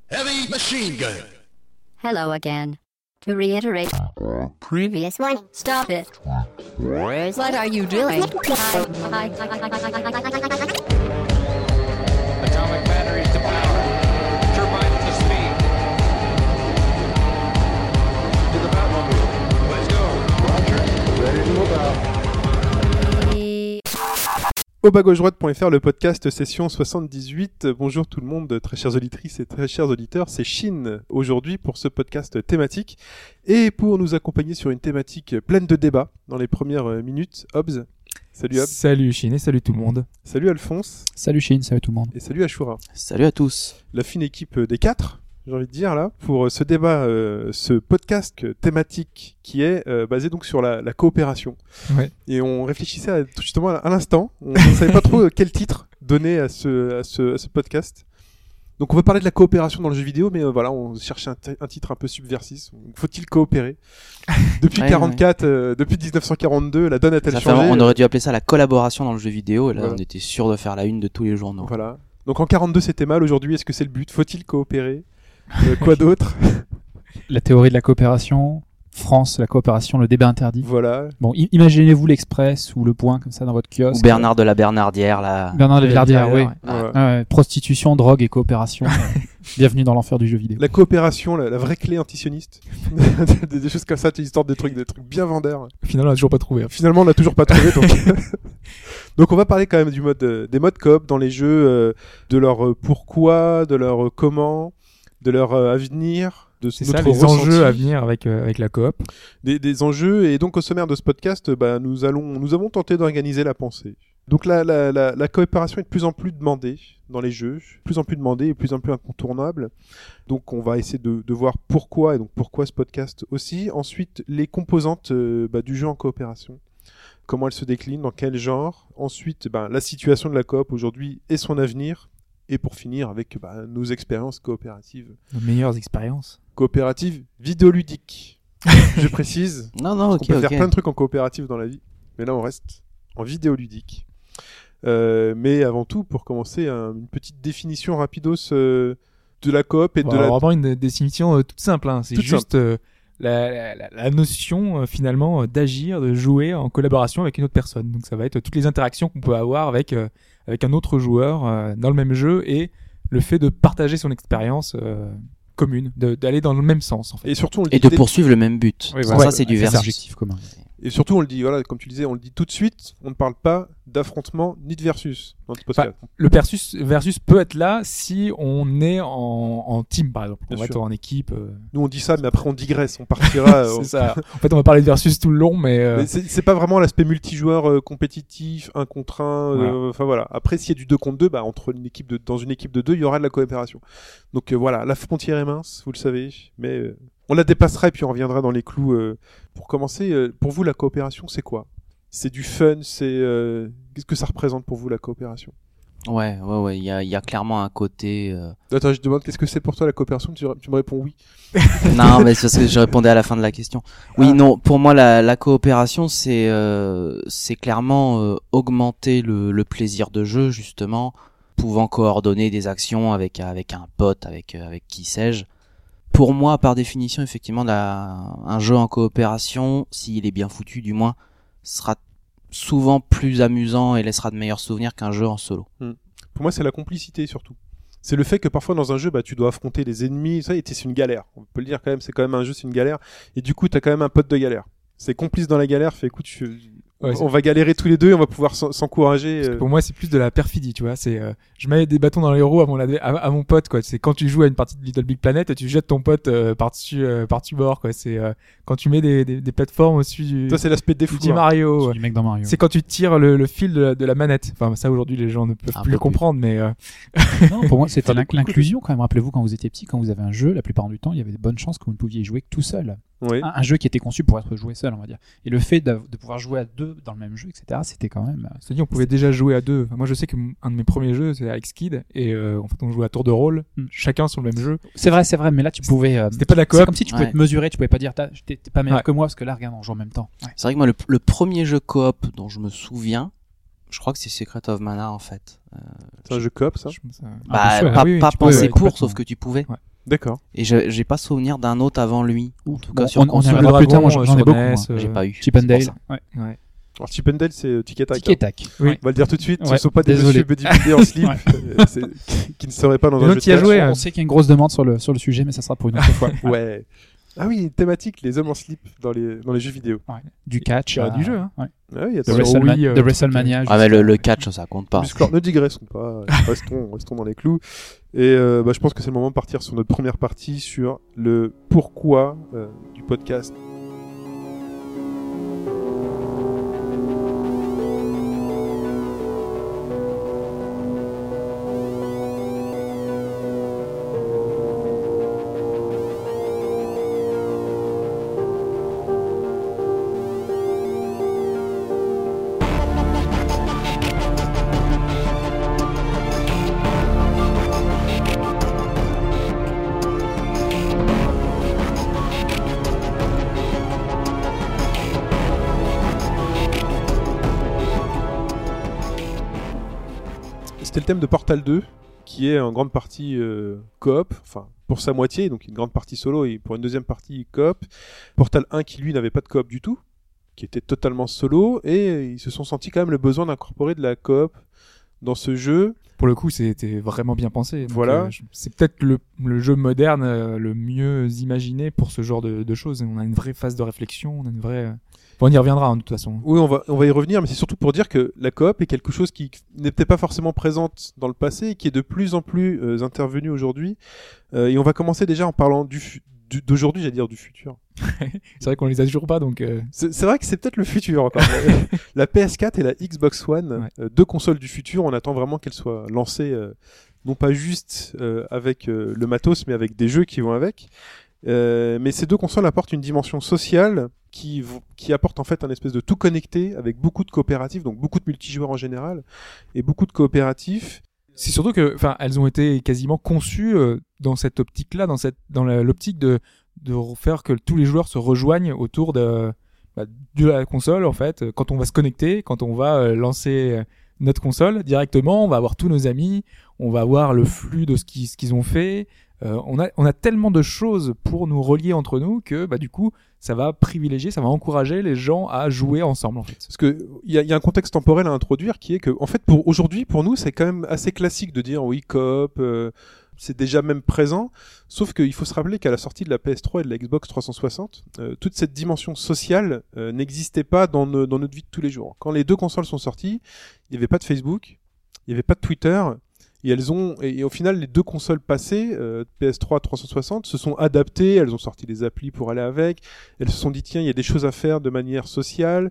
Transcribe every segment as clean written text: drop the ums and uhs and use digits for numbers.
Heavy machine gun. Hello again. To reiterate, previous one, stop it. What are you doing? Atomic batteries to power. Turbines to speed. To the Batmobile. Let's go. Roger. Ready to move out. Au bas-gauche-droite.fr, le podcast session 78. Bonjour tout le monde, très chères auditrices et très chers auditeurs. C'est Chine aujourd'hui pour ce podcast thématique. Et pour nous accompagner sur une thématique pleine de débats dans les premières minutes, Hobbs. Salut Hobbs. Salut Chine et salut tout le monde. Salut Alphonse. Salut Chine, salut tout le monde. Et salut Ashura. Salut à tous. La fine équipe des quatre, j'ai envie de dire là, pour ce débat, ce podcast thématique qui est basé donc sur la coopération. Ouais. Et on réfléchissait justement à l'instant, on ne savait pas trop quel titre donner à ce podcast. Donc on va parler de la coopération dans le jeu vidéo, mais voilà, on cherchait un titre un peu subversif. Faut-il coopérer ? Depuis 44, depuis 1942, la donne a-t-elle changé ? On aurait dû appeler ça la collaboration dans le jeu vidéo, et là voilà. On était sûr de faire la une de tous les journaux. Voilà. Donc en 42 c'était mal, aujourd'hui est-ce que c'est le but ? Faut-il coopérer ? Quoi d'autre ? La théorie de la coopération, France, la coopération, le débat interdit. Voilà. Bon, imaginez-vous l'Express ou le Point comme ça dans votre kiosque. Ou Bernard de la Bernardière, là. Bernard de la Villardière, oui. Voilà. Prostitution, drogue et coopération. Bienvenue dans l'enfer du jeu vidéo. La coopération, la vraie clé antisioniste. des choses comme ça, des histoires, des trucs bien vendeurs. Finalement, on n'a toujours pas trouvé. Finalement, on l'a toujours pas trouvé. Donc on va parler quand même des modes coop dans les jeux, de leur pourquoi, de leur comment, de leur avenir, de C'est notre ça, les ressenti, enjeux à venir avec la coop. des enjeux. Et donc au sommaire de ce podcast, nous avons tenté d'organiser la pensée. Donc la coopération est de plus en plus demandée dans les jeux, de plus en plus demandée et de plus en plus incontournable. Donc on va essayer de voir pourquoi, et donc pourquoi ce podcast aussi. Ensuite, les composantes du jeu en coopération. Comment elle se décline, dans quel genre. Ensuite, la situation de la coop aujourd'hui et son avenir. Et pour finir avec nos expériences coopératives. Nos meilleures expériences. Coopératives vidéoludiques. Je précise. Non, ok. On peut faire plein de trucs en coopérative dans la vie. Mais là, on reste en vidéoludique. Mais avant tout, pour commencer, une petite définition rapidos de la coop et de la... Vraiment une définition toute simple. Hein. C'est Toute juste la notion finalement d'agir, de jouer en collaboration avec une autre personne. Donc ça va être toutes les interactions qu'on peut avoir avec un autre joueur dans le même jeu et le fait de partager son expérience commune, d'aller dans le même sens en fait. Et surtout, on le Et dit de poursuivre le même but. Oui, Sans voilà. ça, c'est du C'est un versus. objectif commun. Et surtout, on le dit, voilà, comme tu disais, on le dit tout de suite, on ne parle pas d'affrontement ni de versus dans ce podcast. Le versus peut être là si on est en team par exemple. On Bien va sûr. être en équipe. Nous, on dit ça, mais après, on digresse, on partira. C'est ça. En fait, on va parler de versus tout le long, mais Mais c'est pas vraiment l'aspect multijoueur compétitif, 1 contre 1. Voilà. Enfin voilà. Après, s'il y a du 2 contre 2, dans une équipe de 2, il y aura de la coopération. Donc voilà, la frontière est mince, vous le savez, mais on la dépassera et puis on reviendra dans les clous. Pour commencer, pour vous, la coopération, c'est quoi ? C'est du fun, qu'est-ce que ça représente pour vous la coopération ? Ouais. Il y a clairement un côté. Attends, je te demande qu'est-ce que c'est pour toi la coopération ? Tu me réponds oui. Non, mais c'est parce que je répondais à la fin de la question. Oui, non. Pour moi, la coopération, c'est clairement augmenter le plaisir de jeu, justement, pouvant coordonner des actions avec un pote, avec qui sais-je. Pour moi, par définition, effectivement, un jeu en coopération, s'il est bien foutu, du moins, sera souvent plus amusant et laissera de meilleurs souvenirs qu'un jeu en solo. Pour moi, c'est la complicité surtout. C'est le fait que parfois dans un jeu, tu dois affronter des ennemis, ça, et c'est une galère. On peut le dire quand même, c'est quand même un jeu, c'est une galère. Et du coup, t'as quand même un pote de galère. C'est complice dans la galère, fait écoute, on va galérer tous les deux et on va pouvoir s'encourager. pour moi, c'est plus de la perfidie, tu vois. C'est je mets des bâtons dans les roues à mon pote, quoi. C'est quand tu joues à une partie de Little Big Planet, tu jettes ton pote par-dessus bord, quoi. C'est quand tu mets des plateformes au-dessus du Ça, c'est l'aspect défaut. petit Mario. C'est Ouais. du mec dans Mario. C'est quand tu tires le fil de la manette. Enfin, ça aujourd'hui, les gens ne peuvent Un plus peu le comprendre, mais Non, pour moi, c'était l'inclusion quand même. Rappelez-vous, quand vous étiez petit, quand vous avez un jeu, la plupart du temps, il y avait de bonnes chances que vous ne pouviez y jouer que tout seul. Oui. Un jeu qui était conçu pour être joué seul, on va dire. Et le fait de pouvoir jouer à deux dans le même jeu, etc., c'était quand même... c'est-à-dire on pouvait déjà jouer à deux. Enfin, moi, je sais que un de mes premiers jeux, c'est Alex Kidd, et en fait, on jouait à tour de rôle, chacun sur le même jeu. C'est vrai, mais là, tu pouvais... C'était pas de la c'est coop. comme si tu pouvais Ouais. te mesurer, tu pouvais pas dire, t'es pas meilleur Ouais. que moi, parce que là, regarde, on joue en même temps. Ouais. C'est vrai que moi, le premier jeu coop dont je me souviens, je crois que c'est Secret of Mana, en fait. C'est un jeu coop, ça ? Je- ça- Ah, bien sûr, pas oui, pas tu peux, pensé ouais, pour, complètement. sauf que tu pouvais. Ouais. D'accord. Et j'ai pas souvenir d'un autre avant lui. En tout cas, Bon, sur on y console. reviendra plus tard, moi, Dragon, j'en ai sur beaucoup, NES, moi. J'ai pas eu. Chip and c'est pour Dale. ça. Ouais. Ouais. Alors Chip and Dale, c'est Tic et Tac. Tic et tac. Oui. On va le dire tout de suite, ce Ouais, sont pas des désolé. monsieur bodybuildés en slip qui ne seraient pas dans Mais un non, jeu de t'y as cash. joué, On sait qu'il y a une grosse demande sur le sujet, mais ça sera pour une autre fois. Ouais. Ah oui, thématique, les hommes en slip dans les jeux vidéo. Ouais. Du catch. Il y aura du jeu, hein. Ouais. Ah oui, De, attends, Sur Wii, de WrestleMania. Ah mais le jusqu'à- catch, ça compte pas. Musclor, ne digressons pas, restons dans les clous. Et je pense que c'est le moment de partir sur notre première partie sur le pourquoi du podcast. C'était le thème de Portal 2, qui est en grande partie coop, enfin pour sa moitié, donc une grande partie solo et pour une deuxième partie coop. Portal 1 qui lui n'avait pas de coop du tout, qui était totalement solo, et ils se sont sentis quand même le besoin d'incorporer de la coop dans ce jeu. Pour le coup, c'était vraiment bien pensé. Donc, Voilà. C'est peut-être le jeu moderne le mieux imaginé pour ce genre de choses. On a une vraie phase de réflexion, on a une vraie... Bon, on y reviendra, hein, de toute façon. Oui, on va y revenir, mais c'est surtout pour dire que la coop est quelque chose qui n'était pas forcément présente dans le passé et qui est de plus en plus intervenu aujourd'hui. Et on va commencer déjà en parlant d'aujourd'hui, j'allais dire du futur. C'est vrai qu'on les a toujours pas, donc... C'est vrai que c'est peut-être le futur encore. La PS4 et la Xbox One, deux consoles du futur, on attend vraiment qu'elles soient lancées, non pas juste avec le matos, mais avec des jeux qui vont avec. Mais ces deux consoles apportent une dimension sociale qui apporte en fait un espèce de tout connecté avec beaucoup de coopératifs, donc beaucoup de multijoueurs en général, et beaucoup de coopératifs. C'est surtout que, enfin, elles ont été quasiment conçues dans cette optique-là, dans l'optique de faire que tous les joueurs se rejoignent autour de la console, en fait. Quand on va se connecter, quand on va lancer notre console directement, on va avoir tous nos amis, on va voir le flux de ce qu'ils ont fait. On a tellement de choses pour nous relier entre nous que, du coup, ça va privilégier, ça va encourager les gens à jouer ensemble, en fait. Parce que il y a un contexte temporel à introduire qui est que, en fait, pour aujourd'hui, pour nous, c'est quand même assez classique de dire oui, coop, c'est déjà même présent. Sauf qu'il faut se rappeler qu'à la sortie de la PS3 et de la Xbox 360, toute cette dimension sociale n'existait pas dans notre vie de tous les jours. Quand les deux consoles sont sorties, il n'y avait pas de Facebook, il n'y avait pas de Twitter. Et au final, les deux consoles passées, PS3, 360, se sont adaptées, elles ont sorti des applis pour aller avec, elles se sont dit tiens, il y a des choses à faire de manière sociale,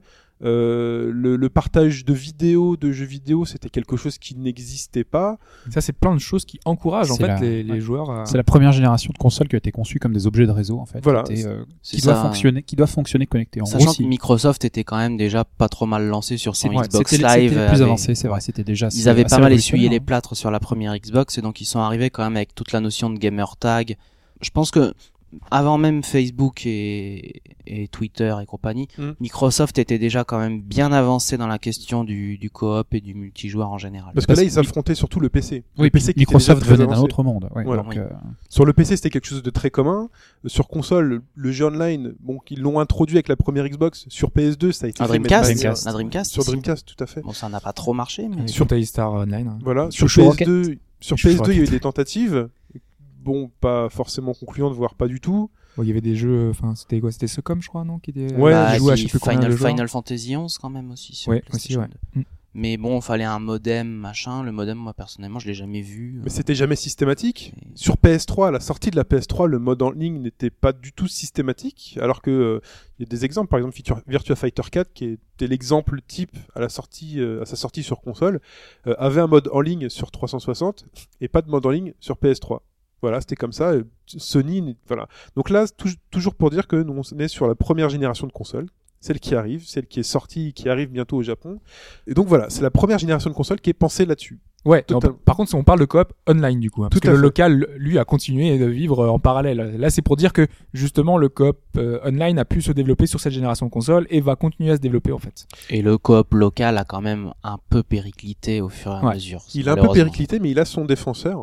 le partage de vidéos, de jeux vidéo, c'était quelque chose qui n'existait pas. Ça, c'est plein de choses qui encouragent, en C'est fait, la- les joueurs à... C'est la première génération de consoles qui a été conçue comme des objets de réseau, en fait. Voilà. C'est Qui doit ça. fonctionner connecté. En Sachant gros, que Microsoft était quand même déjà pas trop mal lancé sur son Xbox c'était Live. le plus avec- avancé, c'est vrai. C'était déjà. Ils avaient pas mal essuyé les les plâtres sur la première Xbox et donc ils sont arrivés quand même avec toute la notion de gamer tag. Je pense que avant même Facebook et Twitter et compagnie, Microsoft était déjà quand même bien avancé dans la question du coop et du multijoueur en général. Parce que là, ils affrontaient surtout le PC. Oui, le PC qui était Microsoft déjà très venait d'un avancé. autre monde. Ouais, Voilà. donc, Oui. Sur le PC, c'était quelque chose de très commun. Sur console, le jeu online, bon, qu'ils l'ont introduit avec la première Xbox. Sur PS2, ça a été Un fait, mais Dreamcast, de la Dreamcast. sur aussi. Dreamcast, tout à fait. Bon, ça n'a pas trop marché, mais Sur Star Online. Hein. Voilà. Sur Chouchou Rocket. PS2, Chouchou il y a eu Rocket. des tentatives. Bon, pas forcément concluantes, voire pas du tout. Bon, il y avait des jeux, enfin, c'était quoi? C'était Secom, je crois, non? Qui était, Ouais, bah, jouait à qui- je sais plus combien de joueurs. Final Fantasy 11 quand même aussi sur Ouais, PlayStation aussi, ouais. 2. Mais bon, fallait un modem, machin. Le modem, moi personnellement, je l'ai jamais vu. Mais c'était jamais systématique. Et- Sur PS3, à la sortie de la PS3, le mode en ligne n'était pas du tout systématique. Alors que, il y a des exemples. Par exemple, Virtua Fighter 4, qui était l'exemple type à la sortie, à sa sortie sur console, avait un mode en ligne sur 360 et pas de mode en ligne sur PS3. Voilà, c'était comme ça. Sony, voilà. Donc là, toujours pour dire que nous, on est sur la première génération de consoles. Celle qui arrive, celle qui est sortie, qui arrive bientôt au Japon. Et donc voilà, c'est la première génération de consoles qui est pensée là-dessus. Ouais, Total. par contre, si on parle de coop online, du coup, hein, parce Tout que à le fait. local, lui, a continué de vivre en parallèle. Là, c'est pour dire que, justement, le coop online a pu se développer sur cette génération de consoles et va continuer à se développer, en fait. Et le coop local a quand même un peu périclité au fur et à Ouais. mesure. Il a un peu malheureusement. périclité, mais il a son défenseur.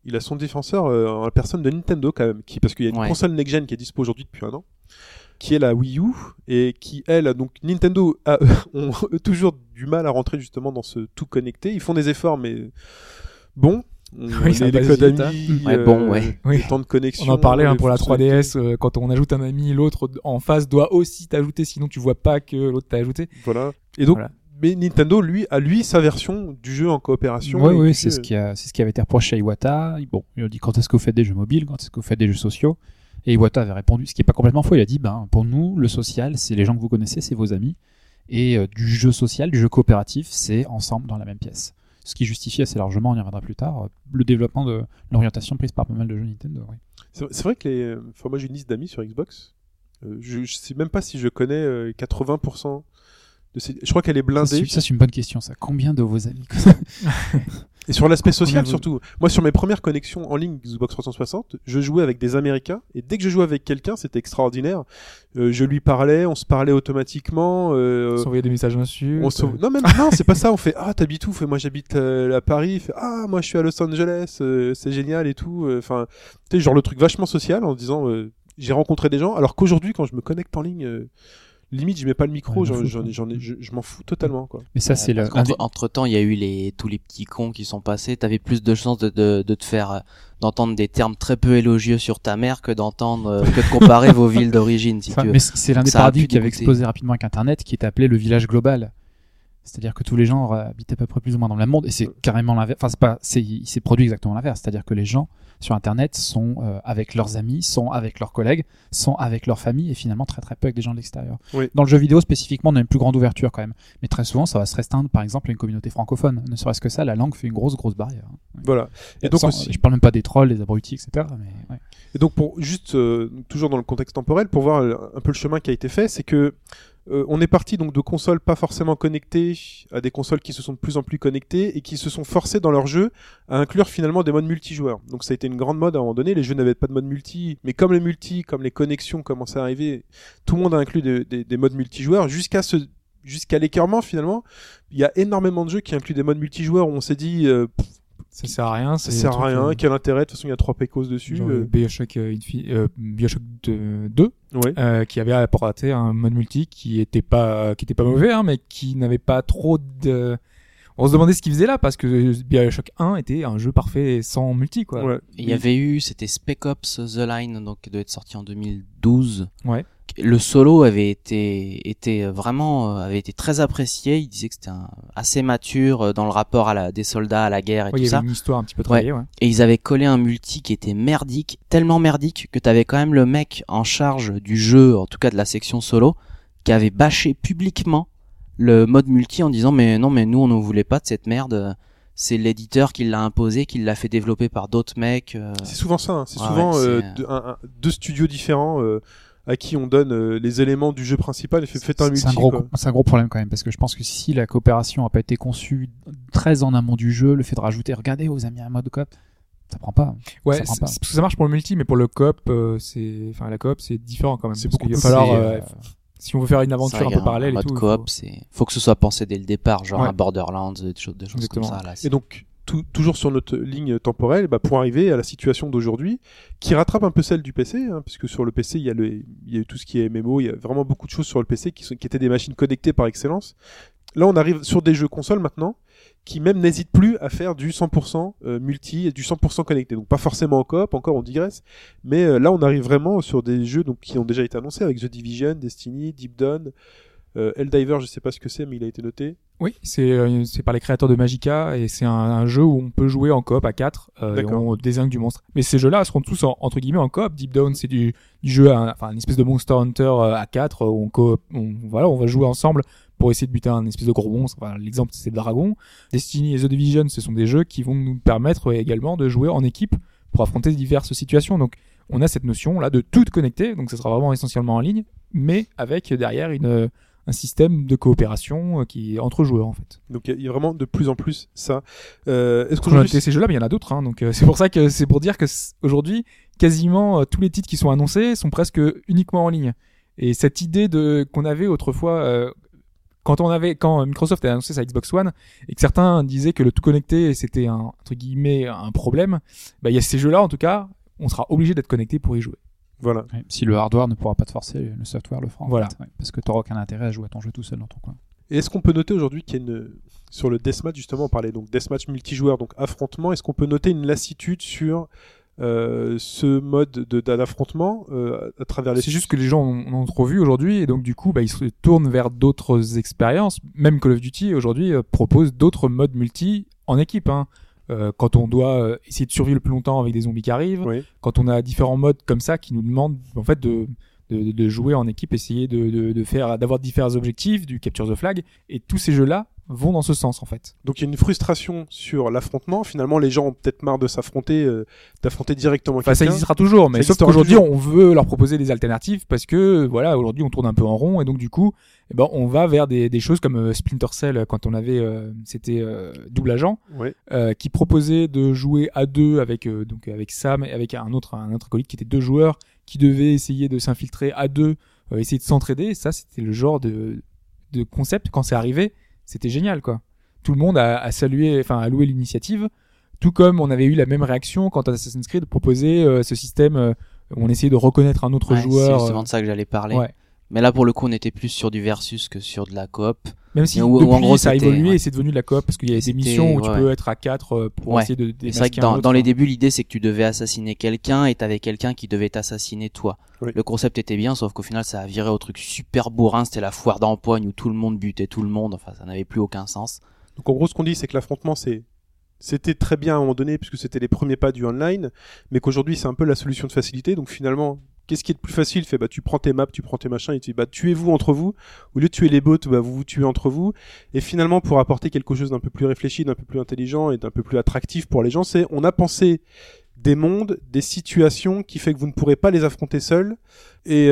il a son défenseur en la personne de Nintendo quand même, parce qu'il y a une console next-gen qui est dispo aujourd'hui depuis 1 an, qui est la Wii U, et qui, donc Nintendo ont toujours du mal à rentrer justement dans ce tout connecté. Ils font des efforts, mais bon... les codes amis, les temps de connexion. On en parlait pour la 3DS, quand on ajoute un ami, l'autre en face doit aussi t'ajouter, sinon tu vois pas que l'autre t'a ajouté. Voilà. Et donc, mais Nintendo, lui, a sa version du jeu en coopération. Oui, c'est ce qui avait été reproché à Iwata. Bon, il a dit quand est-ce que vous faites des jeux mobiles, quand est-ce que vous faites des jeux sociaux. Et Iwata avait répondu, ce qui est pas complètement faux. Il a dit, pour nous, le social, c'est les gens que vous connaissez, c'est vos amis. Et du jeu social, du jeu coopératif, c'est ensemble dans la même pièce. Ce qui justifie assez largement, on y reviendra plus tard, le développement de l'orientation prise par pas mal de jeux Nintendo. Oui. C'est vrai que moi j'ai une liste d'amis sur Xbox. Je sais même pas si je connais 80% de ces... Je crois qu'elle est blindée. Ça c'est une bonne question, ça. Combien de vos amis Et sur l'aspect social surtout. Moi sur mes premières connexions en ligne Xbox 360, je jouais avec des Américains et dès que je jouais avec quelqu'un, c'était extraordinaire. Je lui parlais, on se parlait automatiquement. On s'envoyait des messages d'insultes. Non, c'est pas ça. On fait t'habites où? Moi j'habite à Paris. Fait moi je suis à Los Angeles. C'est génial et tout. Enfin, tu sais, genre le truc vachement social en disant j'ai rencontré des gens. Alors qu'aujourd'hui quand je me connecte en ligne. Limite, je mets pas le micro, je m'en fous totalement, quoi. Mais ça, c'est entre temps, il y a eu tous les petits cons qui sont passés. T'avais plus de chances de te faire, d'entendre des termes très peu élogieux sur ta mère que de comparer vos villes d'origine, si tu veux. Mais c'est l'un des paradigmes qui avait explosé rapidement avec Internet, qui est appelé le village global. C'est-à-dire que tous les gens habitent à peu près plus ou moins dans le même monde, et c'est carrément l'inverse. Enfin, il s'est produit exactement l'inverse. C'est-à-dire que les gens sur Internet sont avec leurs amis, sont avec leurs collègues, sont avec leur famille, et finalement très très peu avec des gens de l'extérieur. Oui. Dans le jeu vidéo spécifiquement, on a une plus grande ouverture quand même. Mais très souvent, ça va se restreindre, par exemple, à une communauté francophone. Ne serait-ce que ça, la langue fait une grosse barrière. Ouais. Voilà. Et donc aussi... Je parle même pas des trolls, des abrutis, etc. Mais, ouais. Et donc pour juste toujours dans le contexte temporel, pour voir un peu le chemin qui a été fait, c'est que on est parti donc de consoles pas forcément connectées à des consoles qui se sont de plus en plus connectées et qui se sont forcées dans leur jeu à inclure finalement des modes multijoueurs. Donc ça a été une grande mode à un moment donné, les jeux n'avaient pas de mode multi, mais comme les connexions commençaient à arriver, tout le monde a inclus des modes multijoueurs jusqu'à l'écœurement finalement. Il y a énormément de jeux qui incluent des modes multijoueurs où on s'est dit ça sert à rien. Ça sert à rien. Quel intérêt? De toute façon, il y a 3 pécos dessus. BioShock 2, qui avait apporté un mode multi qui était pas mauvais, mais qui n'avait pas trop de... On se demandait ce qu'il faisait là, parce que BioShock 1 était un jeu parfait sans multi, quoi. Ouais. Il y avait c'était Spec Ops The Line, donc qui doit être sorti en 2012. Ouais. Le solo avait été très apprécié. Il disait que c'était assez mature dans le rapport des soldats à la guerre et tout ça. Il y avait une histoire un petit peu travaillée, ouais. Et ils avaient collé un multi qui était merdique, tellement merdique que t'avais quand même le mec en charge du jeu, en tout cas de la section solo, qui avait bâché publiquement le mode multi en disant mais nous on ne voulait pas de cette merde. C'est l'éditeur qui l'a imposé, qui l'a fait développer par d'autres mecs. C'est souvent ça. Hein. C'est souvent deux studios différents. À qui on donne les éléments du jeu principal et faites un multi. C'est un gros problème quand même, parce que je pense que si la coopération n'a pas été conçue très en amont du jeu, le fait de rajouter, regardez, vous avez mis un mode coop, ça prend pas. Ouais, parce que ça marche pour le multi, mais pour le coop, la coop, c'est différent quand même. C'est beaucoup. Il va falloir, si on veut faire une aventure un peu parallèle et tout. Le mode coop, faut que ce soit pensé dès le départ, genre un Borderlands, des choses comme ça, là. Et donc, toujours sur notre ligne temporelle, pour arriver à la situation d'aujourd'hui, qui rattrape un peu celle du PC, puisque sur le PC, il y a eu tout ce qui est MMO, il y a vraiment beaucoup de choses sur le PC qui étaient des machines connectées par excellence. Là, on arrive sur des jeux consoles maintenant, qui même n'hésitent plus à faire du 100% multi et du 100% connecté. Donc pas forcément en coop, encore on digresse, mais là on arrive vraiment sur des jeux qui ont déjà été annoncés avec The Division, Destiny, Deep Dawn, Helldiver, je sais pas ce que c'est, mais il a été noté. Oui, c'est par les créateurs de Magica et c'est un jeu où on peut jouer en coop à 4 et on désingue du monstre. Mais ces jeux-là seront tous entre guillemets en coop. Deep Down, c'est du jeu une espèce de Monster Hunter à 4 où on va jouer ensemble pour essayer de buter un espèce de gros monstre. Enfin, l'exemple c'est Dragon. Destiny et The Division, ce sont des jeux qui vont nous permettre également de jouer en équipe pour affronter diverses situations. Donc on a cette notion là de tout connecter, donc ça sera vraiment essentiellement en ligne, mais avec derrière un système de coopération qui est entre joueurs en fait. Donc il y a vraiment de plus en plus ça. Est-ce qu'on a noté ces jeux-là, mais il y en a d'autres. Donc c'est pour ça que c'est pour dire que aujourd'hui quasiment tous les titres qui sont annoncés sont presque uniquement en ligne. Et cette idée qu'on avait autrefois quand Microsoft a annoncé sa Xbox One et que certains disaient que le tout connecté c'était entre guillemets un problème, bah il y a ces jeux-là en tout cas, on sera obligé d'être connecté pour y jouer. Voilà. Ouais, si le hardware ne pourra pas te forcer, le software le fera. Voilà. Fait, ouais, parce que tu n'auras aucun intérêt à jouer à ton jeu tout seul dans ton coin. Et est-ce qu'on peut noter aujourd'hui qu'il y a sur le deathmatch, justement, on parlait donc deathmatch multijoueur, donc affrontement, est-ce qu'on peut noter une lassitude sur ce mode d'affrontement à travers les... C'est juste que les gens en ont trop vu aujourd'hui et donc du coup bah, ils se tournent vers d'autres expériences. Même Call of Duty aujourd'hui propose d'autres modes multi en équipe. Hein. Quand on doit essayer de survivre le plus longtemps avec des zombies qui arrivent, Oui. quand on a différents modes comme ça qui nous demandent en fait de jouer en équipe, essayer d'avoir différents objectifs, du capture the flag, et tous ces jeux-là vont dans ce sens en fait. Donc il y a une frustration sur l'affrontement. Finalement, les gens ont peut-être marre de s'affronter, d'affronter directement Enfin, ça quelqu'un. existera toujours, mais Ça sauf existera qu'aujourd'hui toujours. on veut leur proposer des alternatives parce que voilà, aujourd'hui on tourne un peu en rond et donc du coup, eh ben on va vers des choses comme Splinter Cell quand on avait c'était Double Agent Ouais. qui proposait de jouer à deux avec Sam et avec un autre acolyte qui était 2 joueurs qui devaient essayer de s'infiltrer à deux, essayer de s'entraider. Et ça c'était le genre de concept quand c'est arrivé. C'était génial, quoi. Tout le monde a loué l'initiative, tout comme on avait eu la même réaction quand Assassin's Creed proposait ce système où on essayait de reconnaître un autre Ouais, joueur. c'est justement de ça que j'allais parler. Ouais. Mais là, pour le coup, on était plus sur du versus que sur de la coop. Même si Ou depuis en gros, ça a c'était- évolué ouais. et c'est devenu de la coop parce qu'il y a des C'était- missions où tu ouais. peux être à 4 pour Ouais. essayer de Et c'est vrai démasquer que un autre. dans les débuts, l'idée c'est que tu devais assassiner quelqu'un et t'avais quelqu'un qui devait t'assassiner toi. Oui. Le concept était bien, sauf qu'au final ça a viré au truc super bourrin, c'était la foire d'empoigne où tout le monde butait tout le monde, enfin ça n'avait plus aucun sens. Donc en gros, ce qu'on dit, c'est que l'affrontement, c'était très bien à un moment donné, puisque c'était les premiers pas du online, mais qu'aujourd'hui, c'est un peu la solution de facilité. Donc finalement, qu'est-ce qui est le plus facile? Tu prends tes maps, tu prends tes machins, et tu dis, tuez-vous entre vous. Au lieu de tuer les bots, vous vous tuez entre vous. Et finalement, pour apporter quelque chose d'un peu plus réfléchi, d'un peu plus intelligent et d'un peu plus attractif pour les gens, on a pensé des mondes, des situations qui fait que vous ne pourrez pas les affronter seuls, et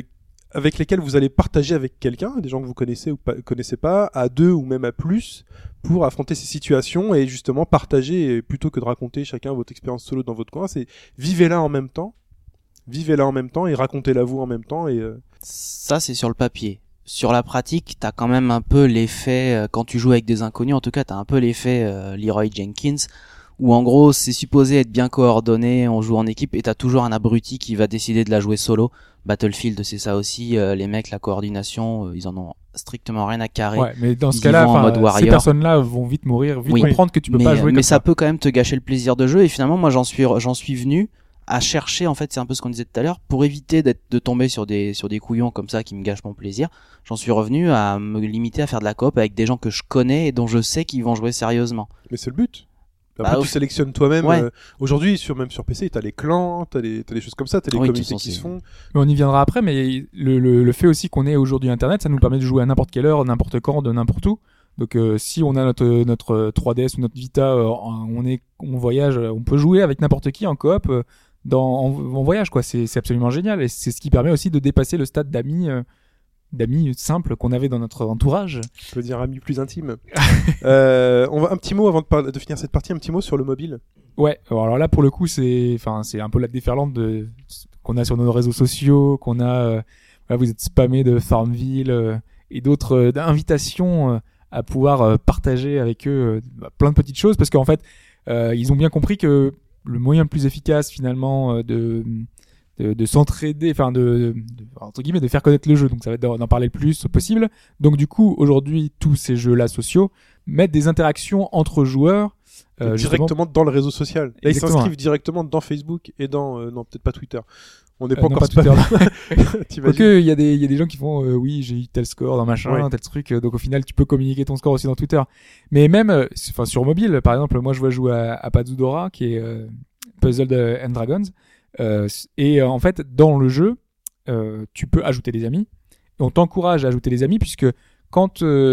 avec lesquels vous allez partager avec quelqu'un, des gens que vous connaissez ou pas, connaissez pas, à 2 ou même à plus, pour affronter ces situations et justement partager, plutôt que de raconter chacun votre expérience solo dans votre coin, c'est vivez-la en même temps et racontez-la vous en même temps. Et Ça c'est sur le papier. Sur la pratique, t'as quand même un peu l'effet, quand tu joues avec des inconnus, en tout cas t'as un peu l'effet Leroy Jenkins, où en gros c'est supposé être bien coordonné, on joue en équipe et t'as toujours un abruti qui va décider de la jouer solo. Battlefield c'est ça aussi, les mecs la coordination ils en ont strictement rien à carrer. Ouais, mais dans ce Ils y cas-là, vont en mode ces warrior. personnes-là vont vite mourir, vite Oui. comprendre que tu peux pas jouer mais comme ça peut quand même te gâcher le plaisir de jeu et finalement moi j'en suis venu à chercher, en fait c'est un peu ce qu'on disait tout à l'heure, pour éviter de tomber sur des couillons comme ça qui me gâchent mon plaisir. J'en suis revenu à me limiter à faire de la coop avec des gens que je connais et dont je sais qu'ils vont jouer sérieusement. mais c'est le but. Après, Bah, tu sélectionnes toi-même. Ouais. Aujourd'hui, même sur PC, t'as les clans, t'as des choses comme ça, t'as des Oui, communautés de toute qui se façon, font. Mais on y viendra après, mais le fait aussi qu'on ait aujourd'hui Internet, ça nous permet de jouer à n'importe quelle heure, n'importe quand, de n'importe où. Donc si on a notre 3DS ou notre Vita, on voyage, on peut jouer avec n'importe qui en coop en voyage, quoi. C'est absolument génial et c'est ce qui permet aussi de dépasser le stade d'amis simples qu'on avait dans notre entourage. Je veux dire amis plus intimes. On va un petit mot avant de finir cette partie, un petit mot sur le mobile. Ouais, alors là pour le coup c'est un peu la déferlante qu'on a sur nos réseaux sociaux, qu'on a vous êtes spammé de Farmville et d'autres invitations à pouvoir partager avec eux plein de petites choses parce qu'en fait ils ont bien compris que le moyen le plus efficace finalement de s'entraider, entre guillemets de faire connaître le jeu, donc ça va être d'en parler le plus possible. Donc du coup aujourd'hui tous ces jeux là sociaux mettent des interactions entre joueurs directement dans le réseau social. Là, ils Exactement. s'inscrivent directement dans Facebook et dans non, peut-être pas Twitter. On n'est pas Non, encore pas Twitter. T'imagines? Quoique, il y a des gens qui font, oui, j'ai eu tel score dans machin, Ouais. tel truc, donc au final, tu peux communiquer ton score aussi dans Twitter. Mais même, sur mobile, par exemple, moi, je vais jouer à Pazudora, qui est Puzzled and Dragons, et en fait, dans le jeu, tu peux ajouter des amis, et on t'encourage à ajouter des amis, puisque quand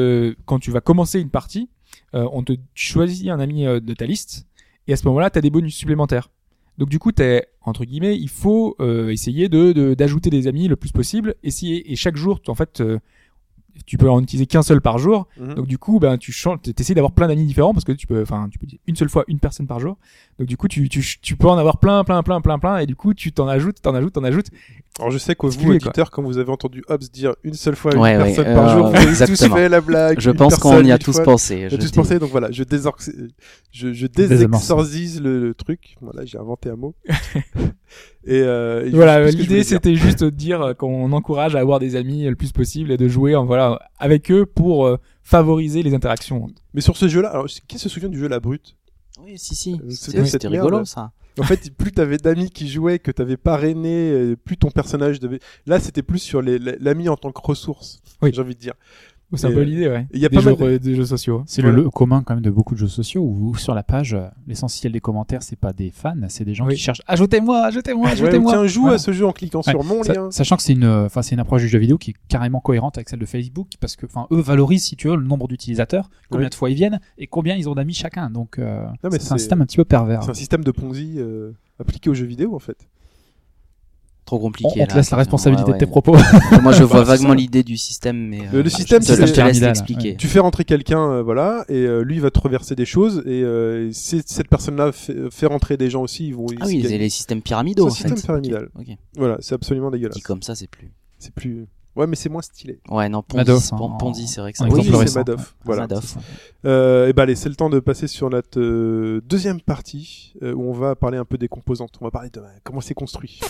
tu vas commencer une partie, tu choisis un ami de ta liste, et à ce moment-là, tu as des bonus supplémentaires. Donc du coup, entre guillemets, il faut essayer d'ajouter des amis le plus possible, et chaque jour, en fait, tu peux en utiliser qu'un seul par jour. Mhm. Donc du coup, ben tu changes, t'essaies d'avoir plein d'amis différents parce que tu peux dire une seule fois une personne par jour. Donc du coup, tu peux en avoir plein et du coup, tu t'en ajoutes. Alors je sais que vous, Excluez, éditeurs, quand vous avez entendu Hobbes dire une seule fois une Ouais, personne par jour, vous avez tous exactement. fait la blague. Je une pense personne, qu'on y a une tous fois. pensé. On a tous pensé, donc voilà, je désexorcise le truc. Voilà, j'ai inventé un mot. Et Voilà, je sais plus ce que je voulais l'idée dire. c'était juste de dire qu'on encourage à avoir des amis le plus possible et de jouer avec eux pour favoriser les interactions. Mais sur ce jeu-là, alors qui se souvient du jeu La Brute? Oui, si. C'était cette C'était rigolo, merde. ça. En fait, plus t'avais d'amis qui jouaient, que t'avais parrainé, plus ton personnage devait. Là, c'était plus sur l'ami en tant que ressource. Oui. J'ai envie de dire. C'est un Et, peu l'idée, ouais. il y a Des pas mal jeux, des jeux sociaux. C'est Voilà. le commun quand même de beaucoup de jeux sociaux où sur la page, l'essentiel des commentaires, c'est pas des fans, c'est des gens Oui. qui cherchent ajoutez-moi. Ouais, tiens, joue Voilà. à ce jeu en cliquant sur mon lien. Sachant que c'est une approche du jeu vidéo qui est carrément cohérente avec celle de Facebook parce que, eux valorisent, si tu veux, le nombre d'utilisateurs, combien Oui. de fois ils viennent et combien ils ont d'amis chacun. Donc, mais c'est un c'est- système un petit peu pervers. C'est un système de Ponzi appliqué aux jeux vidéo, en fait. Trop compliqué. On te laisse la responsabilité Ouais, de tes ouais. propos. Moi, je vois Bah, c'est vaguement ça. l'idée du système, mais Le système, je te c'est- laisse pyramidal, l'expliquer. Tu fais rentrer quelqu'un, voilà, et lui il va te reverser des choses, et si cette personne-là fait rentrer des gens aussi, ils vont. Ah oui, c'est les systèmes pyramidaux. C'est un en fait. système pyramidal. Ok. Voilà, c'est absolument dégueulasse. Dit comme ça, c'est plus. C'est plus. Ouais, mais c'est moins stylé. Ouais, non, Ponzi, Madoff, Ponzi, c'est vrai que en ça. Oui, exemple c'est récent. Madoff. Voilà. Madoff. Et bah allez, c'est le temps de passer sur notre deuxième partie où on va parler un peu des composantes. On va parler de comment c'est construit.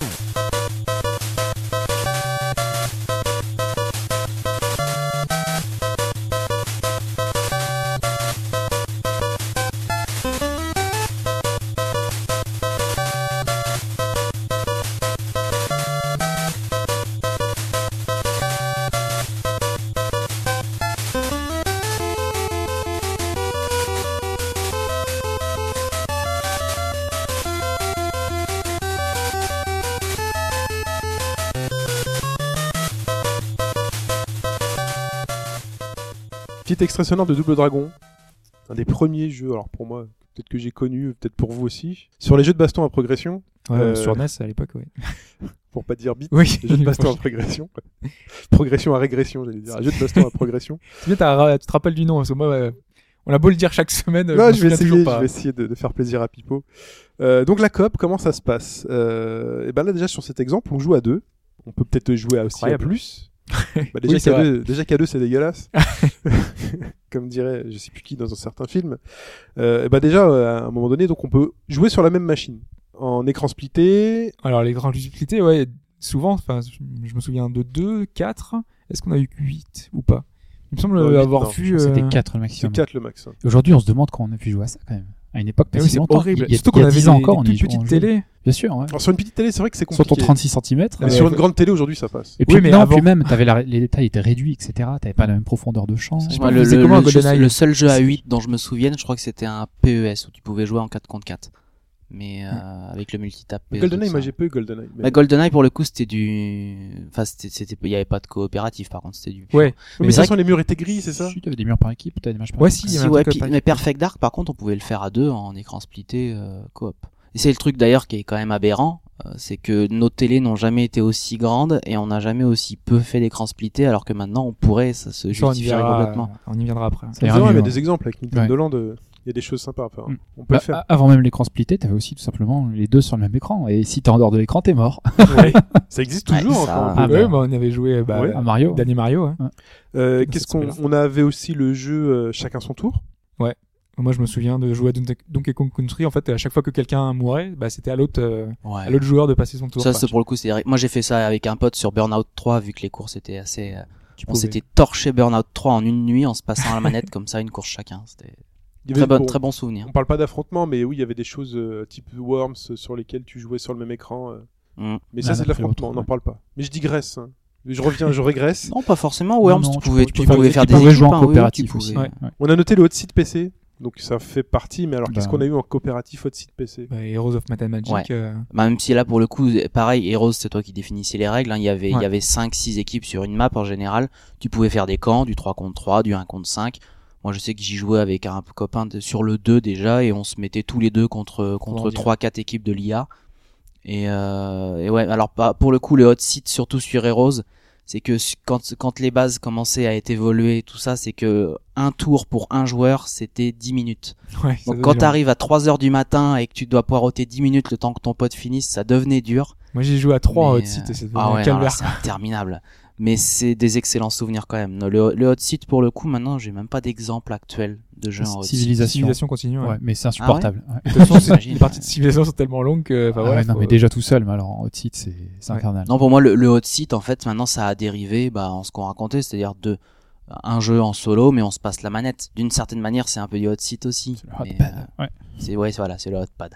Petit extrait sonore de Double Dragon, un des premiers jeux, alors pour moi, peut-être que j'ai connu, peut-être pour vous aussi, sur les jeux de baston à progression, Sur NES à l'époque, ouais. pour pas dire bit, Oui. les jeux de baston à progression, progression à régression, j'allais dire, un jeu de baston à progression. C'est bien, tu te rappelles du nom, parce que moi, on a beau le dire chaque semaine, Non, je me je vais souviens toujours pas. essayer de faire plaisir à Pipo. Donc la coop, comment ça se passe Et ben là déjà sur cet exemple, on joue à deux. On peut peut-être jouer aussi Incroyable. à plus. Bah, déjà Oui, c'est qu'à deux, c'est dégueulasse. Comme dirait, je sais plus qui dans un certain film. Et bah déjà à un moment donné, donc on peut jouer sur la même machine en écran splitté. Alors, les grandes visibilités, ouais, souvent, enfin, je me souviens de 2, 4. Est-ce qu'on a eu 8 ou pas? Il me semble Non, 8, avoir non. vu. C'était 4 le C'est maximum. 4 le max. Hein. Aujourd'hui, on se demande quand on a pu jouer à ça quand même. À une époque, pas Mais oui, si c'est longtemps. horrible. Il y a, Surtout il y qu'on a avait 10 ans encore, on des y toutes jouait. petites télés. Bien sûr, ouais. Alors sur une petite télé, c'est vrai que c'est Sur ton compliqué. 36 cm. Mais sur une grande télé aujourd'hui, ça passe. Et puis, Oui, mais non, avant- puis même, les détails étaient réduits, etc. T'avais pas la même profondeur de champ. Je sais Moi, pas, c'est comment un GoldenEye le seul jeu à 8 dont je me souvienne, je crois que c'était un PES où tu pouvais jouer en 4 contre 4. Mais avec le multitap. GoldenEye, moi j'ai pas eu GoldenEye. Mais, Bah, GoldenEye pour le coup c'était enfin il y avait pas de coopératif par contre, c'était du pur. Ouais. mais c'est ça vrai sont les murs étaient gris, c'est ça Si, t'avais des murs par équipe, t'avais des matchs par Ouais, équipe. si, il y Si, avait un ouais, truc puis- comme ça. mais Perfect Dark par contre on pouvait le faire à deux en écran splitté coop. Et c'est le truc d'ailleurs qui est quand même aberrant, c'est que nos télés n'ont jamais été aussi grandes et on n'a jamais aussi peu fait d'écran splitté alors que maintenant on pourrait, ça se Ça, justifierait complètement. on y viendra après. Ça C'est ira vrai, il y mieux, a ouais. des exemples avec Nintendo Land. Il y a des choses sympas à faire. Mm. On peut Bah, le faire. avant même l'écran splitté, t'avais aussi tout simplement les deux sur le même écran. Et si t'es en dehors de l'écran, t'es mort. Ouais. Ça existe toujours Ouais, encore. ça- un peu. Ah, Ouais, bah. bah, on avait joué Ouais. À Mario. Dernier Mario. Ouais. Qu'est-ce Ça qu'on s'appelle. on avait aussi le jeu chacun son tour. Moi, je me souviens de jouer à Donkey Kong Country. En fait, à chaque fois que quelqu'un mourait, bah, c'était à l'autre Ouais. joueur de passer son tour. Ça quoi. c'est pour le coup, moi j'ai fait ça avec un pote sur Burnout 3 vu que les courses étaient assez Tu on pouvais. s'était torché Burnout 3 en une nuit en se passant à la manette comme ça une course chacun, c'était Il y avait- très bon souvenir. On parle pas d'affrontement, mais oui, il y avait des choses type Worms sur lesquelles tu jouais sur le même écran. Mm. Mais L'un ça, c'est de après l'affrontement, on l'autre, n'en ouais. parle pas. Mais je digresse. Hein. Je régresse. Non, pas forcément. Worms, Non, tu pouvais tu pouvais faire tu des pouvais équipes, jouer en hein, oui, oui, coopératif tu aussi. pouvais. Ouais. On a noté le hot site PC, donc ça fait partie. Mais alors, qu'est-ce Bah, qu'on a eu en coopératif hot site PC Bah, Heroes of Might and Magic. Ouais. Bah, même si là, pour le coup, pareil, Heroes, c'est toi qui définissais les règles. Hein. Il y avait 5-6 équipes sur une map en général. Tu pouvais faire des camps, du 3 contre 3, du 1 contre 5. Moi, je sais que j'y jouais avec un copain sur le 2 déjà, et on se mettait tous les deux contre 3-4 équipes de l'IA. Et ouais, alors pour le coup, le hot site, surtout sur Heroes, c'est que quand les bases commençaient à être évoluées, tout ça, c'est que un tour pour un joueur, c'était 10 minutes. Ouais, ça Donc doit quand être t'arrives à 3 heures du matin et que tu dois poireauter 10 minutes le temps que ton pote finisse, ça devenait dur. Moi, j'ai joué à 3 Mais, hot seat et c'est devenu ah un ouais, non, là, calvaire. c'est interminable. Mais c'est des excellents souvenirs quand même. Le hot seat, pour le coup, maintenant, j'ai même pas d'exemple actuel de jeu en hot seat. Civilisation. Continue. Ouais, mais c'est insupportable. Ouais. De toute façon, J'imagine, les parties ouais. de civilisation sont tellement longues que, enfin, Ah voilà, ouais, non, faut- mais déjà tout seul, mais alors en hot seat, c'est Ouais. infernal. Non, pour moi, le hot seat, en fait, maintenant, ça a dérivé en ce qu'on racontait, c'est-à-dire un jeu en solo, mais on se passe la manette. D'une certaine manière, c'est un peu du hot seat aussi. C'est le hot Mais, pad. Ouais. c'est le hot pad.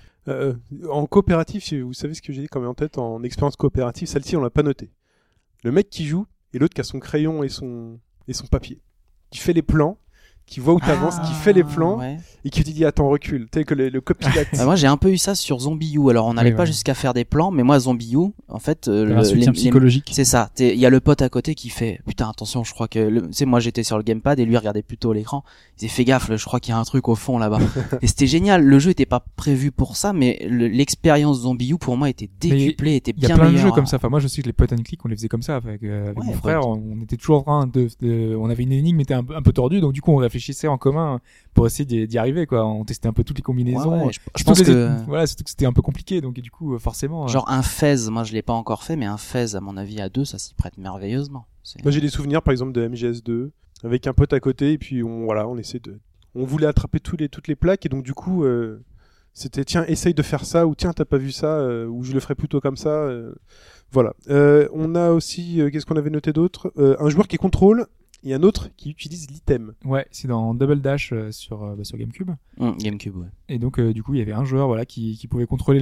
En coopératif, vous savez ce que j'ai dit quand même en tête en expérience coopérative, celle-ci on l'a pas notée. Le mec qui joue et l'autre qui a son crayon et son papier, qui fait les plans, qui voit où t'avances, qui fait les plans Ouais. et qui te dit attends recule. Tu sais que le copilote. Moi, j'ai un peu eu ça sur Zombie U. Alors, on n'allait Oui, pas ouais. jusqu'à faire des plans, mais moi, Zombie U, en fait, T'as un soutien psychologique. c'est ça. Il y a le pote à côté qui fait putain attention, je crois que tu sais moi j'étais sur le gamepad et lui regardait plutôt l'écran. Il disait fais gaffe, je crois qu'il y a un truc au fond là-bas. Et c'était génial. Le jeu était pas prévu pour ça, mais l'expérience Zombie U pour moi était décuplée, était Il y a bien plein de meilleure. jeux comme ça. Enfin, moi, je sais que les point and click, on les faisait comme ça avec Ouais, mon frère. On était toujours en train on avait une énigme, était un peu tordue, donc du coup, on réfléchissait en commun pour essayer d'y arriver, quoi. On testait un peu toutes les combinaisons. Ouais, ouais, je Surtout pense les- que voilà, surtout que c'était un peu compliqué, donc du coup, forcément. genre un Fez, moi je l'ai pas encore fait, mais un Fez à mon avis à deux, ça s'y prête merveilleusement. Moi j'ai des souvenirs par exemple de MGS2 avec un pote à côté et puis on voulait attraper toutes les plaques et donc du coup c'était tiens essaye de faire ça ou tiens t'as pas vu ça ou je le ferai plutôt comme ça voilà. On a aussi qu'est-ce qu'on avait noté d'autre, un joueur qui contrôle et un autre qui utilise l'item. Ouais, c'est dans Double Dash sur GameCube. GameCube, ouais. Et donc, du coup, il y avait un joueur voilà, qui pouvait contrôler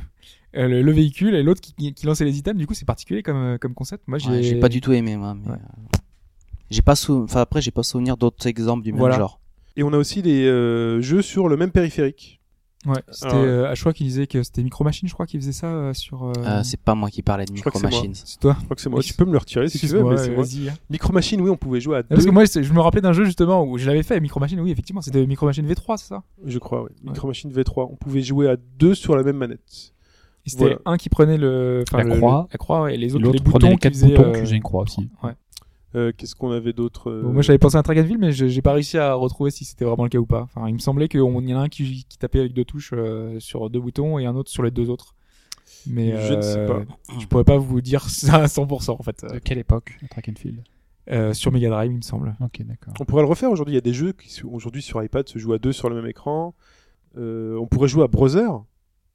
le véhicule et l'autre qui lançait les items. Du coup, c'est particulier comme concept. Moi, Ouais, j'ai pas du tout aimé moi, mais Ouais. j'ai pas après j'ai pas souvenir d'autres exemples du même Voilà. genre. Et on a aussi des jeux sur le même périphérique. Ouais, c'était Alors, Ashwa qui disait que c'était Micro Machine, je crois, qui faisait ça sur. C'est pas moi qui parlais de Je crois que Micro c'est moi. Machines. C'est toi. Je crois que c'est moi. Oui. Tu peux me le retirer si tu veux, mais c'est moi. Vas-y. Micro Machine, oui, on pouvait jouer à deux. Parce que moi, je me rappelais d'un jeu justement où je l'avais fait, Micro Machine, oui, effectivement, c'était Micro Machine V3, c'est ça. Je crois, oui. Micro Machine V3. On pouvait jouer à deux sur la même manette. Et c'était Voilà. un qui prenait La croix. la croix, ouais, et les Et autres l'autre les prenait boutons les qui 4 faisaient, boutons qui faisaient une croix aussi. Ouais. Qu'est-ce qu'on avait d'autre Bon, moi, j'avais pensé à un Track and Field, mais j'ai pas réussi à retrouver si c'était vraiment le cas ou pas. Enfin, il me semblait qu'il y en a un qui tapait avec deux touches sur deux boutons et un autre sur les deux autres. Mais Je ne sais pas. Je pourrais pas vous dire ça à 100% en fait. De quelle époque, le track and field? Sur Mega Drive, il me semble. Ok, d'accord. On pourrait le refaire aujourd'hui. Il y a des jeux qui, aujourd'hui, sur iPad, se jouent à deux sur le même écran. On pourrait jouer à Brother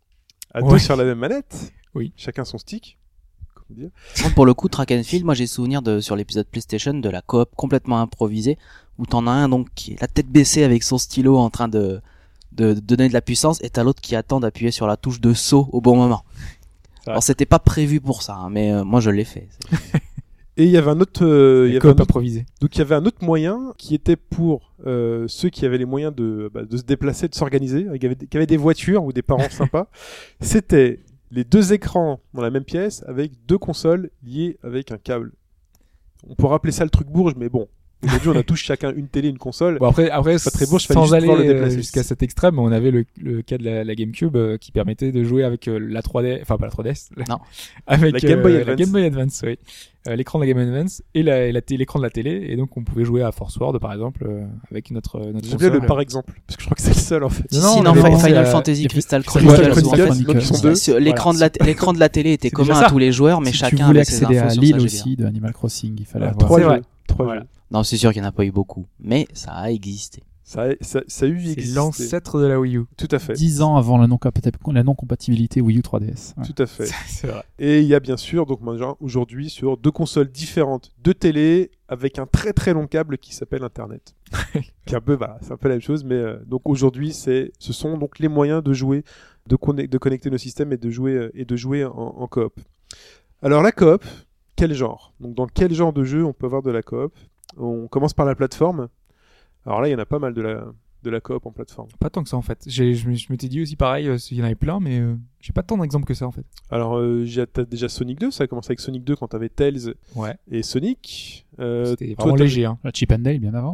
à deux Ouais. sur la même manette. Oui. Chacun son stick. Comment dire. Bon, pour le coup, Track and Field, moi j'ai souvenir sur l'épisode PlayStation de la coop complètement improvisée où t'en as un donc qui est la tête baissée avec son stylo en train de donner de la puissance et t'as l'autre qui attend d'appuyer sur la touche de saut au bon moment. vrai. Alors c'était pas prévu pour ça, hein, mais moi je l'ai fait. Et il y avait un autre. Il y avait un Coop autre- improvisé. Donc il y avait un autre moyen qui était pour ceux qui avaient les moyens de se déplacer, de s'organiser, qui avaient des voitures ou des parents sympas. C'était les deux écrans dans la même pièce avec deux consoles liées avec un câble. On pourrait appeler ça le truc bourge, mais bon. Aujourd'hui, on a tous chacun une télé, une console. Bon après pas très beau, je fallait sans juste aller pouvoir le déplacer. jusqu'à cet extrême, on avait le cas de la GameCube qui permettait de jouer avec la 3D, enfin pas la 3DS, Non. avec La Game Boy la Advance. Game Boy Advance, oui. L'écran de la Game Boy Advance et l'écran de la télé, et donc on pouvait jouer à Force World par exemple avec notre J'aime bien console. le par exemple, parce que je crois que c'est le seul en fait. Non, Si, on non, avait pensé Final à- Fantasy il y a Crystal Crystal Chronicles. Chronicles, en fait, donc ils sont deux. sur l'écran de la télé était C'est commun déjà à ça. tous les joueurs, mais Si chacun tu voulais avait ses accéder infos à sur l'île ça, aussi de Animal Crossing, il fallait Ah, avoir. Trois c'est jeux. vrai. Trois Voilà. jeux. Non, c'est sûr qu'il n'y en a pas eu beaucoup, mais ça a existé. Ça a eu C'est existé. l'ancêtre de la Wii U. Tout à fait. 10 ans avant la non-compatibilité Wii U 3DS. Ouais. Tout à fait. C'est vrai. Et il y a bien sûr, donc aujourd'hui, sur deux consoles différentes, deux télés, avec un très très long câble qui s'appelle Internet. Qui est un peu, voilà, c'est un peu la même chose, mais donc aujourd'hui, ce sont donc les moyens de jouer, de connecter nos systèmes et de jouer en coop. Alors la coop, quel genre? Donc dans quel genre de jeu on peut avoir de la coop? On commence par la plateforme. Alors là, il y en a pas mal de la coop en plateforme. Pas tant que ça en fait. Je m'étais dit aussi pareil, il y en avait plein, mais j'ai pas tant d'exemples que ça en fait. Alors t'as déjà Sonic 2, ça a commencé avec Sonic 2 quand t'avais Tails Ouais. et Sonic. C'était toi, vraiment t'avais- léger. Hein. Chip and Dale bien avant, oui.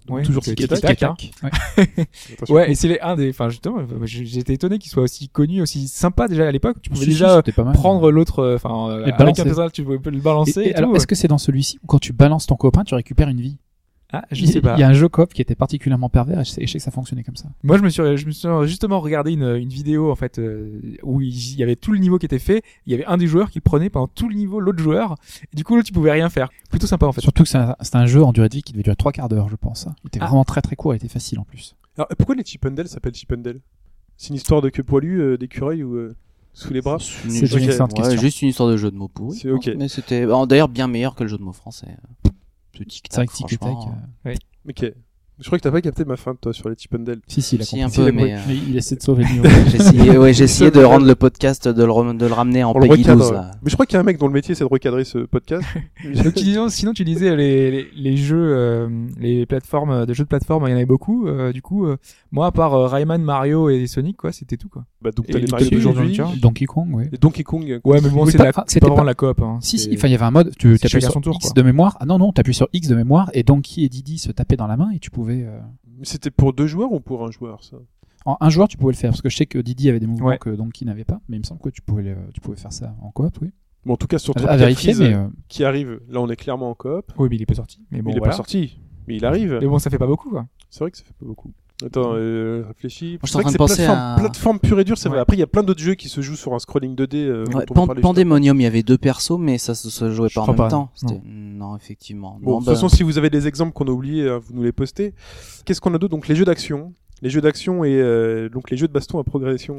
Ouais, toujours donc, tic-tac, hein. Attention. Ouais, et c'est un des, enfin justement, j'étais étonné qu'il soit aussi connu, aussi sympa déjà à l'époque. Tu pouvais Si, déjà c'était pas mal. prendre l'autre, enfin Et avec balancer. un personnage, tu pouvais le balancer. Et Et alors, tout. est-ce que c'est dans celui-ci où quand tu balances ton copain, tu récupères une vie? Ah, je sais pas. Il y a un jeu coop qui était particulièrement pervers et je sais que ça fonctionnait comme ça. Moi, je me suis justement regardé une vidéo en fait où il y avait tout le niveau qui était fait. Il y avait un des joueurs qui le prenait pendant tout le niveau, l'autre joueur. Et du coup, l'autre, tu pouvais rien faire. Plutôt sympa en fait. Surtout que c'est un jeu en durée de vie qui devait durer 3/4 d'heure, je pense. Il était Ah. vraiment très très court et était facile en plus. Alors, pourquoi les Chip 'n Dale s'appellent Chip 'n Dale? C'est une histoire de queue poilue, d'écureuil ou sous les bras? C'est une excellente question. Juste une histoire de jeu de mots pourri. C'est ok. Mais c'était d'ailleurs bien meilleur que le jeu de mots français. Ce tic-tac, C'est vrai que Tic et Tac. franchement. Ok. Je crois que t'as pas capté ma feinte, toi, sur les Chip 'n Dale. Si, il a Si, compris. un peu, Il a mais, compris. Il essaie de sauver le niveau. J'ai essayé de rendre le podcast, de le ramener en On le Peggy 12, recadre. là. Mais je crois qu'il y a un mec dont le métier c'est de recadrer ce podcast. Donc, sinon, tu disais les jeux, les plateformes, des jeux de plateforme, il y en avait beaucoup. Du coup, moi, à part Rayman, Mario et Sonic, quoi, c'était tout, quoi. Bah, donc Et t'as les les Mario petits jeux d'aujourd'hui, d'Adventure. Donkey Kong, ouais. les Donkey Kong. Ouais, mais bon, Oui, c'est pas- la, enfin, c'est c'était pas vraiment pas- la coop. Hein. Si, C'est- enfin, il y avait un mode, tu c'est t'appuies chacun sur son tour, X quoi. de mémoire. Ah non, t'appuies sur X de mémoire et Donkey et Diddy se tapaient dans la main et tu pouvais, Mais c'était pour 2 joueurs ou pour un joueur, ça? en un joueur, tu pouvais le faire parce que je sais que Diddy avait des mouvements Ouais. que Donkey n'avait pas, mais il me semble que tu pouvais faire ça en coop, oui. Bon, en tout cas, sur À Tropical vérifier, Freeze, mais qui arrive, là, on est clairement en coop. Oui, mais il est pas sorti. Mais bon, il est voilà. pas sorti. Mais il arrive. Mais bon, ça fait pas beaucoup, quoi. C'est vrai que ça fait pas beaucoup. Attends, réfléchis. je suis C'est en vrai train que de c'est penser à- plateforme pure et dure, c'est vrai. Ouais. Après, il y a plein d'autres jeux qui se jouent sur un scrolling 2D. dont Ouais, on parlait juste Pandemonium, il y avait 2 persos, mais ça se jouait Je pas en crois même pas, temps. non. C'était- Non, effectivement. Bon, Non, de toute bah, façon, si vous avez des exemples qu'on a oubliés, vous nous les postez. Qu'est-ce qu'on a d'autre? Donc, les jeux d'action. Les jeux d'action et donc les jeux de baston à progression.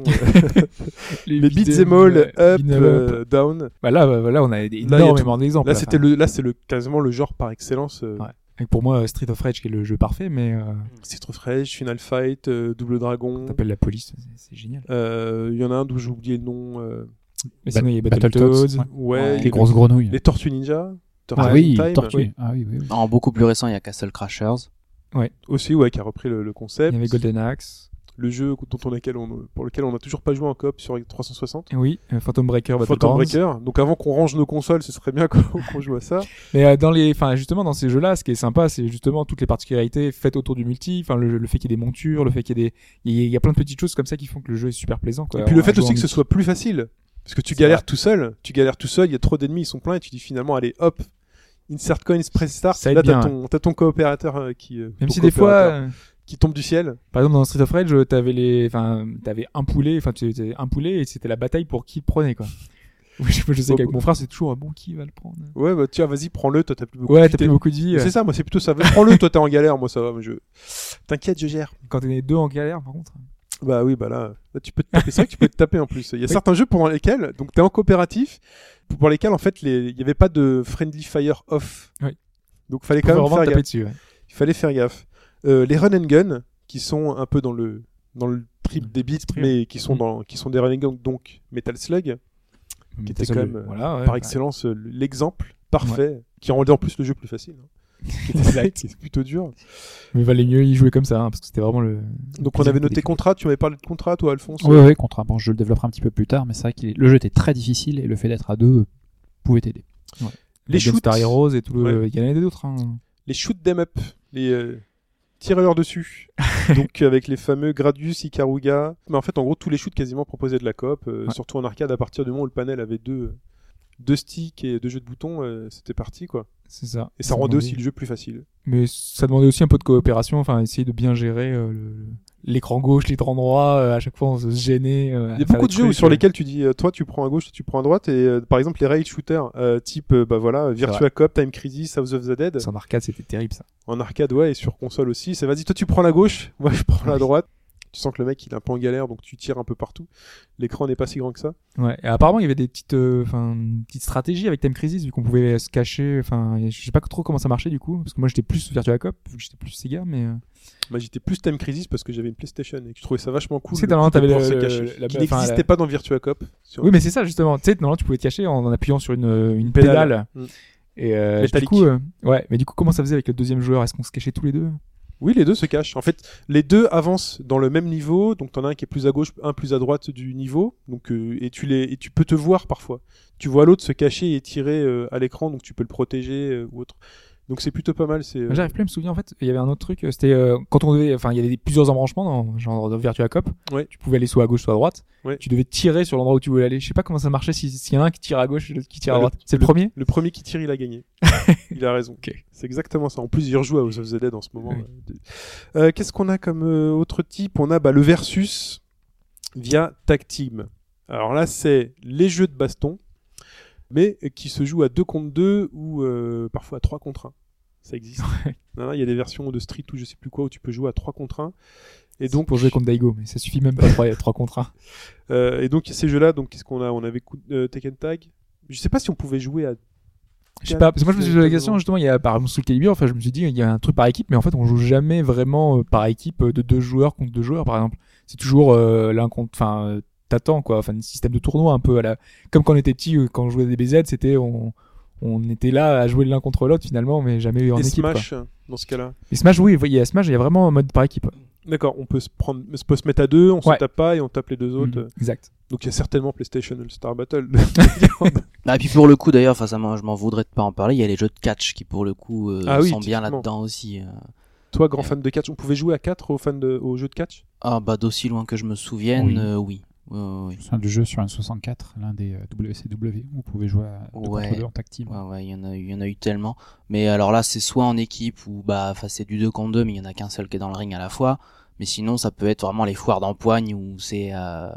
Les beat'em all, up, down. Bah là, on a y a énormément d'exemples. Là, enfin. c'est quasiment le genre par excellence. Ouais. Et pour moi, Street of Rage qui est le jeu parfait, mais Street of Rage, Final Fight, Double Dragon. t'appelles la police, c'est génial. Il y en a un d'où j'ai oublié le nom. Mais sinon, il y a Battletoads, Battletoads. Ouais. les grosses grenouilles. Les Tortues Ninja. Ah Tortues oui, Time. Tortue. oui. Ah oui, oui, oui. en beaucoup plus récent, il y a Castle Crashers. Aussi, ouais, qui a repris le Il concept. y avait Golden Axe. Le jeu pour lequel on n'a toujours pas joué en coop sur 360. Et oui, Phantom Breaker, Phantom Battlegrounds. Breaker. Donc avant qu'on range nos consoles, ce serait bien qu'on joue à ça. Mais justement dans ces jeux-là, ce qui est sympa, c'est justement toutes les particularités faites autour du multi. Enfin, le fait qu'il y ait des montures, le fait qu'il y ait il y a plein de petites choses comme ça qui font que le jeu est super plaisant, quoi. Et puis le À fait jouer aussi en que ce multi. soit plus facile. Parce que tu C'est galères vrai. tout seul. Il y a trop d'ennemis, ils sont pleins et tu dis finalement, allez, hop, insert coins, press start. Ça aide Là, bien, t'as ton coopérateur Même ton si des fois, coopérateur qui tombe du ciel. par exemple dans Street of Rage, t'avais un poulet, enfin tu avais un poulet et c'était la bataille pour qui le prenait, quoi. Oui, je sais qu'avec mon frère, c'est toujours bon qui va le prendre. Ouais, bah tiens, vas-y, prends-le, toi t'as plus beaucoup Ouais, de t'as vie, plus beaucoup de vie. Mais c'est ça, moi c'est plutôt ça. Prends-le, toi t'es en galère, moi ça va, t'inquiète, je gère. Quand t'es deux en galère, par contre. Bah oui, bah là tu peux te taper. C'est vrai que tu peux te taper en plus. Il y a certains jeux pendant lesquels, donc t'es en coopératif, pour lesquels en fait il y avait pas de friendly fire off. Oui. Donc fallait Faut quand même vraiment faire taper gaffe. dessus. Ouais. Il fallait faire gaffe. Les run and gun qui sont un peu dans le trip des beats, mais qui sont des run and gun, donc Metal Slug, qui était quand même voilà, ouais, par ouais. excellence l'exemple parfait, qui rendait en plus le jeu plus facile. Exact. C'est plutôt dur. Mais valait mieux y jouer comme ça, hein, parce que c'était vraiment le. Donc on avait noté Contra. Tu m'avais parlé de Contra, toi, Alphonse. Oui, Contra. Bon, je le développerai un petit peu plus tard, mais c'est vrai que le jeu était très difficile et le fait d'être à deux pouvait t'aider. Les shoots, Star Heroes et tout le. Ouais. Il y en avait d'autres. Hein. les shoot them up, les tireurs dessus. Donc avec les fameux Gradius, Ikaruga. Mais en fait, en gros, tous les shoots quasiment proposaient de la coop, surtout en arcade. À partir du moment où le panel avait deux sticks et 2 jeux de boutons, c'était parti, quoi. C'est ça. Et ça rendait aussi le jeu plus facile. Mais ça demandait aussi un peu de coopération, enfin essayer de bien gérer l'écran gauche, l'écran droit, à chaque fois on se gênait. Il y a beaucoup de jeux sur lesquels tu dis, toi tu prends à gauche, toi tu prends à droite, et par exemple les rail shooters, type Virtua Cop, Time Crisis, House of the Dead. En arcade c'était terrible ça. En arcade, ouais, et sur console aussi. C'est vas-y, toi tu prends la gauche, moi je prends la droite. Tu sens que le mec il est un peu en galère, donc tu tires un peu partout. L'écran n'est pas si grand que ça. Ouais. Et apparemment il y avait des petites stratégies avec Time Crisis vu qu'on pouvait se cacher. Enfin, je sais pas trop comment ça marchait du coup, parce que moi j'étais plus Virtua Cop vu que j'étais plus Sega, mais. Moi j'étais plus Time Crisis parce que j'avais une PlayStation et que je trouvais ça vachement cool. C'est le dans coup de t'avais pouvoir se le- cacher, la- qui enfin, n'existait pas dans Virtua Cop. Oui, mais c'est ça justement. Tu sais, normalement tu pouvais te cacher en appuyant sur une pédale. pédale. Et du Métallique. coup, mais du coup comment ça faisait avec le deuxième joueur? Est-ce qu'on se cachait tous les deux? Oui, les deux se cachent. En fait, les deux avancent dans le même niveau. Donc, t'en as un qui est plus à gauche, un plus à droite du niveau. Donc, et tu peux te voir parfois. Tu vois l'autre se cacher et tirer à l'écran, donc tu peux le protéger ou autre. Donc c'est plutôt pas mal. C'est J'arrive plus à me souvenir, en fait, il y avait un autre truc, c'était quand on devait, enfin, il y avait plusieurs embranchements dans Virtua Cop. Ouais. Tu pouvais aller soit à gauche, soit à droite. Ouais. Tu devais tirer sur l'endroit où tu voulais aller. Je sais pas comment ça marchait s'il y en a un qui tire à gauche et l'autre qui tire à droite. C'est le premier? Le premier qui tire, il a gagné. Il a raison. Ok. C'est exactement ça. En plus, il rejoue à House of the Dead en ce moment. Oui. Qu'est-ce qu'on a comme autre type? On a le versus via Tag Team. Alors là, c'est les jeux de baston, mais qui se jouent à 2 contre 2 ou parfois à 3 contre 1. Ça existe. Non, il y a des versions de Street ou je sais plus quoi où tu peux jouer à 3 contre 1. Et donc pour jouer contre Daigo, mais ça suffit même pas 3 contre 1. et donc ces jeux-là, donc qu'est-ce qu'on a? On avait Tekken Tag. Je sais pas si on pouvait jouer à. Je sais pas, parce que moi je me suis posé la question justement, il y a par exemple Soul Calibur, enfin je me suis dit il y a un truc par équipe, mais en fait on joue jamais vraiment par équipe de 2 joueurs contre 2 joueurs par exemple. C'est toujours l'un contre, enfin t'attends quoi, enfin un système de tournoi un peu à la, comme quand on était petit, quand on jouait à des BZ, c'était on était là à jouer l'un contre l'autre finalement, mais jamais en Et équipe. Smash, Quoi. dans ce cas-là. Et Smash, oui, il y a Smash, il y a vraiment un mode par équipe. D'accord, on peut se mettre à 2, on se tape pas et on tape les 2 autres. Exact. Donc il y a certainement PlayStation All-Star Battle. Ah, et puis pour le coup d'ailleurs, enfin ça, je m'en voudrais de pas en parler. Il y a les jeux de catch qui pour le coup sont bien typiquement. là-dedans aussi. Toi, grand fan de catch, on pouvait jouer à 4 aux jeux de catch? Ah bah d'aussi loin que je me souvienne, oui. Oui. C'est un du jeu sur un 64, l'un des WCW, où vous pouvez jouer à 2 contre 2 en tag team. Ouais, il y en a eu tellement. Mais alors là, c'est soit en équipe ou c'est du 2 contre 2, mais il y en a qu'un seul qui est dans le ring à la fois. Mais sinon, ça peut être vraiment les foires d'empoigne où c'est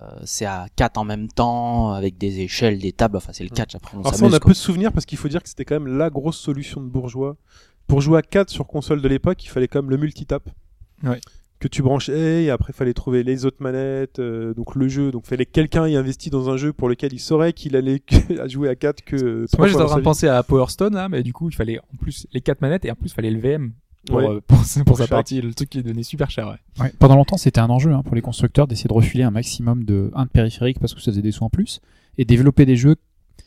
à 4 en même temps, avec des échelles, des tables. Enfin, c'est le catch après. Alors ça, on a peu de souvenirs parce qu'il faut dire que c'était quand même la grosse solution de bourgeois. Pour jouer à 4 sur console de l'époque, il fallait quand même le multitap. Ouais. Que tu branchais et après il fallait trouver les autres manettes, donc le jeu, donc fallait que quelqu'un y investi dans un jeu pour lequel il saurait qu'il allait à jouer à 4 que moi j'étais en train de penser à Power Stone là, mais du coup il fallait en plus les 4 manettes et en plus il fallait le VM pour sa partie, le truc qui donnait super cher. Ouais. Pendant longtemps c'était un enjeu pour les constructeurs d'essayer de refiler un maximum de périphériques parce que ça faisait des sous en plus et développer des jeux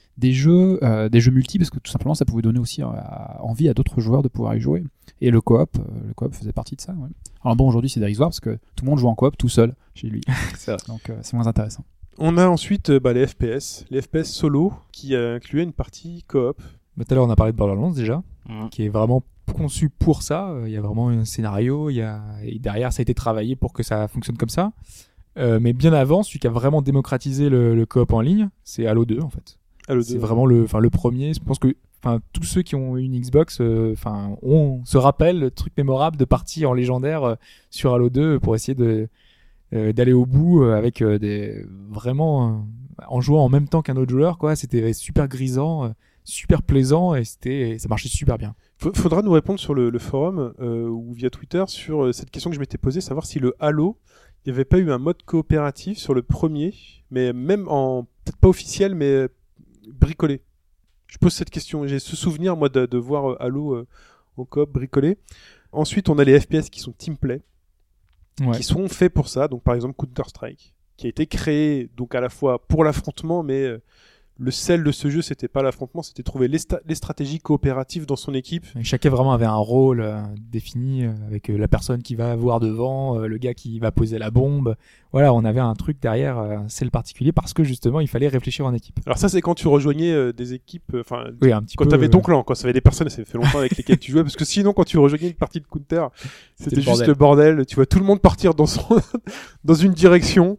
multi parce que tout simplement ça pouvait donner aussi envie à d'autres joueurs de pouvoir y jouer. Et le coop faisait partie de ça. Ouais. Alors bon, aujourd'hui c'est dérisoire parce que tout le monde joue en coop tout seul chez lui. Donc c'est moins intéressant. On a ensuite les FPS solo qui incluaient une partie coop. Tout à l'heure on a parlé de Borderlands déjà, qui est vraiment conçu pour ça. Il y a vraiment un scénario, et derrière ça a été travaillé pour que ça fonctionne comme ça. Mais bien avant, celui qui a vraiment démocratisé le coop en ligne, c'est Halo 2 en fait. C'est vraiment le premier. Je pense que tous ceux qui ont une Xbox on se rappelle le truc mémorable de partir en légendaire sur Halo 2 pour essayer d'aller au bout avec vraiment en jouant en même temps qu'un autre joueur quoi. C'était super grisant, super plaisant et ça marchait super bien. Faudra nous répondre sur le forum ou via Twitter sur cette question que je m'étais posée, savoir si le Halo, il n'y avait pas eu un mode coopératif sur le premier, mais même peut-être pas officiel mais bricolé. Je pose cette question. J'ai ce souvenir, moi, de voir Halo en coop bricolé. Ensuite, on a les FPS qui sont teamplay, qui sont faits pour ça. Donc, par exemple, Counter-Strike, qui a été créé donc à la fois pour l'affrontement, mais le sel de ce jeu, c'était pas l'affrontement, c'était trouver les stratégies coopératives dans son équipe. Et chacun vraiment avait un rôle défini avec la personne qui va voir devant, le gars qui va poser la bombe. Voilà, on avait un truc derrière, un sel particulier parce que justement, il fallait réfléchir en équipe. Alors ça, c'est quand tu rejoignais des équipes, oui, un petit quand peu, t'avais ton clan, quand ça avait des personnes, ça fait longtemps avec lesquelles tu jouais, parce que sinon, quand tu rejoignais une partie de Counter, c'était juste le bordel. Tu vois tout le monde partir dans une direction.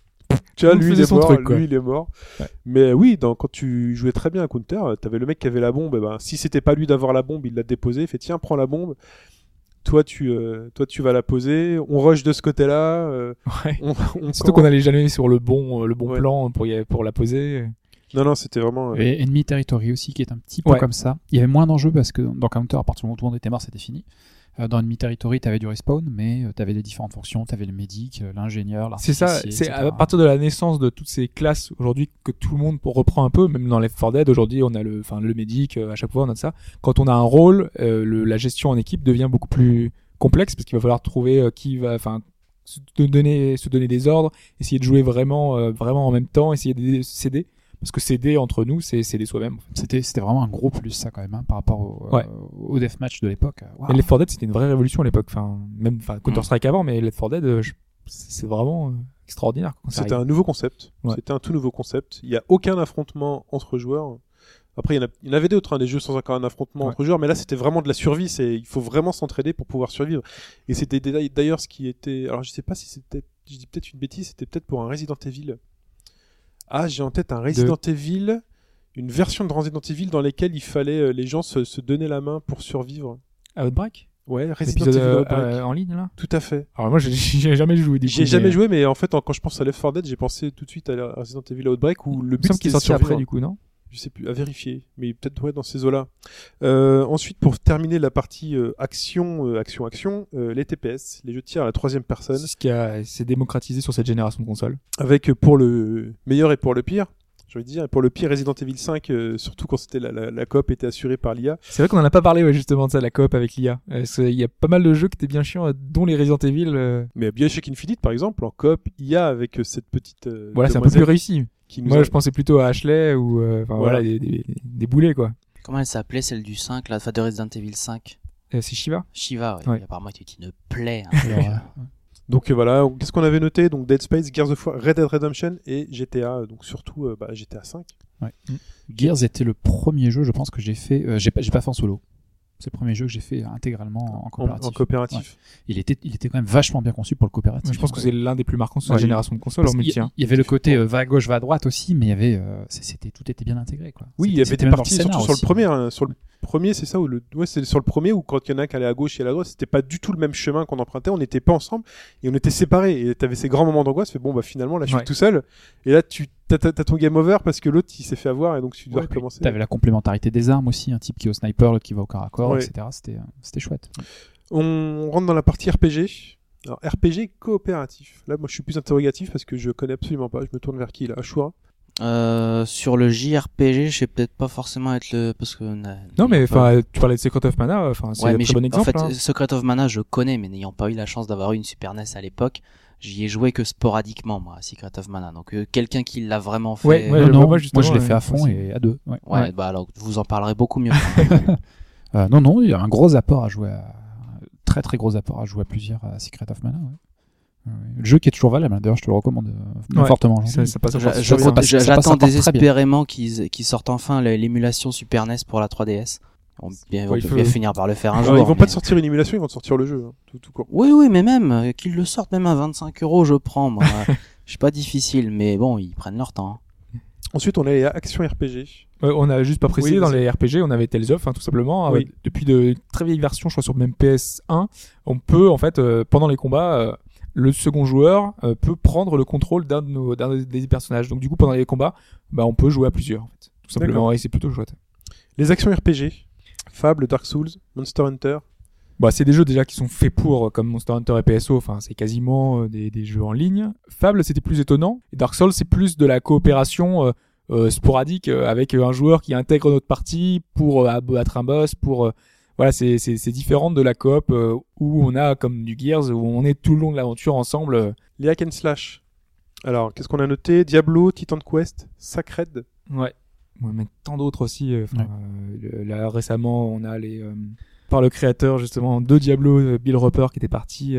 Tu vois, lui il est mort. Ouais. Mais oui, quand tu jouais très bien à Counter, t'avais le mec qui avait la bombe, si c'était pas lui d'avoir la bombe, il l'a déposée, il fait tiens, prends la bombe. Toi tu vas la poser, on rush de ce côté-là. Surtout qu'on allait jamais sur le bon plan pour la poser. Non, c'était vraiment... Et Enemy Territory aussi, qui est un petit peu comme ça. Il y avait moins d'enjeux parce que dans Counter, à partir du moment où tout le monde était mort, c'était fini. Dans Enemy Territory, t'avais du respawn, mais t'avais des différentes fonctions, t'avais le médic, l'ingénieur, l'artificier, c'est ça, c'est etc. à partir de la naissance de toutes ces classes aujourd'hui que tout le monde reprend un peu, même dans Left 4 Dead, aujourd'hui on a le médic, à chaque fois on a ça. Quand on a un rôle, la gestion en équipe devient beaucoup plus complexe parce qu'il va falloir trouver qui va, se donner des ordres, essayer de jouer vraiment en même temps, essayer de s'aider. Parce que s'aider entre nous, c'est s'aider soi-même. En fait. C'était vraiment un gros plus ça quand même par rapport au deathmatch de l'époque. Wow. Et Left 4 Dead c'était une vraie révolution à l'époque. Même Counter-Strike avant, mais Left 4 Dead c'est vraiment extraordinaire. C'était un nouveau concept. Ouais. C'était un tout nouveau concept. Il y a aucun affrontement entre joueurs. Après, il y en avait d'autres, des jeux sans encore un affrontement entre joueurs, mais là, c'était vraiment de la survie. Il faut vraiment s'entraider pour pouvoir survivre. Et c'était d'ailleurs ce qui était. Alors, je sais pas si c'était. Je dis peut-être une bêtise, c'était peut-être pour un Resident Evil. Ah, j'ai en tête un Resident Evil, une version de Resident Evil dans laquelle il fallait les gens se donner la main pour survivre. Outbreak? Ouais, Resident Evil Outbreak. En ligne, là? Tout à fait. Alors moi, j'ai jamais joué. J'ai jamais joué, mais en fait, quand je pense à Left 4 Dead, j'ai pensé tout de suite à Resident Evil Outbreak où le but qui est sorti après, du coup, non? Je sais plus, à vérifier, mais peut-être dans ces eaux-là. Ensuite, pour terminer la partie action, les TPS, les jeux de tir à la troisième personne. C'est ce qui s'est démocratisé sur cette génération de consoles. Avec pour le meilleur et pour le pire. J'ai envie de dire, et pour le pire, Resident Evil 5, surtout quand c'était la coop était assurée par l'IA. C'est vrai qu'on en a pas parlé, justement, de ça, la coop avec l'IA. Il y a pas mal de jeux qui étaient bien chiants, dont les Resident Evil. Mais BioShock Infinite, par exemple, en coop IA avec cette petite. Voilà, c'est un peu plus réussi. Moi, je pensais plutôt à Ashley ou voilà. Des boulets, quoi. Comment elle s'appelait, celle du 5, là, de Resident Evil 5? C'est Shiva. Shiva, ouais. Apparemment, c'était une plaie. Hein. Donc voilà, qu'est-ce qu'on avait noté? Donc Dead Space, Gears of War, Red Dead Redemption et GTA, donc surtout GTA 5. Ouais. Gears était le premier jeu, je pense, que j'ai fait. J'ai pas fait en solo. C'est le premier jeu que j'ai fait intégralement en coopératif. En coopératif. Ouais. Il était quand même vachement bien conçu pour le coopératif. Je pense que c'est l'un des plus marquants sur la génération de consoles en multi. Il y avait le côté va à gauche, va à droite aussi, mais il y avait tout était bien intégré, quoi. Oui, il y avait des parties surtout sur le premier. Sur le premier, c'est ça, c'est sur le premier où quand il y en a un qui allait à gauche et à la droite, c'était pas du tout le même chemin qu'on empruntait, on n'était pas ensemble et on était séparés. Et t'avais ces grands moments d'angoisse, finalement là je suis tout seul. Et là t'as ton game over parce que l'autre il s'est fait avoir et donc tu dois recommencer. T'avais la complémentarité des armes aussi, un type qui est au sniper, l'autre qui va au corps à corps, etc. C'était chouette. On rentre dans la partie RPG. Alors RPG coopératif. Là moi je suis plus interrogatif parce que je connais absolument pas. Je me tourne vers qui là? Ashura? Sur le JRPG, je sais peut-être pas forcément être parce que non mais tu parlais de Secret of Mana, c'est un très bon exemple. En fait, Secret of Mana, je connais, mais n'ayant pas eu la chance d'avoir eu une Super NES à l'époque, j'y ai joué que sporadiquement, moi, à Secret of Mana. Donc quelqu'un qui l'a vraiment fait. Moi je l'ai fait à fond et à deux. Ouais, bah alors vous en parlerez beaucoup mieux. Non, il y a un gros apport à jouer très très gros apport à jouer à plusieurs à Secret of Mana. Ouais. Le jeu qui est toujours valable, d'ailleurs je te le recommande fortement. J'attends désespérément qu'ils sortent enfin l'émulation Super NES pour la 3DS. On peut finir par le faire un jour. Ils vont pas te sortir une émulation, ils vont te sortir le jeu, tout court. Oui, mais même qu'ils le sortent même à 25 €, je prends. Moi, je suis pas difficile, mais bon, ils prennent leur temps. Ensuite, on a les actions RPG. On a juste pas précisé, dans les RPG, on avait Tales of, tout simplement. Depuis de très vieilles versions, je crois sur même PS1, on peut en fait pendant les combats le second joueur peut prendre le contrôle d'un des personnages. Donc du coup, pendant les combats, on peut jouer à plusieurs, en fait. Tout simplement, et c'est plutôt chouette. Les actions RPG, Fable, Dark Souls, Monster Hunter. C'est des jeux déjà qui sont faits pour, comme Monster Hunter et PSO, c'est quasiment des jeux en ligne. Fable, c'était plus étonnant. Et Dark Souls, c'est plus de la coopération sporadique avec un joueur qui intègre notre partie pour battre un boss, pour... Voilà, c'est différent de la coop où on a comme du Gears où on est tout le long de l'aventure ensemble. Les hack and slash. Alors, qu'est-ce qu'on a noté? Diablo, Titan Quest, Sacred. Ouais, mais tant d'autres aussi. Là récemment, on a par le créateur justement de Diablo, Bill Roper qui était parti.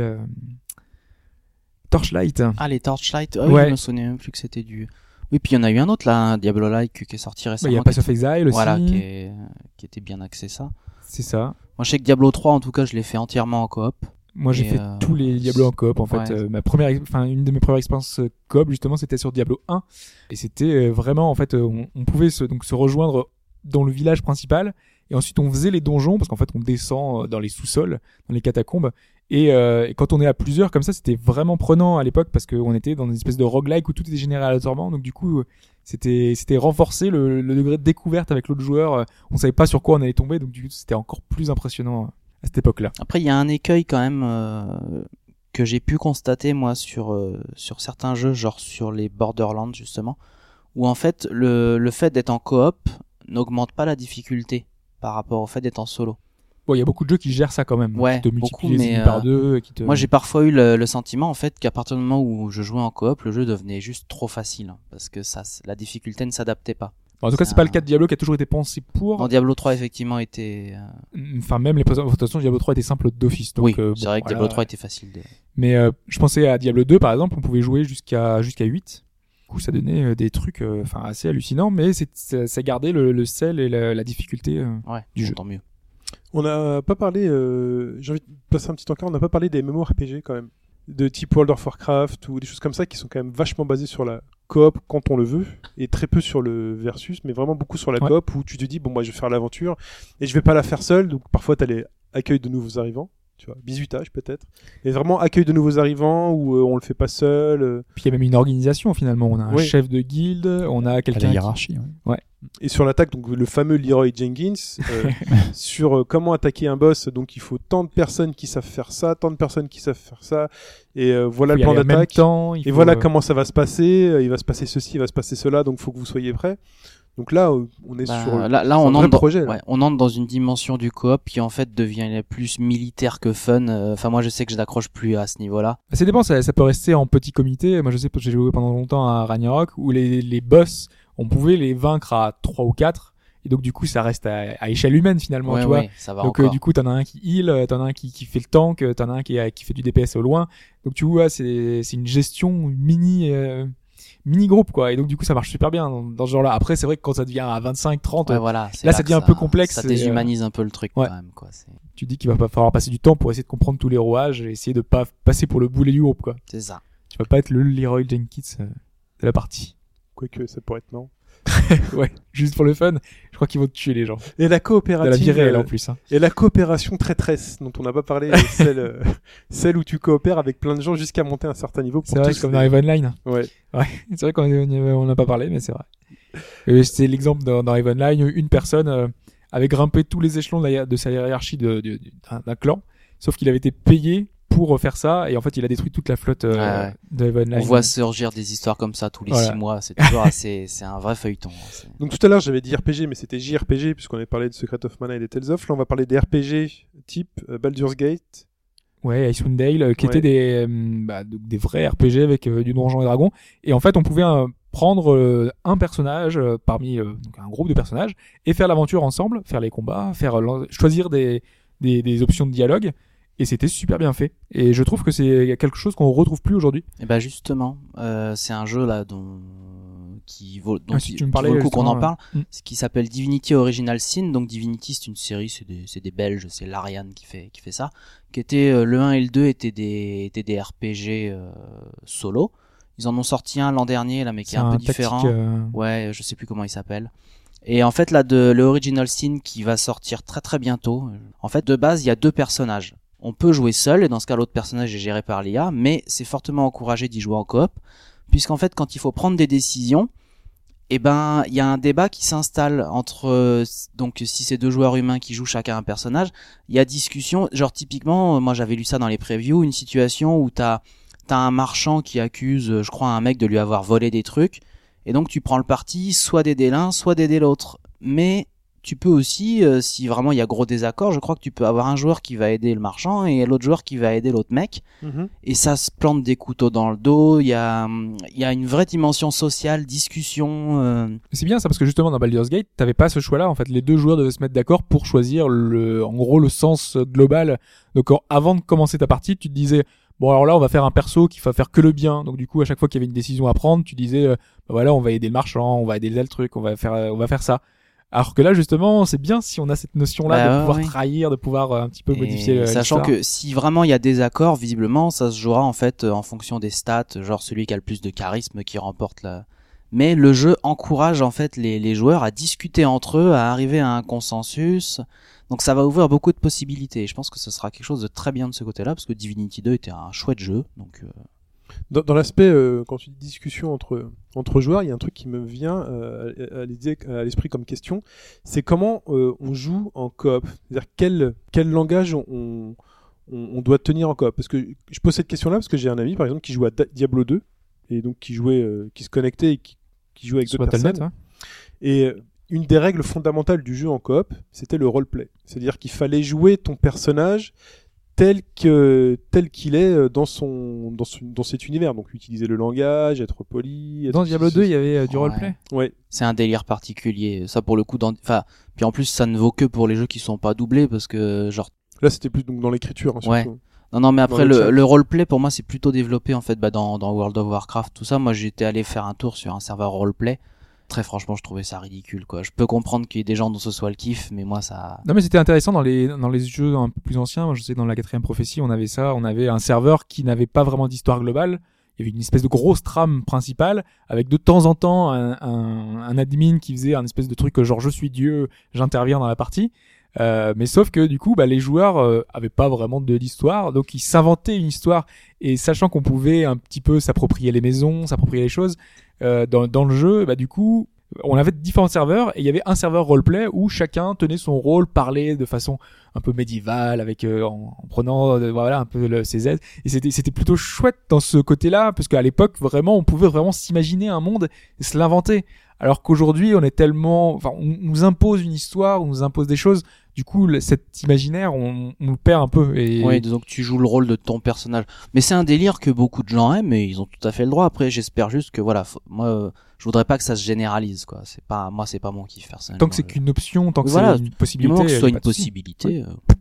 Torchlight. Ah, les Torchlight. Oui, je me souvenais même plus que c'était du. Oui, puis il y en a eu un autre là, Diablo-like qui est sorti récemment. Il y a Path of Exile aussi. Voilà, qui était bien axé ça. C'est ça. Moi, je sais que Diablo 3, en tout cas, je l'ai fait entièrement en coop. Moi, j'ai fait tous les Diablo en coop, en fait. Une de mes premières expériences coop, justement, c'était sur Diablo 1. Et c'était vraiment, en fait, on pouvait se rejoindre dans le village principal. Et ensuite, on faisait les donjons, parce qu'en fait, on descend dans les sous-sols, dans les catacombes. Et quand on est à plusieurs, comme ça, c'était vraiment prenant à l'époque, parce qu'on était dans une espèce de roguelike où tout était généré aléatoirement. Donc, du coup, c'était renforcé le degré de découverte avec l'autre joueur. On savait pas sur quoi on allait tomber, donc du coup, c'était encore plus impressionnant à cette époque-là. Après, il y a un écueil quand même que j'ai pu constater, moi, sur certains jeux, genre sur les Borderlands, justement, où en fait, le fait d'être en coop n'augmente pas la difficulté par rapport au fait d'être en solo. Bon, il y a beaucoup de jeux qui gèrent ça quand même, qui te multiplient les ennemis par deux. Moi, j'ai parfois eu le sentiment, en fait, qu'à partir du moment où je jouais en coop, le jeu devenait juste trop facile, parce que la difficulté ne s'adaptait pas. En tout cas, c'est pas le cas de Diablo qui a toujours été pensé pour. Non, Diablo 3 effectivement était. Même les présentations de Diablo 3 étaient simples d'office. Donc, oui, c'est vrai que Diablo 3 était facile. Mais je pensais à Diablo 2 par exemple, on pouvait jouer jusqu'à 8. Du coup, ça donnait des trucs assez hallucinants, mais ça gardait le sel et la difficulté du jeu. Tant mieux. On n'a pas parlé, j'ai envie de passer un petit encart, on n'a pas parlé des MMORPG quand même, de type World of Warcraft ou des choses comme ça qui sont quand même vachement basées sur la coop quand on le veut et très peu sur le versus, mais vraiment beaucoup sur la coop où tu te dis bon moi je vais faire l'aventure et je vais pas la faire seule, donc parfois t'as les accueils de nouveaux arrivants. Tu vois, bisutage peut-être. Et vraiment accueil de nouveaux arrivants où on le fait pas seul. Puis il y a même une organisation finalement. On a un chef de guilde, on a quelqu'un. La hiérarchie. Ouais. Et sur l'attaque, donc le fameux Leroy Jenkins, sur comment attaquer un boss. Donc il faut tant de personnes qui savent faire ça, tant de personnes qui savent faire ça. Et voilà le plan d'attaque. Et voilà comment ça va se passer. Il va se passer ceci, il va se passer cela. Donc il faut que vous soyez prêts. Donc là, on est sur là on entre projet. On entre dans une dimension du coop qui en fait devient plus militaire que fun. Enfin moi je sais que je n'accroche plus à ce niveau-là. Ça dépend, ça peut rester en petit comité. Moi je sais que j'ai joué pendant longtemps à Ragnarok où les boss, on pouvait les vaincre à 3 ou 4. Et donc du coup ça reste à échelle humaine finalement, tu vois. Ça va donc du coup t'en as un qui heal, t'en as un qui fait le tank, t'en as un qui fait du DPS au loin. Donc tu vois c'est une gestion mini groupe quoi, et donc du coup ça marche super bien dans ce genre-là. Après c'est vrai que quand ça devient à 25, 30, là ça devient un peu complexe. Ça déshumanise un peu le truc quand même quoi. Tu dis qu'il va pas falloir passer du temps pour essayer de comprendre tous les rouages et essayer de pas passer pour le boulet du groupe quoi. C'est ça. Tu vas pas être le Leroy Jenkins de la partie. Quoique ça pourrait être non. Ouais, juste pour le fun, je crois qu'ils vont te tuer les gens. Et la coopérative, de la vie réelle en plus. Et la coopération traîtresse dont on n'a pas parlé, celle où tu coopères avec plein de gens jusqu'à monter un certain niveau. C'est vrai, comme dans EVE Online. Ouais. C'est vrai qu'on n'a pas parlé, mais c'est vrai. C'est l'exemple dans EVE Online, une personne avait grimpé tous les échelons de sa hiérarchie d'un clan, sauf qu'il avait été payé pour faire ça, et en fait il a détruit toute la flotte de EVE Online. On voit surgir des histoires comme ça tous les 6 mois, c'est toujours c'est un vrai feuilleton. Donc tout à l'heure j'avais dit RPG, mais c'était JRPG puisqu'on avait parlé de Secret of Mana et des Tales of. Là on va parler des RPG type Baldur's Gate. Ouais, Icewind Dale, qui étaient des vrais RPG avec du Donjons et Dragons, et en fait on pouvait prendre un personnage parmi donc un groupe de personnages et faire l'aventure ensemble, faire les combats, choisir des options de dialogue. Et c'était super bien fait. Et je trouve que c'est quelque chose qu'on retrouve plus aujourd'hui. Et ben justement, c'est un jeu là qui vaut le coup qu'on en parle, ce qui s'appelle Divinity Original Sin. Donc Divinity c'est une série, c'est des Belges, c'est l'Ariane qui fait ça. Qui était le 1 et le 2 étaient des RPG solo. Ils en ont sorti un l'an dernier là, mais qui est un peu différent. Ouais, je sais plus comment il s'appelle. Et en fait là le Original Sin qui va sortir très très bientôt. En fait de base il y a 2 personnages. On peut jouer seul, et dans ce cas l'autre personnage est géré par l'IA, mais c'est fortement encouragé d'y jouer en coop, puisqu'en fait quand il faut prendre des décisions, il y a un débat qui s'installe entre donc si c'est 2 joueurs humains qui jouent chacun un personnage, il y a discussion, genre typiquement moi j'avais lu ça dans les previews, une situation où t'as un marchand qui accuse je crois un mec de lui avoir volé des trucs, et donc tu prends le parti soit d'aider l'un, soit d'aider l'autre, mais tu peux aussi, si vraiment il y a gros désaccord, je crois que tu peux avoir un joueur qui va aider le marchand et l'autre joueur qui va aider l'autre mec. Et ça se plante des couteaux dans le dos. Il y a une vraie dimension sociale, discussion. C'est bien ça parce que justement dans Baldur's Gate, t'avais pas ce choix-là. En fait, les 2 joueurs devaient se mettre d'accord pour choisir en gros le sens global. Donc avant de commencer ta partie, tu te disais bon alors là on va faire un perso qui va faire que le bien. Donc du coup à chaque fois qu'il y avait une décision à prendre, tu disais voilà on va aider le marchand, on va aider le truc, on va faire ça. Alors que là justement c'est bien si on a cette notion là de pouvoir trahir, de pouvoir un petit peu modifier sachant que si vraiment il y a des accords, visiblement ça se jouera en fait en fonction des stats, genre celui qui a le plus de charisme qui remporte la. Mais le jeu encourage en fait les joueurs à discuter entre eux, à arriver à un consensus. Donc ça va ouvrir beaucoup de possibilités. Et je pense que ce sera quelque chose de très bien de ce côté-là, parce que Divinity 2 était un chouette jeu. Donc dans l'aspect quand tu dis discussion entre joueurs, il y a un truc qui me vient à l'esprit comme question, c'est comment on joue en coop. C'est-à-dire quel langage on doit tenir en coop. Parce que je pose cette question-là parce que j'ai un ami par exemple qui joue à Diablo 2 et donc qui se connectait et qui jouait avec d'autres personnes. Et une des règles fondamentales du jeu en coop, c'était le roleplay. C'est-à-dire qu'il fallait jouer ton personnage tel qu'il est dans cet univers. Donc utiliser le langage, être poli. Dans Diablo 2, il y avait du roleplay. Ouais. C'est un délire particulier. Ça pour le coup, puis en plus ça ne vaut que pour les jeux qui sont pas doublés parce que genre. Là c'était plus donc dans l'écriture. Surtout. Ouais. Non, mais après Dans le chat. le roleplay pour moi c'est plutôt développé en fait dans World of Warcraft tout ça. Moi j'étais allé faire un tour sur un serveur roleplay. Très franchement, je trouvais ça ridicule quoi. Je peux comprendre qu'il y ait des gens dont ce soit le kiff, mais moi ça. Non mais c'était intéressant dans les jeux un peu plus anciens. Moi, je sais que dans la 4ème prophétie, on avait un serveur qui n'avait pas vraiment d'histoire globale. Il y avait une espèce de grosse trame principale avec de temps en temps un admin qui faisait un espèce de truc genre je suis Dieu, j'interviens dans la partie. Mais sauf que du coup, les joueurs avaient pas vraiment d'histoire, donc ils s'inventaient une histoire. Et sachant qu'on pouvait un petit peu s'approprier les maisons, s'approprier les choses dans le jeu, du coup, on avait différents serveurs et il y avait un serveur roleplay où chacun tenait son rôle, parlait de façon un peu médiévale avec en prenant voilà un peu ses aides. Et c'était plutôt chouette dans ce côté-là parce qu'à l'époque vraiment on pouvait vraiment s'imaginer un monde et se l'inventer. Alors qu'aujourd'hui on est tellement, on nous impose une histoire, on nous impose des choses. Du coup, cet imaginaire, on le perd un peu. Et... Oui, donc tu joues le rôle de ton personnage. Mais c'est un délire que beaucoup de gens aiment et ils ont tout à fait le droit. Après, j'espère juste que voilà, moi, je voudrais pas que ça se généralise, quoi. C'est pas mon kiff personnellement. Tant que c'est qu'une option, tant que voilà, c'est une du possibilité. moment que ce soit une pas de souci. possibilité.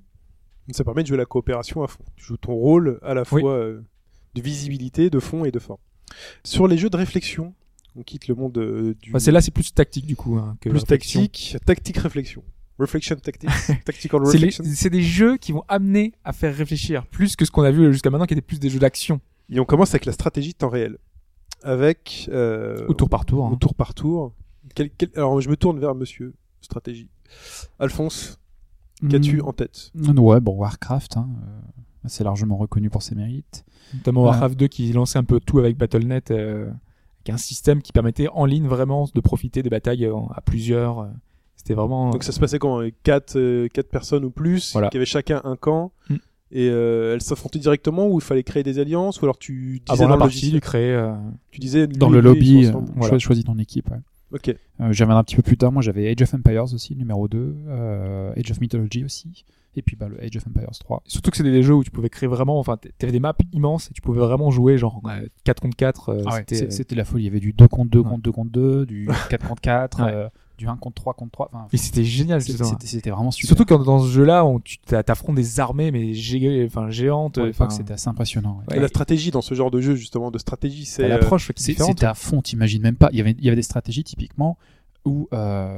Ça permet de jouer la coopération à fond. Tu joues ton rôle à la fois Oui. de visibilité, de fond et de forme. Sur les jeux de réflexion, on quitte le monde du... C'est plus tactique du coup que plus réflexion. tactique réflexion. Reflection tactics, tactical C'est reflection. c'est des jeux qui vont amener à faire réfléchir plus que ce qu'on a vu jusqu'à maintenant qui étaient plus des jeux d'action Et on commence avec la stratégie de temps réel. Avec... au tour par tour. Au tour par tour. Alors je me tourne vers monsieur stratégie. Alphonse, qu'as-tu en tête? Ouais, bon, Warcraft, c'est largement reconnu pour ses mérites. Notamment Warcraft 2 qui lançait un peu tout avec Battle.net, avec un système qui permettait en ligne vraiment de profiter des batailles à plusieurs. C'était vraiment. Donc ça se passait quand 4 personnes ou plus, Voilà. qui avaient chacun un camp, et elles s'affrontaient directement ou il fallait créer des alliances, ou alors tu disais avant dans la le partie, logiciel, tu crées. tu disais Dans lui le et lui, lobby, ils sont ensemble. choisis ton équipe. Ouais. Ok. J'avais un petit peu plus tard, moi j'avais Age of Empires aussi, numéro 2, Age of Mythology aussi, et puis le Age of Empires 3. Surtout que c'était des jeux où tu pouvais créer vraiment. Enfin, t'avais des maps immenses et tu pouvais vraiment jouer genre 4 contre 4. C'était la folie, il y avait du 2 contre 2 Ouais. contre 2 contre 2, du 4 contre 4, Ouais. du 1 contre 3 contre 3. Enfin, Et c'était génial. c'était vraiment super. Surtout quand dans ce jeu-là, tu t'affrontes des armées mais géantes. Pour l'époque, c'était assez impressionnant. Ouais. Et la stratégie dans ce genre de jeu, justement, de stratégie, c'est... l'approche qui est différente. C'était à fond, t'imagines même pas. Il y avait des stratégies typiquement où,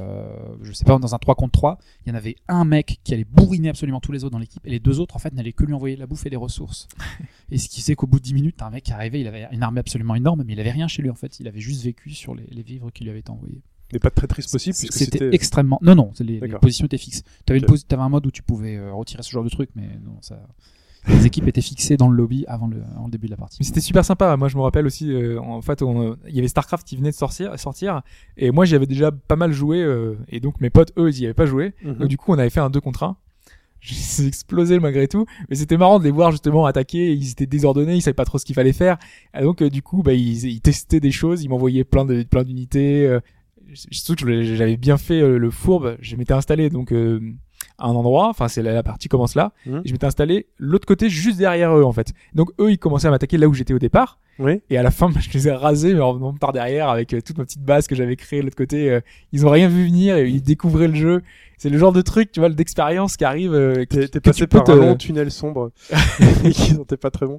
je sais pas, dans un 3 contre 3, il y en avait un mec qui allait bourriner absolument tous les autres dans l'équipe et les deux autres en fait n'allaient que lui envoyer de la bouffe et des ressources. Et ce qui fait qu'au bout de 10 minutes, t'as un mec qui arrivait, il avait une armée absolument énorme, mais il avait rien chez lui en fait. Il avait juste vécu sur les vivres qui lui avaient été envoyés. Mais pas de traîtrise possible, puisque C'était extrêmement. Non, les D'accord. positions étaient fixes. T'avais Ok. t'avais un mode où tu pouvais retirer ce genre de truc, mais non, ça. Les équipes étaient fixées dans le lobby avant le début de la partie. Mais c'était super sympa. Moi, je me rappelle aussi, en fait, il y avait StarCraft qui venait de sortir, et moi, j'y avais déjà pas mal joué, et donc mes potes, eux, ils y avaient pas joué. Mhm. Donc, du coup, on avait fait un 2 contre 1. J'ai explosé malgré tout, mais c'était marrant de les voir justement attaquer. Ils étaient désordonnés, ils savaient pas trop ce qu'il fallait faire. Et donc, du coup, ils testaient des choses, ils m'envoyaient plein d'unités. Surtout que j'avais bien fait le fourbe. Je m'étais installé donc à un endroit. Enfin, c'est la partie commence là. Mhm. Et je m'étais installé l'autre côté, juste derrière eux en fait. Donc eux, ils commençaient à m'attaquer là où j'étais au départ. Oui. Et à la fin, je les ai rasés, mais en venant par derrière avec toute ma petite base que j'avais créée de l'autre côté. Ils ont rien vu venir et ils découvraient le jeu. C'est le genre de truc, tu vois, d'expérience qui arrive. T'es que passé tu peux par un long tunnel sombre et qui sentait pas très bon.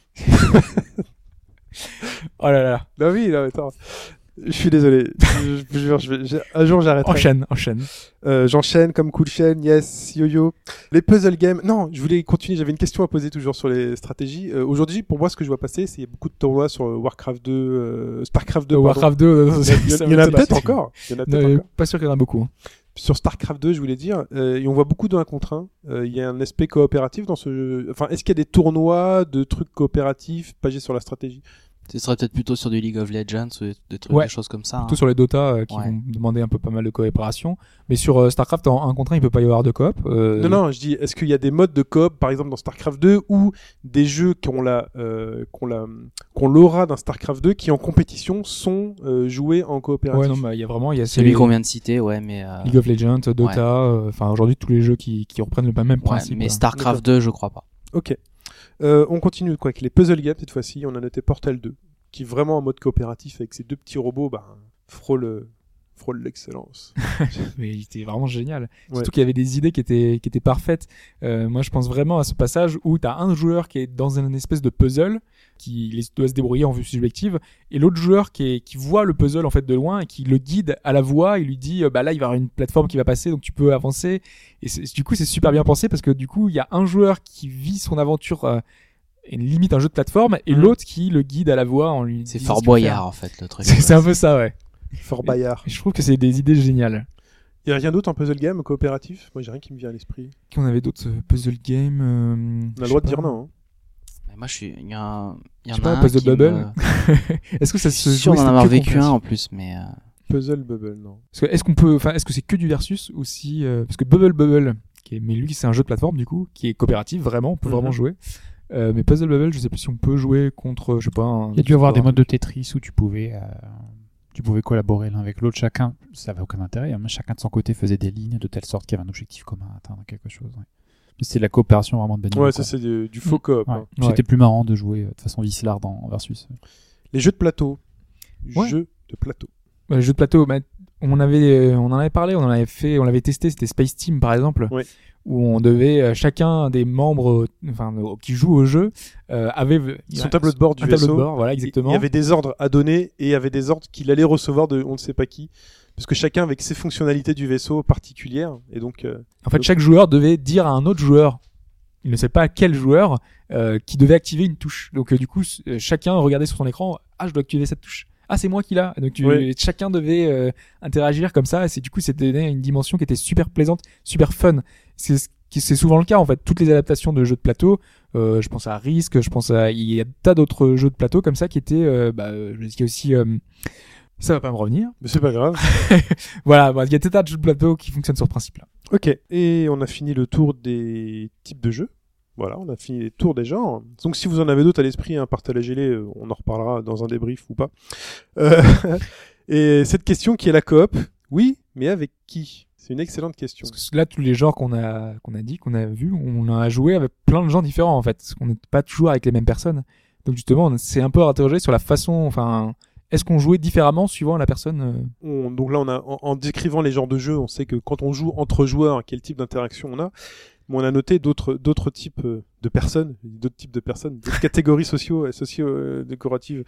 Oh là là. Non, oui, non, attends. Je suis désolé. Je jure, un jour j'arrêterai. Enchaîne. J'enchaîne comme coup de chaîne, yes, yo-yo. Les puzzle games. Non, je voulais continuer. J'avais une question à poser toujours sur les stratégies. Aujourd'hui, pour moi, ce que je vois passer, c'est qu'il y a beaucoup de tournois sur Warcraft 2, Starcraft 2. pardon. Warcraft 2, Il y en a peut-être encore. Il y en a peut-être encore. Pas sûr qu'il y en a beaucoup. Sur Starcraft 2, je voulais dire, et on voit beaucoup de 1 contre 1. Il y a un aspect coopératif dans ce jeu. Enfin, est-ce qu'il y a des tournois de trucs coopératifs basés sur la stratégie? Ce serait peut-être plutôt sur du League of Legends ou des trucs, Ouais. des choses comme ça. Surtout sur les Dota qui Ouais. vont demander un peu pas mal de coopération. Mais sur Starcraft en 1 contre 1, il peut pas y avoir de coop. Non, je dis, est-ce qu'il y a des modes de coop, par exemple dans Starcraft 2, ou des jeux qui ont l'aura d'un Starcraft 2 qui en compétition sont joués en coopératif? Ouais, non, mais il y a vraiment, Celui qu'on vient de citer, ouais, mais. League of Legends, Dota, enfin aujourd'hui tous les jeux qui reprennent le même Ouais, principe. mais Starcraft 2, je crois pas. Ok. On continue quoi, avec les puzzle games cette fois-ci. On a noté Portal 2, qui est vraiment en mode coopératif avec ces deux petits robots, frôle frôle l'excellence. Mais il était vraiment génial. Ouais. Surtout qu'il y avait des idées qui étaient parfaites. Moi, je pense vraiment à ce passage où t'as un joueur qui est dans une espèce de puzzle, qui doit se débrouiller en vue subjective, et l'autre joueur qui voit le puzzle en fait de loin et qui le guide à la voix. Il lui dit, bah là, il va y avoir une plateforme qui va passer, donc tu peux avancer. Et du coup, c'est super bien pensé parce que du coup, il y a un joueur qui vit son aventure. Et limite un jeu de plateforme et l'autre qui le guide à la voix en lui C'est disant Fort ce qu'il faut faire. Boyard en fait le truc. C'est un peu ça, ouais. Fort Bayard. Et je trouve que c'est des idées géniales. Il y a rien d'autre en puzzle game coopératif? Moi, j'ai rien qui me vient à l'esprit. Qu'on avait d'autres puzzle games. On a le droit de dire non. Hein. Mais moi il y en Je sais a pas, un Puzzle qui Bubble. me- Est-ce que ça Je se suis sûr joue d'en avoir vécu un en plus, mais Puzzle Bubble, non. Parce que est-ce que c'est que du versus ou si parce que Bubble mais lui c'est un jeu de plateforme du coup qui est coopératif vraiment, on peut vraiment jouer. Mais Puzzle Bubble, je sais plus si on peut jouer contre, je sais pas. Il y a dû avoir des modes de Tetris où tu pouvais collaborer l'un avec l'autre. Chacun, ça avait aucun intérêt. Hein, mais chacun de son côté faisait des lignes de telle sorte qu'il y avait un objectif commun à atteindre, quelque chose. Ouais. Mais c'est de la coopération vraiment de bas niveau. Ouais, quoi. ça c'est du faux coop. Ouais. Hein. Puis C'était plus marrant de jouer de façon Vislar en versus. Les jeux de plateau. Ouais. Jeux de plateau. Le jeu de plateau, on en avait parlé, on l'avait testé, c'était Space Team par exemple, Ouais. où on devait chacun des membres, qui jouent au jeu, avait Son tableau de bord du un tableau vaisseau. de bord, voilà exactement. Il y avait des ordres à donner et il y avait des ordres qu'il allait recevoir de on ne sait pas qui. Parce que chacun avec ses fonctionnalités du vaisseau particulières. Et donc, En fait, chaque joueur devait dire à un autre joueur, il ne sait pas à quel joueur, qui devait activer une touche. Donc du coup, chacun regardait sur son écran, ah je dois activer cette touche. Ah c'est moi qui l'a. Donc Ouais. chacun devait interagir comme ça. Du coup, c'était une dimension qui était super plaisante, super fun. C'est souvent le cas en fait. Toutes les adaptations de jeux de plateau, je pense à Risk, il y a des tas d'autres jeux de plateau comme ça qui étaient, je dis aussi. Ça va pas me revenir. mais c'est pas grave. Voilà, il y a des tas de jeux de plateau qui fonctionnent sur ce principe-là. Ok. Et on a fini le tour des types de jeux. Voilà, on a fini le tour des genres. Donc si vous en avez d'autres à l'esprit, hein, partagez-les, on en reparlera dans un débrief ou pas. Et cette question qui est la coop, oui, mais avec qui? C'est une excellente question. Parce que là, tous les genres qu'on a dit, qu'on a vu, on a joué avec plein de gens différents en fait. Parce qu'on n'est pas toujours avec les mêmes personnes. Donc justement, c'est un peu interrogé sur la façon, est-ce qu'on jouait différemment suivant la personne Donc là, on a, en décrivant les genres de jeux, on sait que quand on joue entre joueurs, quel type d'interaction on a. Mais on a noté d'autres types de personnes, d'autres catégories socio-décoratives.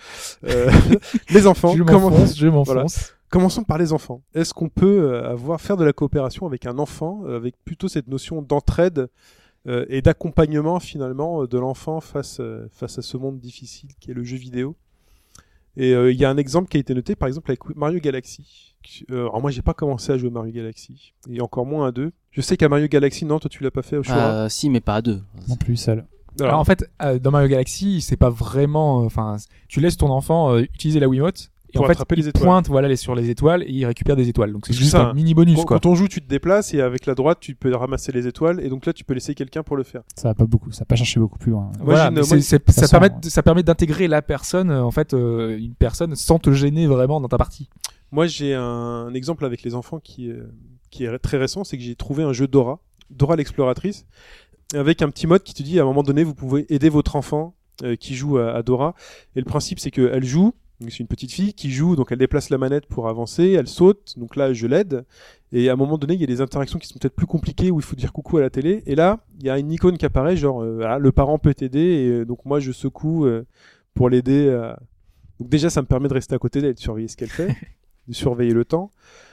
Les enfants. Je m'enfonce. Voilà. Commençons par les enfants. Est-ce qu'on peut faire de la coopération avec un enfant, avec plutôt cette notion d'entraide et d'accompagnement finalement de l'enfant face à ce monde difficile qui est le jeu vidéo? Et il y a un exemple qui a été noté par exemple avec Mario Galaxy. Alors moi j'ai pas commencé à jouer Mario Galaxy et encore moins à 2. Je sais qu'à Mario Galaxy, non, toi tu l'as pas fait au choix. si, mais pas à deux. Non plus seul. Alors en fait, dans Mario Galaxy, c'est pas vraiment, tu laisses ton enfant utiliser la Wiimote. Et Pour en fait, attraper les il étoiles. pointe sur les étoiles et il récupère des étoiles. Donc c'est C'est juste ça, un mini bonus quoi. Quand on joue, tu te déplaces et avec la droite, tu peux ramasser les étoiles et donc là, tu peux laisser quelqu'un pour le faire. Ça va pas cherché beaucoup plus loin. Voilà, Moi, mais j'ai ça permet d'intégrer la personne, une personne sans te gêner vraiment dans ta partie. Moi, j'ai un exemple avec les enfants qui est très récent, c'est que j'ai trouvé un jeu Dora l'exploratrice, avec un petit mode qui te dit à un moment donné, vous pouvez aider votre enfant qui joue à Dora. Et le principe, c'est qu'elle joue. Donc c'est une petite fille qui joue, donc elle déplace la manette pour avancer, elle saute, donc là je l'aide, et à un moment donné il y a des interactions qui sont peut-être plus compliquées où il faut dire coucou à la télé, et là il y a une icône qui apparaît, genre voilà, le parent peut t'aider, et donc moi je secoue pour l'aider. Donc déjà ça me permet de rester à côté d'elle, de surveiller ce qu'elle fait, de surveiller le temps.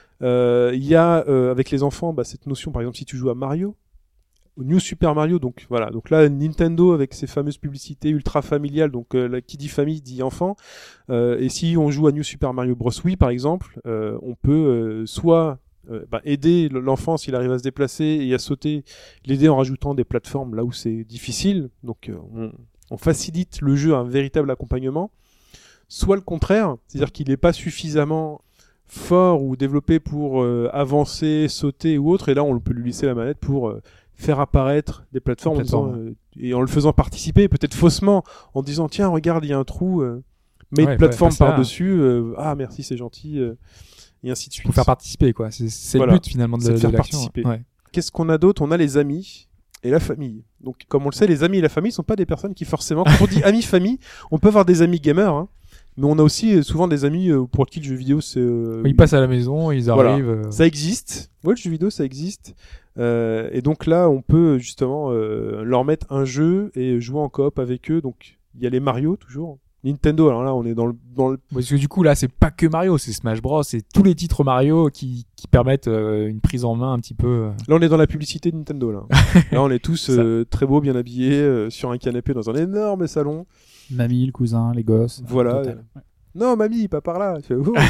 Il y a avec les enfants cette notion, par exemple si tu joues à Mario, au New Super Mario, donc voilà, donc là Nintendo avec ses fameuses publicités ultra familiales, donc qui dit famille dit enfant, et si on joue à New Super Mario Bros Wii par exemple, on peut soit aider l'enfant s'il arrive à se déplacer et à sauter, l'aider en rajoutant des plateformes là où c'est difficile, donc on facilite le jeu à un véritable accompagnement, soit le contraire, c'est-à-dire qu'il n'est pas suffisamment fort ou développé pour avancer, sauter ou autre, et là on peut lui laisser la manette pour faire apparaître des plateformes et en le faisant participer, peut-être faussement, en disant tiens regarde il y a un trou, mets une plateforme par-dessus, ah merci c'est gentil, et ainsi de suite. Faut faire participer quoi, c'est Voilà. le but finalement de C'est de faire l'action. participer. Ouais. Qu'est-ce qu'on a d'autre? On a les amis et la famille. Donc comme on le sait, les amis et la famille sont pas des personnes qui forcément, quand on dit amis famille, on peut avoir des amis gamers, hein, Mais on a aussi souvent des amis pour qui le jeu vidéo c'est Ils passent à la maison, ils Voilà. arrivent. ça existe. Ouais, le jeu vidéo ça existe. Et donc là, on peut justement leur mettre un jeu et jouer en coop avec eux. Donc il y a les Mario toujours. Nintendo, alors là on est dans le Parce que du coup là c'est pas que Mario, c'est Smash Bros, c'est tous les titres Mario qui permettent une prise en main un petit peu. Là, on est dans la publicité de Nintendo. Là, là on est tous très beaux, bien habillés, sur un canapé dans un énorme salon. Mamie, le cousin, les gosses. Voilà. total. Ouais. Non, mamie, pas par là. Tu fais, oh.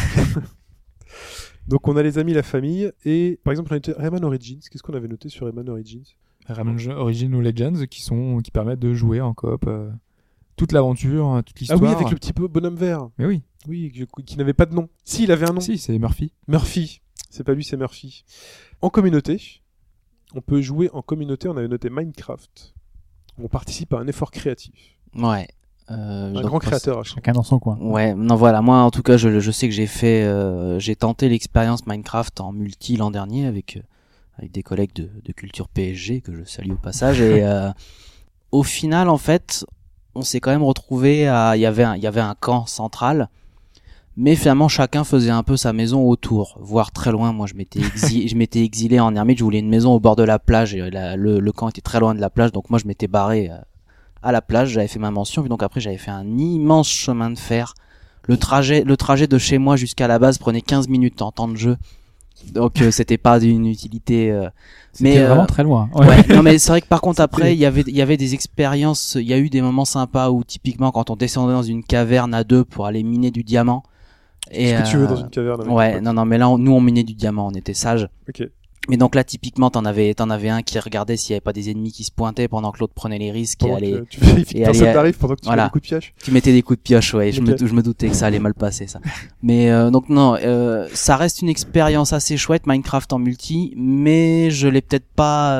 Donc, on a les amis, la famille. Et par exemple, on a noté Rayman Origins. Qu'est-ce qu'on avait noté sur Rayman Origins? Rayman Origins ou Legends qui permettent de jouer en coop toute l'aventure, toute Ah l'histoire. oui, avec le petit bonhomme vert. Mais oui. Oui, qui n'avait pas de nom. Si, il avait un nom. Si, c'est Murphy. Murphy. C'est pas lui, c'est Murphy. En communauté, on peut jouer en communauté. On avait noté Minecraft. On participe à un effort créatif. Ouais. Un grand créateur. à chaque Chacun dans son coin. Ouais, non voilà, moi en tout cas je sais que j'ai tenté l'expérience Minecraft en multi l'an dernier avec des collègues de culture PSG que je salue au passage et au final en fait on s'est quand même retrouvé il y avait un camp central, mais finalement chacun faisait un peu sa maison autour, voire très loin. Moi je m'étais exilé en ermite, je voulais une maison au bord de la plage et le camp était très loin de la plage, donc moi je m'étais barré à la plage, j'avais fait ma mention, puis donc après j'avais fait un immense chemin de fer. Le trajet de chez moi jusqu'à la base prenait 15 minutes en temps de jeu. Donc c'était pas d'une utilité C'était vraiment très loin. Ouais, non mais c'est vrai que par contre après il y avait des expériences, il y a eu des moments sympas où typiquement quand on descendait dans une caverne à deux pour aller miner du diamant. Et Ce que tu veux dans une caverne. Avec ouais, non mais là nous on minait du diamant, on était sages. Ok. Mais donc là, typiquement, t'en avais un qui regardait s'il y avait pas des ennemis qui se pointaient pendant que l'autre prenait les risques et allait, Tu vérifies que personne allait- n'arrive pendant que tu voilà. mets des coups de pioche. qui mettait des coups de pioche, ouais. Ok. Je me doutais que ça allait mal passer, ça. Mais donc non, ça reste une expérience assez chouette, Minecraft en multi, mais je l'ai peut-être pas.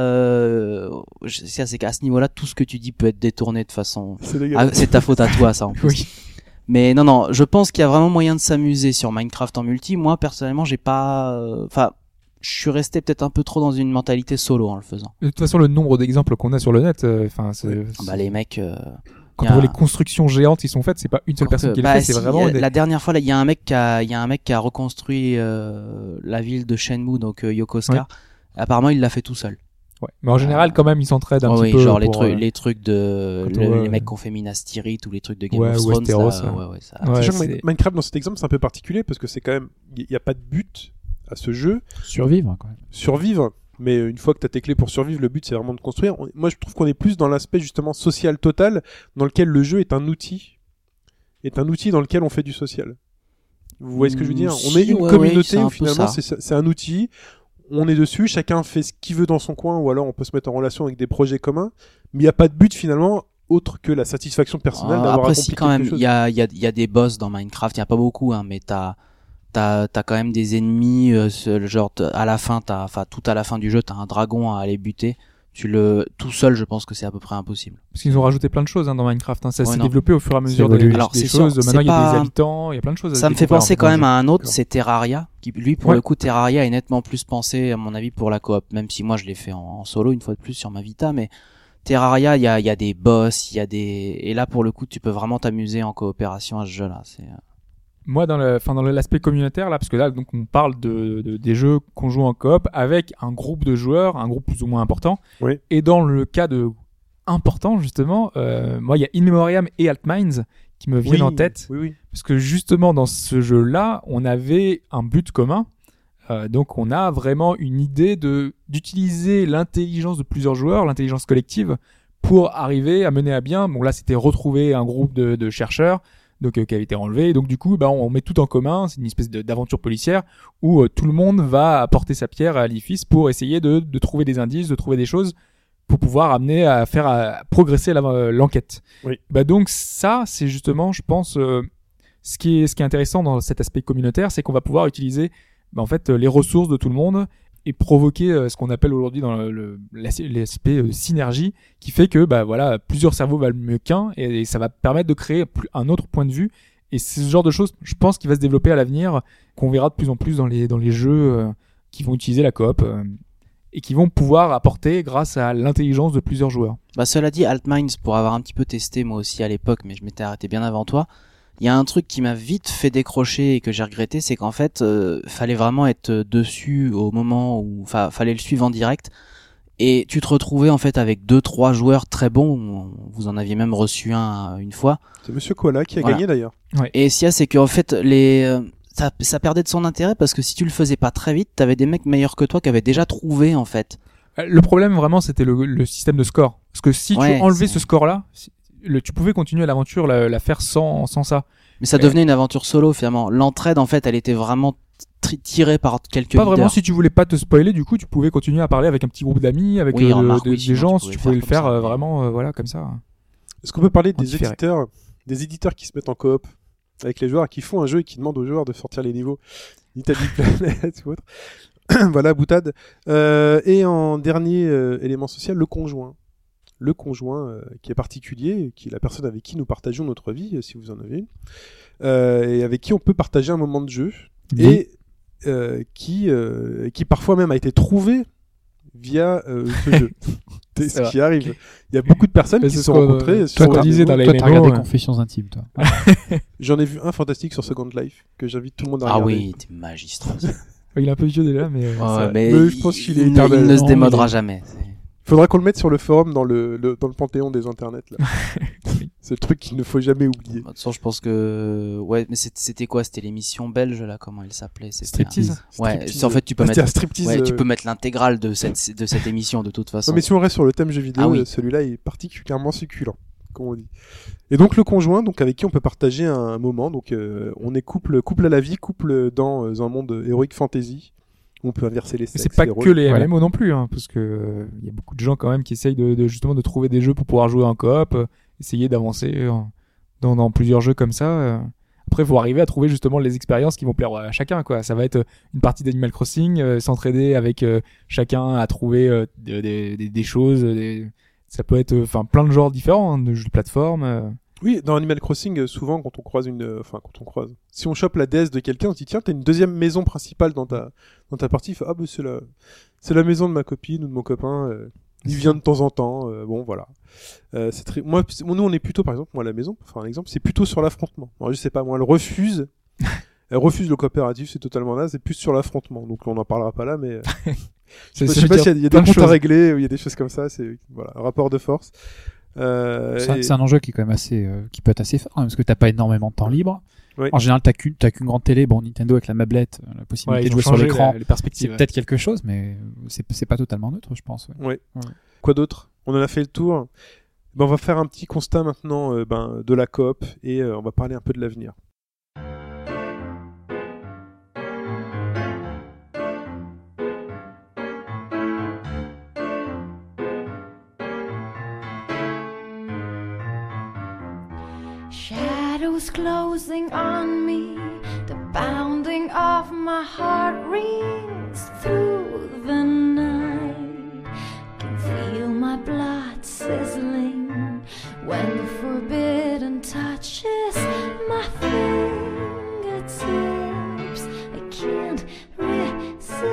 C'est qu'à ce niveau-là, tout ce que tu dis peut être détourné de façon. C'est dégueulasse. Ah, c'est ta faute à toi, ça en plus. Oui. Mais non, je pense qu'il y a vraiment moyen de s'amuser sur Minecraft en multi. Moi, personnellement, j'ai pas. Enfin, je suis resté peut-être un peu trop dans une mentalité solo en le faisant. De toute façon, le nombre d'exemples qu'on a sur le net, Bah les mecs. quand y a- on voit les constructions géantes qui sont faites, c'est pas une seule personne qui les fait, c'est si, vraiment la dernière fois là, il y a un mec qui a reconstruit la ville de Shenmue, donc Yokosuka. Ouais. Apparemment, il l'a fait tout seul. Ouais. Mais en général, quand même, ils s'entraident un Ouais, petit oui, peu. genre pour, les trucs de quand on voit, les mecs qui ont fait Minas Tirith ou les trucs de Game Ouais, of ou Thrones. Westeros, ça, ouais. ouais, ça. Ouais, Sachant que c'est- Minecraft dans cet exemple c'est un peu particulier parce que c'est quand même il y a pas de but à ce jeu, Survivre, quoi. survivre. Mais une fois que tu as tes clés pour survivre, le but c'est vraiment de construire. Moi je trouve qu'on est plus dans l'aspect justement social total dans lequel le jeu est un outil dans lequel on fait du social. Vous voyez ce que je veux dire? Si, On est une ouais, communauté c'est un où peu finalement ça. c'est un outil, on est dessus, chacun fait ce qu'il veut dans son coin ou alors on peut se mettre en relation avec des projets communs, mais il n'y a pas de but finalement autre que la satisfaction personnelle d'avoir Après, accompli si quand quelque même, chose. il y a des boss dans Minecraft. Il y a pas beaucoup, hein, mais t'as quand même des ennemis. Genre à la fin, tout à la fin du jeu, t'as un dragon à aller buter. Tout seul, je pense que c'est à peu près impossible. Parce qu'ils ont rajouté plein de choses dans Minecraft. Ça Ouais, s'est non. développé au fur et à mesure évolue. des Alors, c'est choses. sûr, Maintenant, il y a c'est des pas- habitants, il y a plein de choses. Ça me fait penser quand même à un autre, D'accord. c'est Terraria, qui lui pour Ouais. le coup Terraria est nettement plus pensé à mon avis pour la coop, même si moi je l'ai fait en solo une fois de plus sur ma Vita, mais Terraria il y a des boss, et là pour le coup tu peux vraiment t'amuser en coopération à ce jeu-là. Moi, dans l'aspect communautaire, là, parce que là, donc, on parle des jeux qu'on joue en coop avec un groupe de joueurs, un groupe plus ou moins important. Oui. Et dans le cas de important, justement, moi, il y a In Memoriam et Altminds qui me viennent Oui, en tête. Oui. Parce que justement, dans ce jeu-là, on avait un but commun. Donc, on a vraiment une idée d'utiliser l'intelligence de plusieurs joueurs, l'intelligence collective, pour arriver à mener à bien. Bon, là, c'était retrouver un groupe de chercheurs, donc qui avait été enlevé. Donc, du coup, on met tout en commun. C'est une espèce d'aventure policière où tout le monde va apporter sa pierre à l'édifice pour essayer de trouver des indices, de trouver des choses pour pouvoir amener à progresser l'enquête. Oui. Donc, ça, c'est justement, je pense, ce qui est intéressant dans cet aspect communautaire, c'est qu'on va pouvoir utiliser en fait les ressources de tout le monde et provoquer ce qu'on appelle aujourd'hui dans l'aspect synergie, qui fait que voilà, plusieurs cerveaux valent mieux qu'un, et ça va permettre de créer un autre point de vue. Et c'est ce genre de choses, je pense, qui va se développer à l'avenir, qu'on verra de plus en plus dans les jeux qui vont utiliser la coop et qui vont pouvoir apporter grâce à l'intelligence de plusieurs joueurs. Cela dit, Altminds, pour avoir un petit peu testé moi aussi à l'époque, mais je m'étais arrêté bien avant toi, Il y a un truc qui m'a vite fait décrocher et que j'ai regretté, c'est qu'en fait, fallait vraiment être dessus au moment où, enfin, fallait le suivre en direct. Et tu te retrouvais en fait avec 2-3 joueurs très bons. Vous en aviez même reçu un une fois. C'est Monsieur Koala qui a Voilà. gagné d'ailleurs. Et ce qu'il y a, c'est qu'en fait, ça perdait de son intérêt parce que si tu le faisais pas très vite, t'avais des mecs meilleurs que toi qui avaient déjà trouvé en fait. Le problème vraiment c'était le système de score. Parce que si Ouais, tu enlevais c'est- ce score-là, tu pouvais continuer l'aventure, la faire sans ça. Mais ça devenait une aventure solo finalement. L'entraide en fait, elle était vraiment tirée par quelques Pas vraiment leaders. si tu voulais pas te spoiler, du coup tu pouvais continuer à parler avec un petit groupe d'amis, avec Oui, remarque, oui, des sinon, gens, tu si tu pouvais pouvais le faire faire comme ça, mais- vraiment voilà comme ça. Est-ce qu'on peut parler En différé. des éditeurs qui se mettent en coop avec les joueurs, qui font un jeu et qui demandent aux joueurs de sortir les niveaux Little Big Planet ou autre. Voilà, boutade. Et en dernier élément social, le conjoint. Le conjoint qui est particulier, qui est la personne avec qui nous partageons notre vie, si vous en avez une, et avec qui on peut partager un moment de jeu, et qui parfois même a été trouvé via ce jeu. C'est ce vrai. qui arrive. Il y a beaucoup de personnes Mais qui c'est se sont ce qu'on- rencontrées toi, sur t'as un disais niveau. dans les Toi, t'as MMO, regardé ouais. Confessions intimes, toi. J'en ai vu un fantastique sur Second Life que j'invite tout le monde à Ah regarder. oui, t'es magistral. Il est un peu vieux déjà, mais Ouais, ça- mais Mais je pense qu'il est il éternel. ne se Non, démodera il est- jamais. C'est- Faudra qu'on le mette sur le forum dans le panthéon des internets là. C'est le truc qu'il ne faut jamais oublier. De toute façon, je pense que ouais, mais c'était quoi? C'était l'émission belge là, comment elle s'appelait? C'était Striptease. Ouais, Striptease. en fait, tu peux C'était un mettre striptease. ouais, tu peux mettre l'intégrale de cette émission de toute façon. Non, mais si on reste sur le thème jeu vidéo, Ah oui. celui-là est particulièrement succulent, comme on dit. Et donc le conjoint, donc avec qui on peut partager un moment. Donc on est couple à la vie, couple dans un monde héroïque fantasy. On peut inverser les Mais sexes. c'est pas les rôles. que les Voilà. MMO non plus, hein, parce que il y a beaucoup de gens quand même qui essayent justement de trouver des jeux pour pouvoir jouer en coop, essayer d'avancer dans plusieurs jeux comme ça. Après, il faut arriver à trouver justement les expériences qui vont plaire à chacun, quoi. Ça va être une partie d'Animal Crossing, s'entraider avec chacun à trouver des choses. Ça peut être plein de genres différents, hein, de jeux de plateforme. Oui, dans Animal Crossing, souvent quand on croise si on chope la déesse de quelqu'un, on se dit tiens, t'as une deuxième maison principale dans ta partie. Il fait, ah bah c'est la maison de ma copine ou de mon copain. Il vient de temps en temps. Bon voilà. C'est très. Moi, nous on est plutôt par exemple, moi la maison, pour faire un exemple, c'est plutôt sur l'affrontement. Alors, je sais pas, moi elle refuse. Elle refuse le coopératif, c'est totalement naze. C'est plus sur l'affrontement. Donc on n'en parlera pas là, mais je sais pas s'il y a des comptes à régler, ou il y a des choses comme ça. C'est voilà, un rapport de force. C'est un enjeu qui est quand même assez, qui peut être assez fort, hein, parce que t'as pas énormément de temps libre. Oui. En général, t'as qu'une grande télé. Bon, Nintendo avec la mablette, la possibilité de jouer sur l'écran, les perspectives. c'est peut-être quelque chose, mais c'est pas totalement neutre, je pense. Ouais. Quoi d'autre? On en a fait le tour. Ben, on va faire un petit constat maintenant de la coop et on va parler un peu de l'avenir. Shadows closing on me, the pounding of my heart rings through the night. Can feel my blood sizzling when the forbidden touches my fingertips. I can't resist.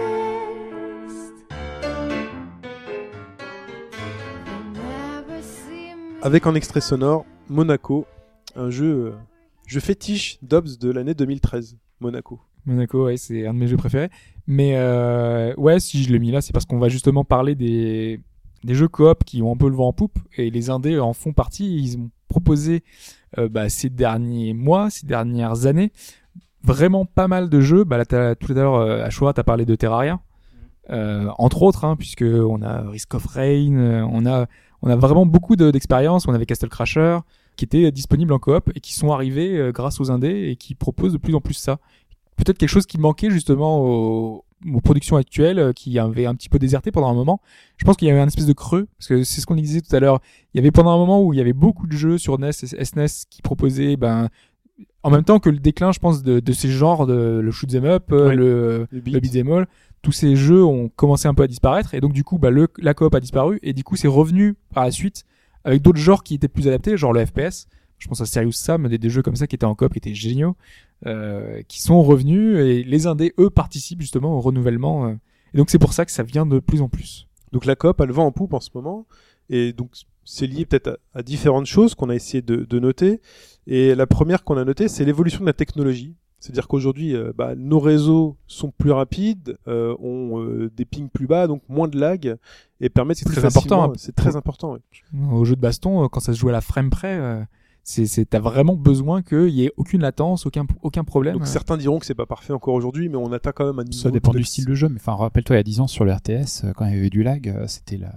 They never see me. Avec en extrait sonore Monaco, un jeu fétiche d'Obs de l'année 2013. Monaco. Monaco, ouais, c'est un de mes jeux préférés. Mais ouais, si je l'ai mis là, c'est parce qu'on va justement parler des jeux coop qui ont un peu le vent en poupe, et les indés en font partie. Ils ont proposé ces derniers mois, ces dernières années, vraiment pas mal de jeux. Là, tout à l'heure, Ashura, t'as parlé de Terraria, entre autres, hein, puisque on a Risk of Rain, on a vraiment beaucoup d'expériences. On avait Castle Crasher qui étaient disponibles en coop et qui sont arrivés grâce aux indés et qui proposent de plus en plus ça. Peut-être quelque chose qui manquait justement aux productions actuelles, qui avaient un petit peu déserté pendant un moment. Je pense qu'il y avait un espèce de creux, parce que c'est ce qu'on disait tout à l'heure. Il y avait pendant un moment où il y avait beaucoup de jeux sur NES et SNES qui proposaient, en même temps que le déclin, je pense, de ces genres, le shoot 'em up, Oui. le beat 'em all, tous ces jeux ont commencé un peu à disparaître, et donc du coup, la coop a disparu, et du coup, c'est revenu par la suite avec d'autres genres qui étaient plus adaptés, genre le FPS. Je pense à Serious Sam, des jeux comme ça qui étaient en coop, qui étaient géniaux, qui sont revenus, et les indés, eux, participent justement au renouvellement. Et donc c'est pour ça que ça vient de plus en plus. Donc la coop a le vent en poupe en ce moment, et donc c'est lié peut-être à différentes choses qu'on a essayé de noter. Et la première qu'on a notée, c'est l'évolution de la technologie. C'est-à-dire qu'aujourd'hui, nos réseaux sont plus rapides, ont des pings plus bas, donc moins de lag, et permettent C'est plus très facilement. important, hein. C'est très important. Ouais. Au jeu de baston, quand ça se joue à la frame près, t'as vraiment besoin qu'il y ait aucune latence, aucun problème. Donc certains diront que c'est pas parfait encore aujourd'hui, mais on atteint quand même un niveau. Ça dépend du peut-être- style de jeu, mais enfin, rappelle-toi, il y a 10 ans sur le RTS, quand il y avait du lag, c'était la...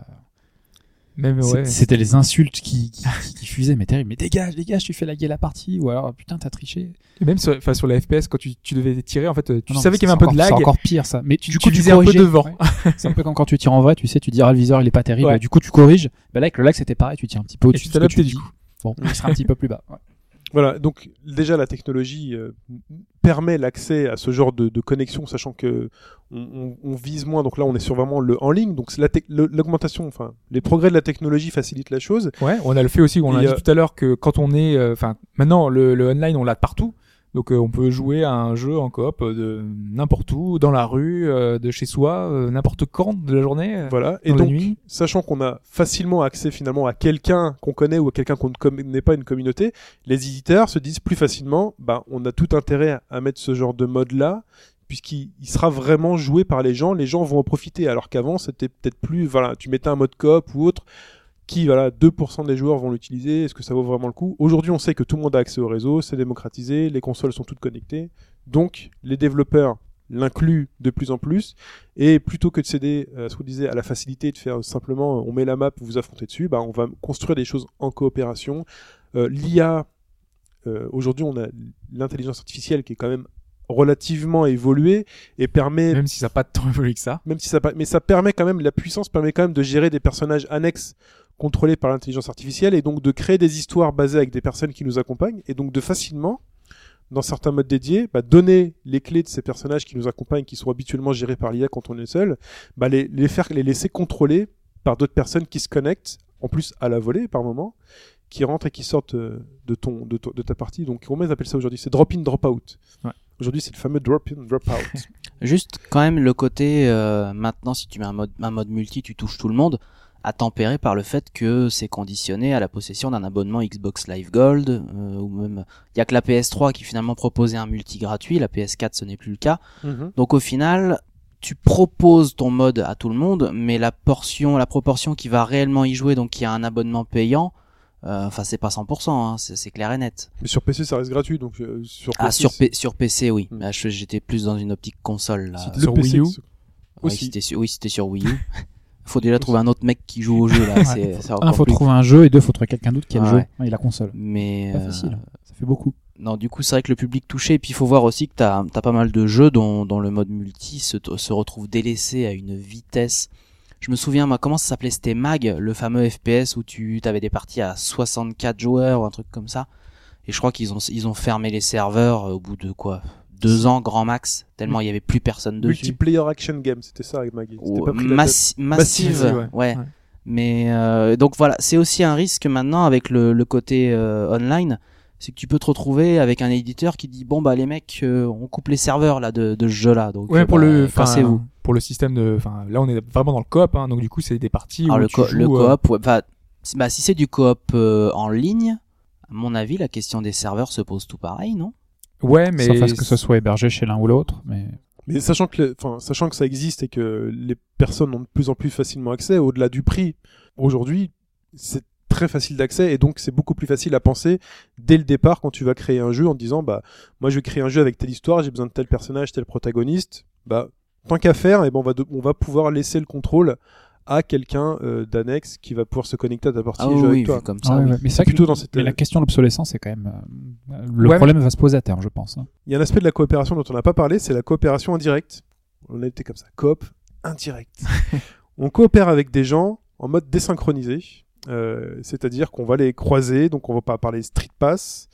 Même, ouais. C'était les insultes qui fusaient, mais terrible. Mais dégage, tu fais laguer la partie, ou alors putain, t'as triché. Et même sur la FPS, quand tu devais tirer, en fait, tu Non, savais mais qu'il y avait un peu de c'est lag. encore pire ça. Mais Du coup, tu visais un peu corrigeais. devant. Ouais. C'est un peu comme quand tu tires en vrai, tu sais, tu dis le viseur il est pas terrible, Ouais. du coup tu corriges. Bah là avec le lag c'était pareil, tu tires un petit peu Et au-dessus tu de ce que t'adaptais tu du dis. coup. Bon, il sera un petit peu plus bas. Ouais. Voilà, donc déjà la technologie permet l'accès à ce genre de connexion, sachant que on vise moins. Donc là, on est sur vraiment le en ligne. Donc c'est l'augmentation, enfin les progrès de la technologie facilitent la chose. Ouais, on a le fait aussi, on Et, l'a dit tout à l'heure, que quand on est, maintenant le online on l'a partout, donc on peut jouer à un jeu en coop de n'importe où, dans la rue, de chez soi, n'importe quand de la journée, Voilà. Et dans la donc, nuit. sachant qu'on a facilement accès finalement à quelqu'un qu'on connaît ou à quelqu'un qu'on ne connaît pas, une communauté, les éditeurs se disent plus facilement, on a tout intérêt à mettre ce genre de mode là, puisqu'il sera vraiment joué par les gens vont en profiter, alors qu'avant c'était peut-être plus, voilà, tu mettais un mode coop ou autre, qui, 2% des joueurs vont l'utiliser, est-ce que ça vaut vraiment le coup? Aujourd'hui, on sait que tout le monde a accès au réseau, c'est démocratisé, les consoles sont toutes connectées, donc les développeurs l'incluent de plus en plus, et plutôt que de céder à ce qu'on disait, à la facilité de faire simplement, on met la map, vous vous affrontez dessus, on va construire des choses en coopération. L'IA, aujourd'hui, on a l'intelligence artificielle qui est quand même relativement évoluée et permet, Même si ça n'a pas tant évolué que ça. mais ça permet quand même, la puissance permet quand même de gérer des personnages annexes contrôlés par l'intelligence artificielle, et donc de créer des histoires basées avec des personnes qui nous accompagnent, et donc de facilement, dans certains modes dédiés, donner les clés de ces personnages qui nous accompagnent, qui sont habituellement gérés par l'IA quand on est seul, les laisser contrôler par d'autres personnes qui se connectent, en plus à la volée par moment, qui rentrent et qui sortent de ta partie. Donc comment ils appellent ça aujourd'hui? C'est drop in, drop out. Ouais. Aujourd'hui, c'est le fameux drop in, drop out. Juste quand même le côté maintenant si tu mets un mode multi, tu touches tout le monde, à tempérer par le fait que c'est conditionné à la possession d'un abonnement Xbox Live Gold, ou même il y a que la PS3 qui finalement proposait un multi gratuit, la PS4 ce n'est plus le cas. Donc au final, tu proposes ton mode à tout le monde, mais la proportion qui va réellement y jouer, donc qui a un abonnement payant, c'est pas 100%, hein, c'est clair et net. Mais sur PC, ça reste gratuit, donc sur PC, Sur PC, oui. Mm. Là, j'étais plus dans une optique console, là. le sur PC Wii U aussi. C'était sur Wii U. Faut déjà trouver un autre mec qui joue au jeu, là. C'est encore Faut plus... trouver un jeu, et deux, faut trouver quelqu'un d'autre qui a le Ah jeu ouais. et la console. Mais, Pas facile, ça fait beaucoup. non, du coup, c'est vrai que le public touché, et puis il faut voir aussi que t'as pas mal de jeux dont le mode multi se retrouve délaissé à une vitesse. Je me souviens, moi, comment ça s'appelait? C'était Mag, le fameux FPS où t'avais des parties à 64 joueurs ou un truc comme ça. Et je crois qu'ils ont fermé les serveurs au bout de 2 ans grand max, tellement il y avait plus personne dessus. Multiplayer action game, c'était ça avec Maggie. C'était Ou, pas pris la tête. massive, ouais. Mais donc voilà, c'est aussi un risque maintenant avec le côté online, c'est que tu peux te retrouver avec un éditeur qui dit bon les mecs, on coupe les serveurs là de ce jeu-là, donc Ouais, cassez-vous. Pour le système là on est vraiment dans le coop, hein, donc du coup c'est des parties Alors où le tu joues, coop, si c'est du coop en ligne, à mon avis la question des serveurs se pose tout pareil, non? Ouais, mais Sauf à ce que ce soit hébergé chez l'un ou l'autre, Mais sachant que ça existe et que les personnes ont de plus en plus facilement accès, au-delà du prix, aujourd'hui, c'est très facile d'accès, et donc c'est beaucoup plus facile à penser dès le départ quand tu vas créer un jeu en te disant moi je vais créer un jeu avec telle histoire, j'ai besoin de tel personnage, tel protagoniste, tant qu'à faire, on va pouvoir laisser le contrôle à quelqu'un d'annexe qui va pouvoir se connecter à ta partie et jouer avec toi. Comme ça. Mais c'est plutôt dans cette mais la question de l'obsolescence, c'est quand même le Ouais, problème va se poser à terme, je pense. Hein. Il y a un aspect de la coopération dont on n'a pas parlé, c'est la coopération indirecte. On a été comme ça, coop indirect. On coopère avec des gens en mode désynchronisé, c'est-à-dire qu'on va les croiser, donc on va pas parler Street Pass,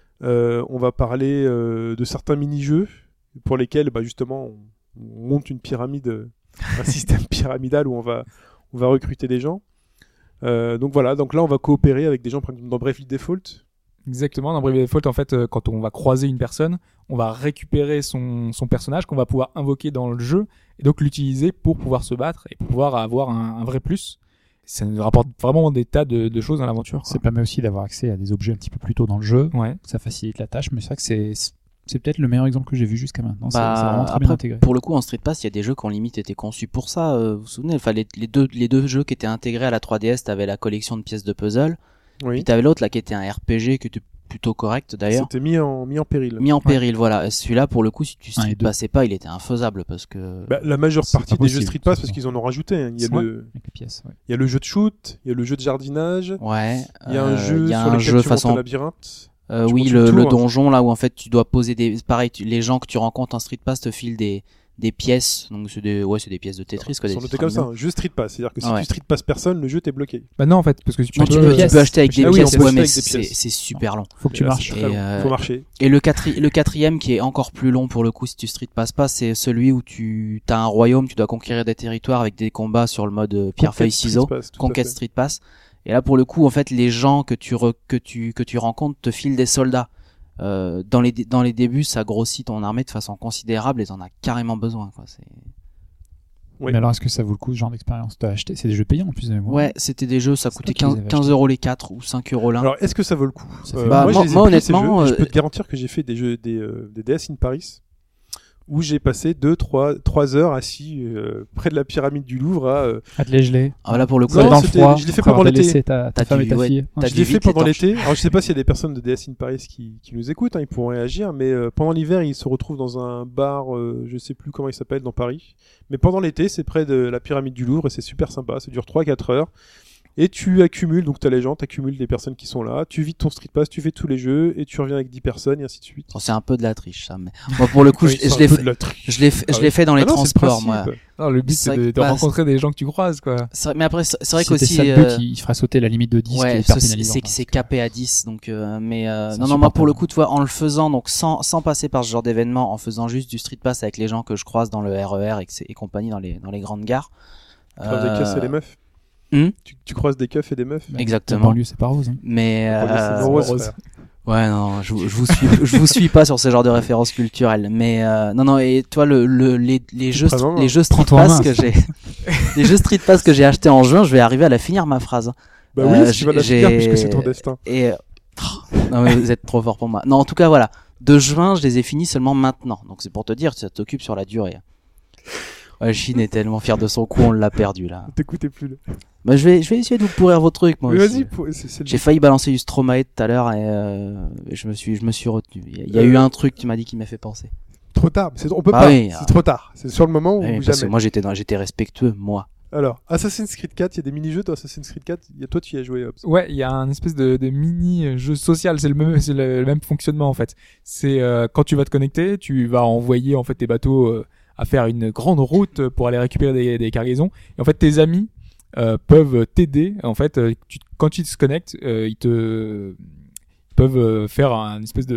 on va parler de certains mini-jeux pour lesquels justement on monte une pyramide, un système pyramidal où on va recruter des gens. Donc voilà, donc là on va coopérer avec des gens, par exemple dans Bravely Default. exactement, dans Bravely Default en fait quand on va croiser une personne, on va récupérer son personnage qu'on va pouvoir invoquer dans le jeu et donc l'utiliser pour pouvoir se battre et pour pouvoir avoir un vrai plus. ça nous rapporte vraiment des tas de choses dans l'aventure. quoi. Ça permet aussi d'avoir accès à des objets un petit peu plus tôt dans le jeu. Ouais. Ça facilite la tâche, mais c'est vrai que c'est peut-être le meilleur exemple que j'ai vu jusqu'à maintenant. C'est vraiment très après, bien intégré. pour le coup, en Street Pass, il y a des jeux qui ont limite été conçus pour ça. Vous vous souvenez, enfin, les deux jeux qui étaient intégrés à la 3DS, t'avais la collection de pièces de puzzle. Oui. Puis t'avais l'autre là qui était un RPG qui était plutôt correct d'ailleurs. C'était mis en péril. Mis en péril, voilà. Celui-là, pour le coup, si tu Un et Street deux. passais pas, il était infaisable parce que. Bah, la majeure C'est partie pas des jeux possible, Street Pass, c'est parce ça. qu'ils en ont rajouté. Hein. Il y a Ouais. le, Avec les pièces, ouais. il y a le jeu de shoot, il y a le jeu de jardinage, Ouais. il y a un jeu il y a sur un lequel jeu tu montes façon. un labyrinthe. Tu Oui, montes le le tour, donjon là où en fait tu dois poser pareil, les gens que tu rencontres en Street Pass te filent des pièces, donc c'est des pièces de Tetris quoi. Ils sont notés comme ça, un jeu Street Pass. C'est-à-dire que si Ouais. tu Street Pass personne, le jeu t'es bloqué. Bah non, en fait, parce que Non, tu peux acheter avec des Ah oui, pièces, on peut ouais, acheter mais avec des pièces. c'est super long. Faut que tu Et là, marches. c'est très Et, long. Faut marcher. Et le quatrième qui est encore plus long pour le coup si tu Street Pass pas, c'est celui où tu as un royaume, tu dois conquérir des territoires avec des combats sur le mode pierre feuille ciseaux, Conquête Street Pass. Et là pour le coup en fait les gens que tu rencontres te filent des soldats. Dans les débuts ça grossit ton armée de façon considérable et t'en as carrément besoin quoi. Oui. Mais alors, est-ce que ça vaut le coup ce genre d'expérience? T'as acheté? C'est des jeux payants en plus de mémoire. Ouais, c'était des jeux, ça C'est coûtait toi qui les avais 15 euros les 4 ou 5 euros l'un. Alors, est-ce que ça vaut le coup Ça fait- Bah, je les ai moi, pris, ces honnêtement, jeux, et je peux te garantir que j'ai fait des jeux, des DS in Paris, où j'ai passé 3 heures assis près de la pyramide du Louvre à. À te les geler. Ah, là pour le coup, Non, dans le c'était- froid. je l'ai fait après pendant avoir l'été. délaissé ta T'as femme dû- et ta ouais, fille. t'as Je dû l'ai fait vite les pendant torches. l'été. Alors, je sais pas s'il y a des personnes de DS in Paris qui nous écoutent, hein, ils pourront réagir, mais pendant l'hiver, ils se retrouvent dans un bar, je sais plus comment il s'appelle, dans Paris. Mais pendant l'été, c'est près de la pyramide du Louvre et c'est super sympa. Ça dure 3-4 heures. Et tu accumules, donc t'as les gens, t'accumules des personnes qui sont là, tu vides ton Street Pass, tu fais tous les jeux, et tu reviens avec 10 personnes, et ainsi de suite. Oh, c'est un peu de la triche, ça. Mais moi, pour le coup, Oui, je c'est l'ai un peu fait, de la triche. je l'ai fait, Ah je oui. l'ai fait dans les Ah non, c'est le transports, moi. principe. Non, le but C'est c'est vrai de que, bah, rencontrer des gens que tu croises, quoi. Mais après, c'est vrai Si c'était qu'aussi, ça le but, il fera sauter la limite de 10 qui ouais, est ça, pénalisant. c'est capé à 10, donc, mais, C'est non, moi, pour le insupportable. coup, tu vois, en le faisant, donc, sans passer par ce genre d'événement, en faisant juste du Street Pass avec les gens que je croise dans le RER et compagnie dans les grandes gares. Tu croises des keufs et des meufs. Hmm Tu croises des keufs et des meufs. La Exactement. banlieue, c'est pas rose. Hein. Mais, C'est rose, frère. ouais, non, je vous suis pas sur ce genre de références culturelles, mais non, et toi, les jeux présent, les jeux Street Prends-toi en Pass main. que j'ai, les jeux Street Pass que j'ai achetés en juin, je vais arriver à la finir ma phrase. Bah oui, Euh, tu vas la j'ai- finir puisque c'est ton destin. Et non, mais vous êtes trop fort pour moi. Non, en tout cas, voilà, de juin, je les ai finis seulement maintenant, donc c'est pour te dire, ça t'occupe sur la durée. Ouais, Chine est tellement fier de son coup, on l'a perdu là. T'écoutais plus. Là. Bah, je vais essayer de vous pourrir vos trucs, moi Mais aussi. vas-y, c'est le J'ai failli balancer du Stromae tout à l'heure et je me suis retenu. Il y a eu un truc, tu m'as dit, qui m'a fait penser. trop tard. On peut Ah pas. oui, C'est trop tard. C'est sur le moment ou Oui, parce que jamais. moi j'étais respectueux, moi. Alors, Assassin's Creed 4, il y a des mini-jeux dans Assassin's Creed 4. Toi, tu y as joué, Hobbs. Ouais, il y a un espèce de mini jeu social, c'est le même fonctionnement en fait. C'est quand tu vas te connecter, tu vas envoyer en fait tes bateaux à faire une grande route pour aller récupérer des cargaisons. Et en fait, tes amis peuvent t'aider. En fait, quand tu te connectes, ils peuvent faire un espèce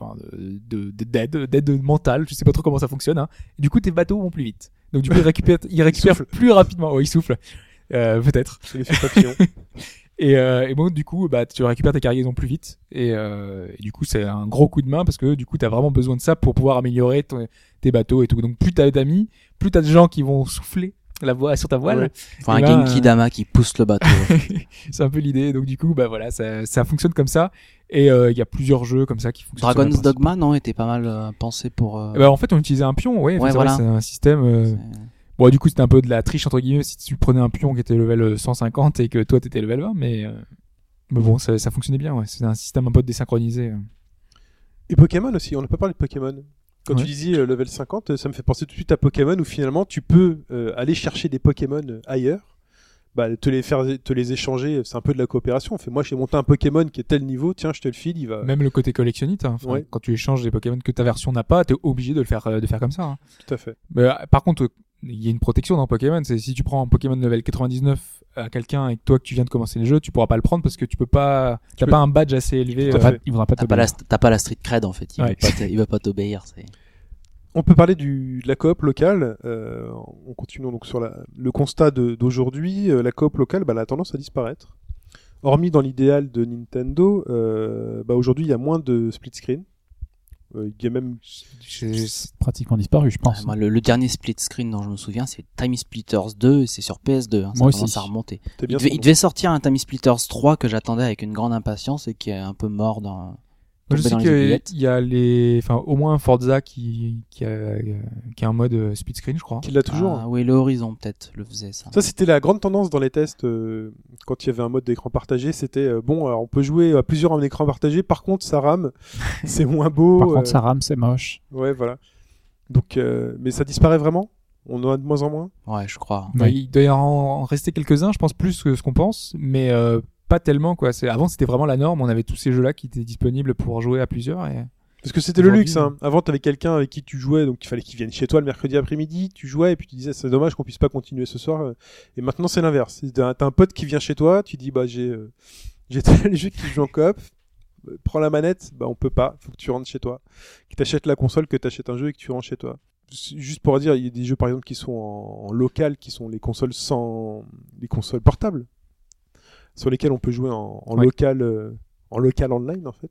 d'aide mentale. Je sais pas trop comment ça fonctionne. Hein. Et du coup, tes bateaux vont plus vite. Donc du coup, ils récupèrent plus rapidement. Ouais, ils soufflent. Peut-être. C'est l'effet papillon. Et bon, du coup, bah, tu récupères tes cargaisons plus vite. Et du coup, c'est un gros coup de main parce que du coup, t'as vraiment besoin de ça pour pouvoir améliorer tes bateaux et tout. Donc, plus t'as d'amis, plus t'as de gens qui vont souffler la voile sur ta voile. Ouais. Enfin, Et un ben, Genki Dama qui pousse le bateau. c'est un peu l'idée. Donc, du coup, bah voilà, ça fonctionne comme ça. Et il y a plusieurs jeux comme ça qui fonctionnent. sur le Dragon's principe. Dogma, non, était pas mal pensé pour. Eh ben, en fait, on utilisait un pion. Ouais, Ouais, c'est voilà. vrai, c'est un système. C'est- Bon, du coup, c'était un peu de la triche entre guillemets si tu prenais un pion qui était level 150 et que toi t'étais level 20, mais bon, ça fonctionnait bien. Ouais, c'est un système un peu désynchronisé. Et Pokémon aussi, on n'a pas parlé de Pokémon. Quand Ouais. tu disais level 50, ça me fait penser tout de suite à Pokémon où finalement tu peux aller chercher des Pokémon ailleurs, bah, te les échanger, c'est un peu de la coopération. Moi j'ai monté un Pokémon qui est tel niveau, tiens je te le file, il va. Même le côté collectionnite, hein. Enfin, Ouais. quand tu échanges des Pokémon que ta version n'a pas, t'es obligé de faire comme ça. Hein. Tout à fait. Mais, par contre, il y a une protection dans Pokémon. C'est si tu prends un Pokémon level 99 à quelqu'un et que toi que tu viens de commencer le jeu, tu pourras pas le prendre parce que t'as pas un badge assez élevé. Tout à fait. Il voudra pas T'as pas, la, t'obéir. t'as pas la street cred en fait. Ouais. Il va pas t'obéir. C'est... On peut parler de la coop locale. On continue donc sur le constat d'aujourd'hui. La coop locale, bah, elle a tendance à disparaître. Hormis dans l'idéal de Nintendo, bah, aujourd'hui il y a moins de split screen. Il y a même C'est pratiquement disparu, je pense. Moi, le dernier split screen dont je me souviens, c'est Time Splitters 2, et c'est sur PS2. Hein, ça Moi commence aussi. à remonter. c'était bien. Il devait sortir un Time Splitters 3 que j'attendais avec une grande impatience et qui est un peu mort dans. Moi, je tombé sais dans les oubliettes. qu'il y a au moins Forza qui a un mode split screen, je crois. Qu'il l'a toujours. Ah, oui, le Horizon peut-être le faisait ça. Ça, c'était la grande tendance dans les tests quand il y avait un mode d'écran partagé. C'était alors on peut jouer à plusieurs en écran partagé. Par contre, ça rame, c'est moins beau. Par contre, ça rame, c'est moche. Ouais, voilà. Donc, mais ça disparaît vraiment. On en a de moins en moins. Ouais, je crois. Bah, il doit y en rester quelques-uns, je pense plus que ce qu'on pense, mais pas tellement quoi. Avant c'était vraiment la norme, on avait tous ces jeux-là qui étaient disponibles pour jouer à plusieurs. Et... Parce que c'était le Aujourd'hui, luxe. Hein. Avant, t'avais quelqu'un avec qui tu jouais, donc il fallait qu'il vienne chez toi le mercredi après-midi. Tu jouais et puis tu disais c'est dommage qu'on puisse pas continuer ce soir. Et maintenant c'est l'inverse. T'as un pote qui vient chez toi, tu dis bah j'ai tel jeu qui joue en coop. Prends la manette, bah on peut pas. Faut que tu rentres chez toi. Que t'achètes la console, que t'achètes un jeu et que tu rentres chez toi. Juste pour dire, il y a des jeux par exemple qui sont en local, qui sont les consoles portables, sur lesquelles on peut jouer en Ouais. local online en fait,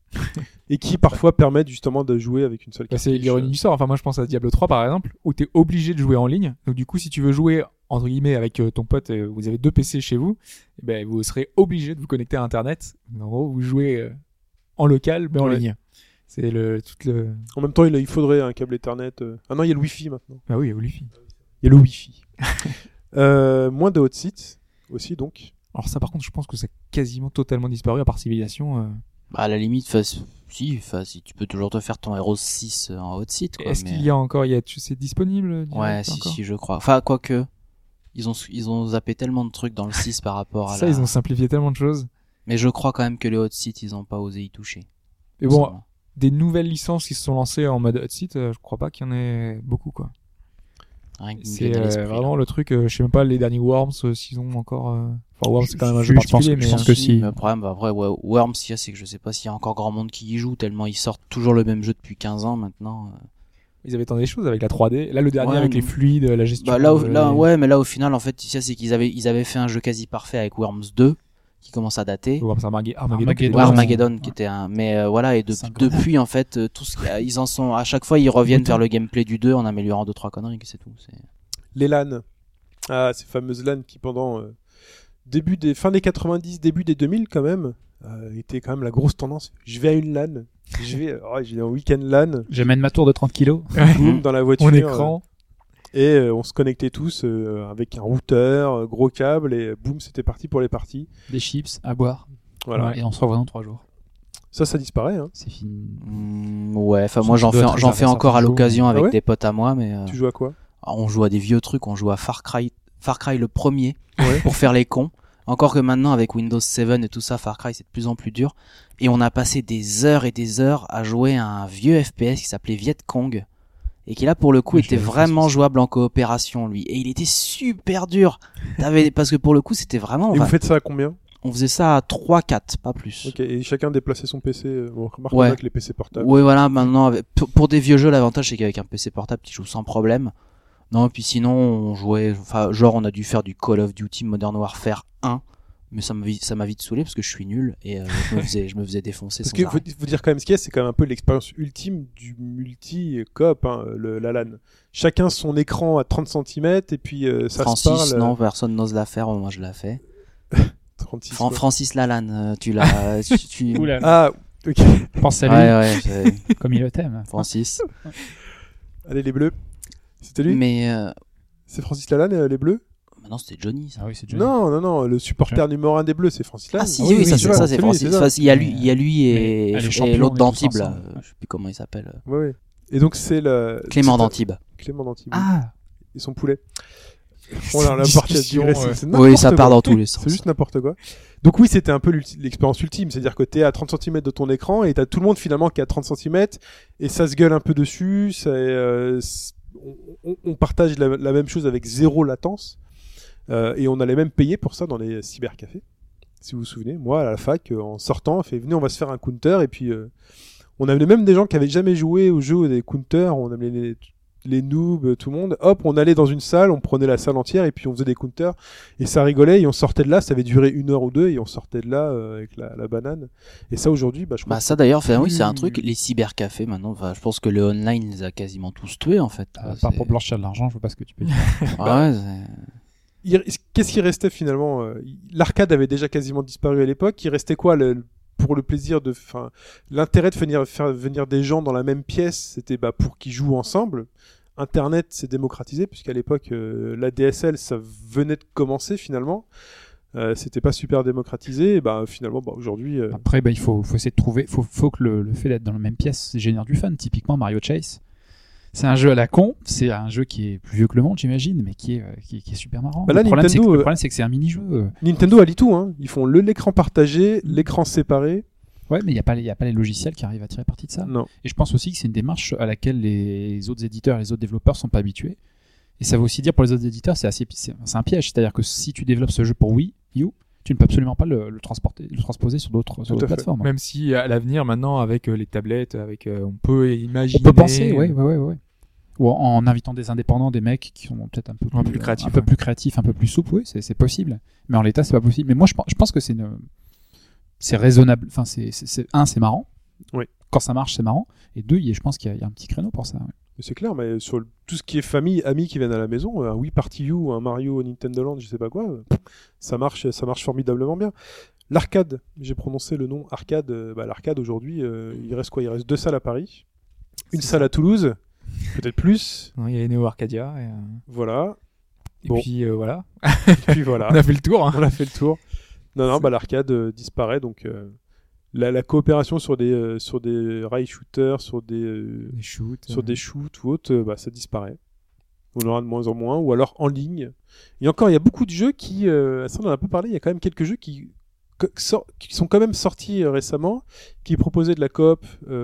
et qui parfois permettent justement de jouer avec une seule Bah, cartouche. c'est l'ironie du sort. Enfin, moi, je pense à Diablo 3, par exemple, où t'es obligé de jouer en ligne. Donc, du coup, si tu veux jouer, entre guillemets, avec ton pote, vous avez 2 PC chez vous, eh ben, vous serez obligé de vous connecter à Internet. En gros, vous jouez en local, mais en Ouais. ligne. C'est tout le... En même temps, il faudrait un câble Ethernet. Ah non, il y a le Wi-Fi maintenant. Bah oui, Wi-Fi. Il y a le Wi-Fi. Moins de hot sites aussi, donc. Alors ça, par contre, je pense que c'est quasiment totalement disparu, à part Civilization. Bah, à la limite, si tu peux toujours te faire ton Hero 6 en hot site. Quoi, Est-ce mais... qu'il y a encore... c'est disponible Ouais, direct, encore si, je crois. Enfin, quoique. Ils ont zappé tellement de trucs dans le 6 par rapport à Ça, ils ont simplifié tellement de choses. Mais je crois quand même que les hot sites, ils ont pas osé y toucher. Et bon, Ça, des nouvelles licences qui se sont lancées en mode hot site, je crois pas qu'il y en ait beaucoup, quoi. rien que C'est me vienne à l'esprit, vraiment là. le truc, je sais même pas les derniers Worms s'ils ont encore. Enfin, Worms c'est quand même un Je jeu pense particulier, que- mais je pense que si. Mais le problème, bah, après, ouais, Worms, c'est que je sais pas s'il y a encore grand monde qui y joue, tellement ils sortent toujours le même jeu depuis 15 ans maintenant. ils avaient tenté des choses avec la 3D. Là, le dernier Ouais, avec les mais- fluides, la gestion. Bah, ouais, mais là, au final, en fait, c'est qu'ils avaient fait un jeu quasi parfait avec Worms 2, qui commence à dater. Worms Armageddon. Armageddon. Ouais, Ouais, Armageddon, qui était mais voilà, et C'est un depuis, en fait, ils en sont, à chaque fois, ils reviennent Autant. vers le gameplay du 2 en améliorant 2-3 conneries, que c'est tout. Les LAN. Ah, ces fameuses LAN qui pendant fin des 90, début des 2000 quand même, était quand même la grosse tendance. Je vais à une LAN. Je vais en week-end LAN. J'amène ma tour de 30 kilos. Boum, dans la voiture. Mon écran. Et on se connectait tous avec un routeur, gros câble, et boum, c'était parti pour les parties. Des chips à boire. Voilà. Et on se revoit dans 3 jours. Ça disparaît. Hein. C'est fini. Ouais, enfin, Ça moi, j'en doit être fais réservé à encore à certains l'occasion jours. avec Ah ouais des potes à moi, mais Tu joues à quoi? on joue à des vieux trucs, on joue à Far Cry le premier, Ouais. pour faire les cons. Encore que maintenant, avec Windows 7 et tout ça, Far Cry, c'est de plus en plus dur. Et on a passé des heures et des heures à jouer à un vieux FPS qui s'appelait Viet Cong. Et qui là, pour le coup, Ouais, je était l'avais fait, vraiment ça. jouable en coopération, lui. Et il était super dur. Parce que pour le coup, c'était vraiment, Et vous faites ça à combien? on faisait ça à 3-4, pas plus. Ok, et chacun déplaçait son PC. On remarque Ouais. avec les PC portables. Oui, voilà, maintenant, pour des vieux jeux, l'avantage, c'est qu'avec un PC portable, tu joues sans problème. Non, et puis sinon, on jouait, enfin, genre, on a dû faire du Call of Duty Modern Warfare 1. Mais ça m'a vite saoulé parce que je suis nul et je me faisais défoncer Parce sans que arrêt. faut dire quand même ce qu'il y a, c'est quand même un peu l'expérience ultime du multi-coop, hein, la LAN. Chacun son écran à 30 cm et puis ça Francis, se parle. non, personne n'ose la faire, moi je l'ai fait. 36, quoi. Francis Lalanne, tu l'as, tu... Oula. Ah, ok. Pense à lui, Ouais, c'est comme il le t'aime. Francis. Allez, les bleus. C'était lui? Mais, C'est Francis Lalanne, les bleus? maintenant c'était Johnny, ça. Ah oui, c'est Johnny. Non, le supporter numéro 1 des bleus, c'est Francis Lalanne. Ah si, oui, ça tu vois, c'est lui, Francis. ça. Enfin, il y a lui Mais et, elle est et champion, l'autre on est d'Antibes, tous là. ensemble. Je sais plus comment il s'appelle. Ouais. Et donc c'est le Clément c'est- d'Antibes. Clément d'Antibes. Ah, Et son poulet. Bon, là, la partie a discussion, digressé. ouais. C'est n'importe Oui, ça quoi. part dans tous les sens. C'est juste n'importe quoi. Donc oui, c'était un peu l'expérience ultime, c'est-à-dire que t'es à 30 cm de ton écran et t'as tout le monde finalement qui est à 30 cm et ça se gueule un peu dessus, on partage la même chose avec zéro latence et on allait même payer pour ça dans les cybercafés. Si vous vous souvenez, moi à la fac, en sortant, on fait venez, on va se faire un counter et puis on avait même des gens qui avaient jamais joué au jeu des counters, on avait les noobs, tout le monde, hop, on allait dans une salle, on prenait la salle entière et puis on faisait des counters et ça rigolait et on sortait de là, ça avait duré 1 heure ou 2 et on sortait de là avec la banane. Et ça aujourd'hui, je crois Bah ça d'ailleurs, oui, c'est un truc. Les cybercafés maintenant, je pense que le online les a quasiment tous tués en fait. Pas pour blanchir de l'argent, je vois pas ce que tu peux dire. Ouais, Qu'est-ce qui restait finalement L'arcade avait déjà quasiment disparu à l'époque. Il restait quoi pour le plaisir l'intérêt de faire venir des gens dans la même pièce, c'était pour qu'ils jouent ensemble. Internet s'est démocratisé puisqu'à l'époque la DSL ça venait de commencer finalement. C'était pas super démocratisé. Et finalement, aujourd'hui. Après, il faut essayer de trouver. Faut que le fait d'être dans la même pièce génère du fun. Typiquement Mario Chase. C'est un jeu à la con, c'est un jeu qui est plus vieux que le monde, j'imagine, mais qui est super marrant. Là, le problème, c'est que c'est un mini-jeu. Nintendo allie tout, hein. Ils font l'écran partagé, l'écran séparé. Ouais, mais il y a pas les logiciels qui arrivent à tirer parti de ça. Non. Et je pense aussi que c'est une démarche à laquelle les autres éditeurs et les autres développeurs sont pas habitués. Et ça veut aussi dire pour les autres éditeurs, c'est un piège. C'est-à-dire que si tu développes ce jeu pour Wii U, tu ne peux absolument pas le transposer sur d'autres plateformes. Même si à l'avenir, maintenant, avec les tablettes, on peut imaginer. On peut penser, ouais. Ou en invitant des indépendants, des mecs qui sont peut-être un peu plus créatifs, un peu plus souples, oui, c'est possible. Mais en l'état, c'est pas possible. Mais moi, je pense que c'est raisonnable. Enfin, c'est marrant. Oui. Quand ça marche, c'est marrant. Et 2, je pense qu'il y a un petit créneau pour ça. Ouais. C'est clair, mais sur tout ce qui est famille, amis qui viennent à la maison, un Wii Party U, un Mario Nintendo Land, je sais pas quoi, ça marche formidablement bien. L'arcade, j'ai prononcé le nom arcade. L'arcade aujourd'hui, il reste quoi ? Il reste 2 salles à Paris, une salle à Toulouse, peut-être plus. Il y a Neo Arcadia. Voilà. Et puis voilà. Et puis voilà. On a fait le tour. Hein. On a fait le tour. Non, l'arcade disparaît donc. La coopération sur des rail shooters, sur des shoots ou autres, ça disparaît. On aura de moins en moins, ou alors en ligne. Et encore, il y a beaucoup de jeux qui, ça on en a un peu parlé, il y a quand même quelques jeux qui sont quand même sortis récemment, qui proposaient de la coop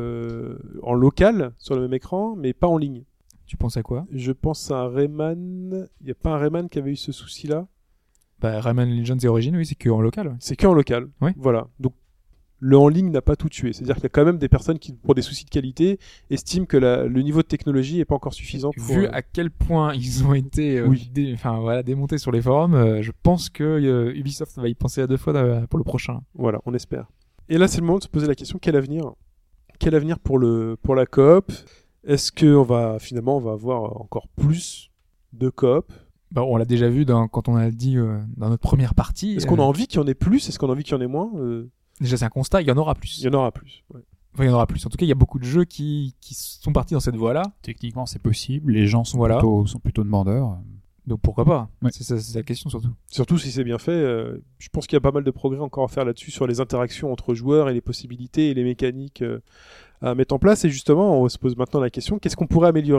en local, sur le même écran, mais pas en ligne. Tu penses à quoi ? Je pense à un Rayman. Il n'y a pas un Rayman qui avait eu ce souci-là ? Rayman Legends et Origins, oui, c'est que en local. Ouais. C'est que en local. Oui. Voilà. Donc, le en ligne n'a pas tout tué. C'est-à-dire qu'il y a quand même des personnes qui, pour des soucis de qualité, estiment que le niveau de technologie n'est pas encore suffisant. Vu à quel point ils ont été démontés sur les forums, je pense que Ubisoft va y penser à 2 fois pour le prochain. Voilà, on espère. Et là, c'est le moment de se poser la question, quel avenir ? Quel avenir pour la coop ? Est-ce qu'on va avoir encore plus de coop ? On l'a déjà vu quand on a dit dans notre première partie. Est-ce qu'on a envie qu'il y en ait plus ? Est-ce qu'on a envie qu'il y en ait moins ? Déjà, c'est un constat, il y en aura plus. Il y en aura plus, ouais. Enfin, il y en aura plus. En tout cas, il y a beaucoup de jeux qui sont partis dans cette voie-là. Techniquement, c'est possible. Les gens sont plutôt demandeurs. Donc pourquoi pas ? Ouais. C'est la question surtout. Surtout si c'est bien fait. Je pense qu'il y a pas mal de progrès encore à faire là-dessus sur les interactions entre joueurs et les possibilités et les mécaniques à mettre en place. Et justement, on se pose maintenant la question, qu'est-ce qu'on pourrait améliorer ?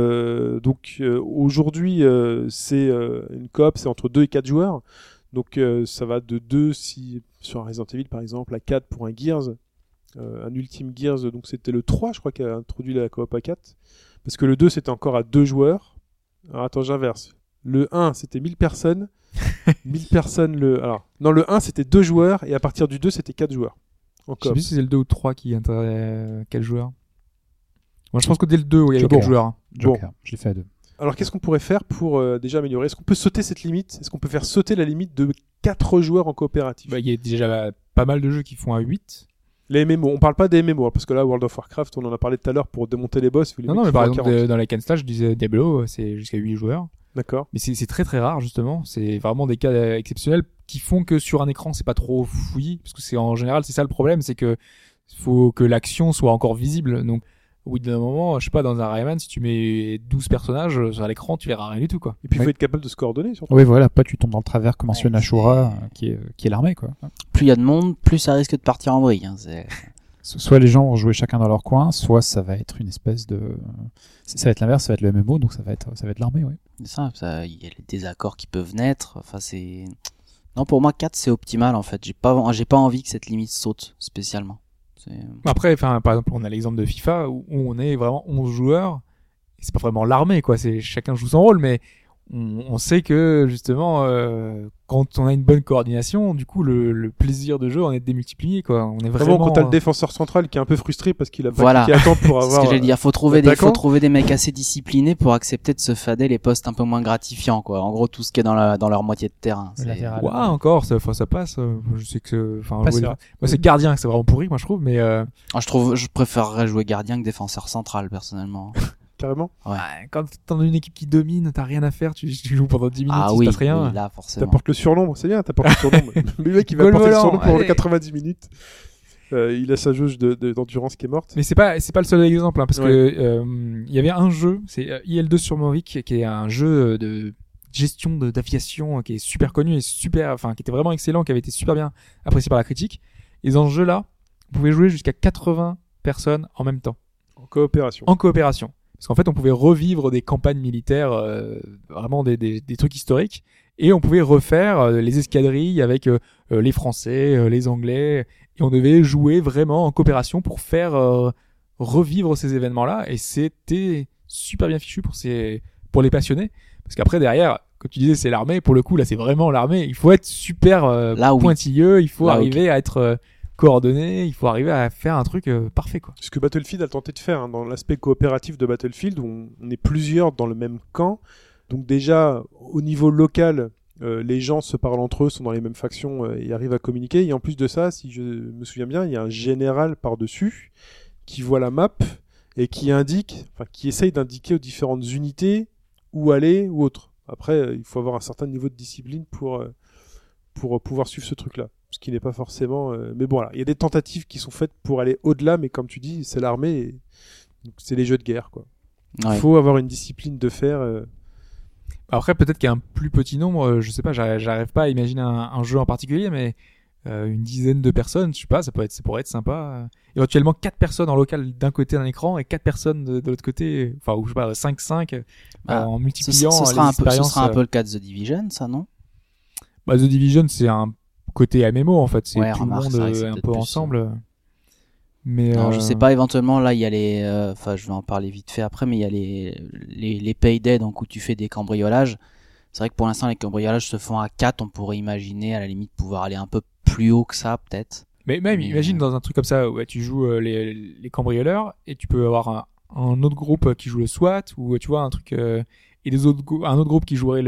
Aujourd'hui, c'est une coop, c'est entre 2 et 4 joueurs. Donc ça va de 2 si sur un Resident Evil par exemple à 4 pour un Gears, un Ultimate Gears, donc c'était le 3 je crois qui a introduit la coop à 4, parce que le 2 c'était encore à 2 joueurs. Alors attends, j'inverse. Le 1 c'était 1000 personnes, 1000 personnes le 1 c'était 2 joueurs et à partir du 2 c'était 4 joueurs. En coop. Je sais plus si c'est le 2 ou 3 qui intéresse 4 joueurs. Moi je pense que dès le 2 il y avait 4 joueurs. Joker, je l'ai fait à 2. Alors qu'est-ce qu'on pourrait faire pour déjà améliorer ? Est-ce qu'on peut sauter cette limite ? Est-ce qu'on peut faire sauter la limite de 4 joueurs en coopératif ? Il y a déjà pas mal de jeux qui font à 8. Les MMO, on parle pas des MMO, parce que là, World of Warcraft, on en a parlé tout à l'heure pour démonter les boss. Non, mais par exemple, dans la Slash, je disais Diablo, c'est jusqu'à 8 joueurs. D'accord. Mais c'est très très rare, justement. C'est vraiment des cas exceptionnels qui font que sur un écran, c'est pas trop fouillis. Parce que en général, c'est ça le problème, c'est que faut que l'action soit encore visible. Donc, au bout d'un moment, je sais pas, dans un Rayman, si tu mets 12 personnages sur l'écran, tu verras rien du tout, quoi. Et puis, il faut être capable de se coordonner, surtout. Oui, voilà, pas tu tombes dans le travers que mentionne Ashura, qui est l'armée, quoi. Plus il y a de monde, plus ça risque de partir en vrille. Hein, soit les gens vont jouer chacun dans leur coin, soit ça va être une espèce de... Ça va être l'inverse, ça va être le MMO, donc ça va être l'armée, oui. C'est ça, il y a les désaccords qui peuvent naître, enfin c'est... Non, pour moi, 4, c'est optimal, en fait. J'ai pas envie que cette limite saute, spécialement. Après, par exemple, on a l'exemple de FIFA où on est vraiment 11 joueurs. Et c'est pas vraiment l'armée, quoi. Chacun joue son rôle, mais on sait que justement quand on a une bonne coordination, du coup le plaisir de jeu en est démultiplié quoi. On est vraiment quand t'as le défenseur central qui est un peu frustré parce qu'il a pas Voilà. cliqué à temps pour C'est avoir ce que j'allais dire, faut trouver l'attaquant. des mecs assez disciplinés pour accepter de se fader les postes un peu moins gratifiants, quoi. En gros, tout ce qui est dans leur moitié de terrain. Le C'est- latéral. Ouais, encore ça passe. Je sais que Pas sûr. moi c'est gardien que c'est vraiment pourri moi je trouve mais Ah, je préférerais jouer gardien que défenseur central, personnellement. carrément. Ouais. quand t'es dans une équipe qui domine, t'as rien à faire, tu joues pendant 10 minutes, Ah il se oui, passe rien. oui, là, forcément. T'apportes le surnombre, c'est bien, t'apportes le surnombre. Mais le mec, il va Goal apporter le volant, surnombre pour allez. 90 minutes. Il a sa jauge d'endurance qui est morte. Mais c'est pas le seul exemple hein, parce Ouais. que il y avait un jeu, c'est IL2 sur Mavic qui est un jeu de gestion d'aviation qui est super connu et qui était vraiment excellent, qui avait été super bien apprécié par la critique. Et dans ce jeu-là, vous pouvez jouer jusqu'à 80 personnes en même temps En coopération. en coopération. Parce qu'en fait, on pouvait revivre des campagnes militaires, vraiment des trucs historiques, et on pouvait refaire les escadrilles avec les Français, les Anglais, et on devait jouer vraiment en coopération pour faire revivre ces événements-là, et c'était super bien fichu pour les passionnés, parce qu'après derrière, comme tu disais, c'est l'armée. Pour le coup, là, c'est vraiment l'armée. Il faut être super Là, oui. pointilleux, il faut Là, arriver à être coordonné, il faut arriver à faire un truc parfait, quoi. Ce que Battlefield a tenté de faire hein, dans l'aspect coopératif de Battlefield, où on est plusieurs dans le même camp. Donc déjà, au niveau local, les gens se parlent entre eux, sont dans les mêmes factions et arrivent à communiquer. Et en plus de ça, si je me souviens bien, il y a un général par-dessus qui voit la map et qui essaye d'indiquer aux différentes unités où aller ou autre. Après, il faut avoir un certain niveau de discipline pour pouvoir suivre ce truc-là. Ce qui n'est pas forcément... Mais bon, voilà, il y a des tentatives qui sont faites pour aller au-delà, mais comme tu dis, c'est l'armée, et... donc, c'est les jeux de guerre, quoi. Ouais. Il faut avoir une discipline de fer. Après, peut-être qu'il y a un plus petit nombre, je sais pas, j'arrive pas à imaginer un jeu en particulier, mais une dizaine de personnes, je sais pas, ça pourrait être sympa. Éventuellement 4 personnes en local d'un côté d'un écran et 4 personnes de l'autre côté, enfin, ou je sais pas, 5-5, Ah, en Ce multipliant sera les un peu, ce expériences. sera un peu le cas de The Division, ça, non? Bah, The Division, c'est un côté MMO, en fait, c'est Ouais, tout remarque, le c'est vrai monde que c'est un peut-être peu plus, ensemble. Mais Non, je sais pas, éventuellement, là, il y a les, enfin, je vais en parler vite fait après, mais il y a les payday, donc où tu fais des cambriolages. C'est vrai que pour l'instant, les cambriolages se font à 4, on pourrait imaginer, à la limite, pouvoir aller un peu plus haut que ça, peut-être. Mais même, Mais, imagine dans un truc comme ça, où tu joues les cambrioleurs et tu peux avoir un autre groupe qui joue le SWAT ou tu vois un truc et un autre groupe qui jouerait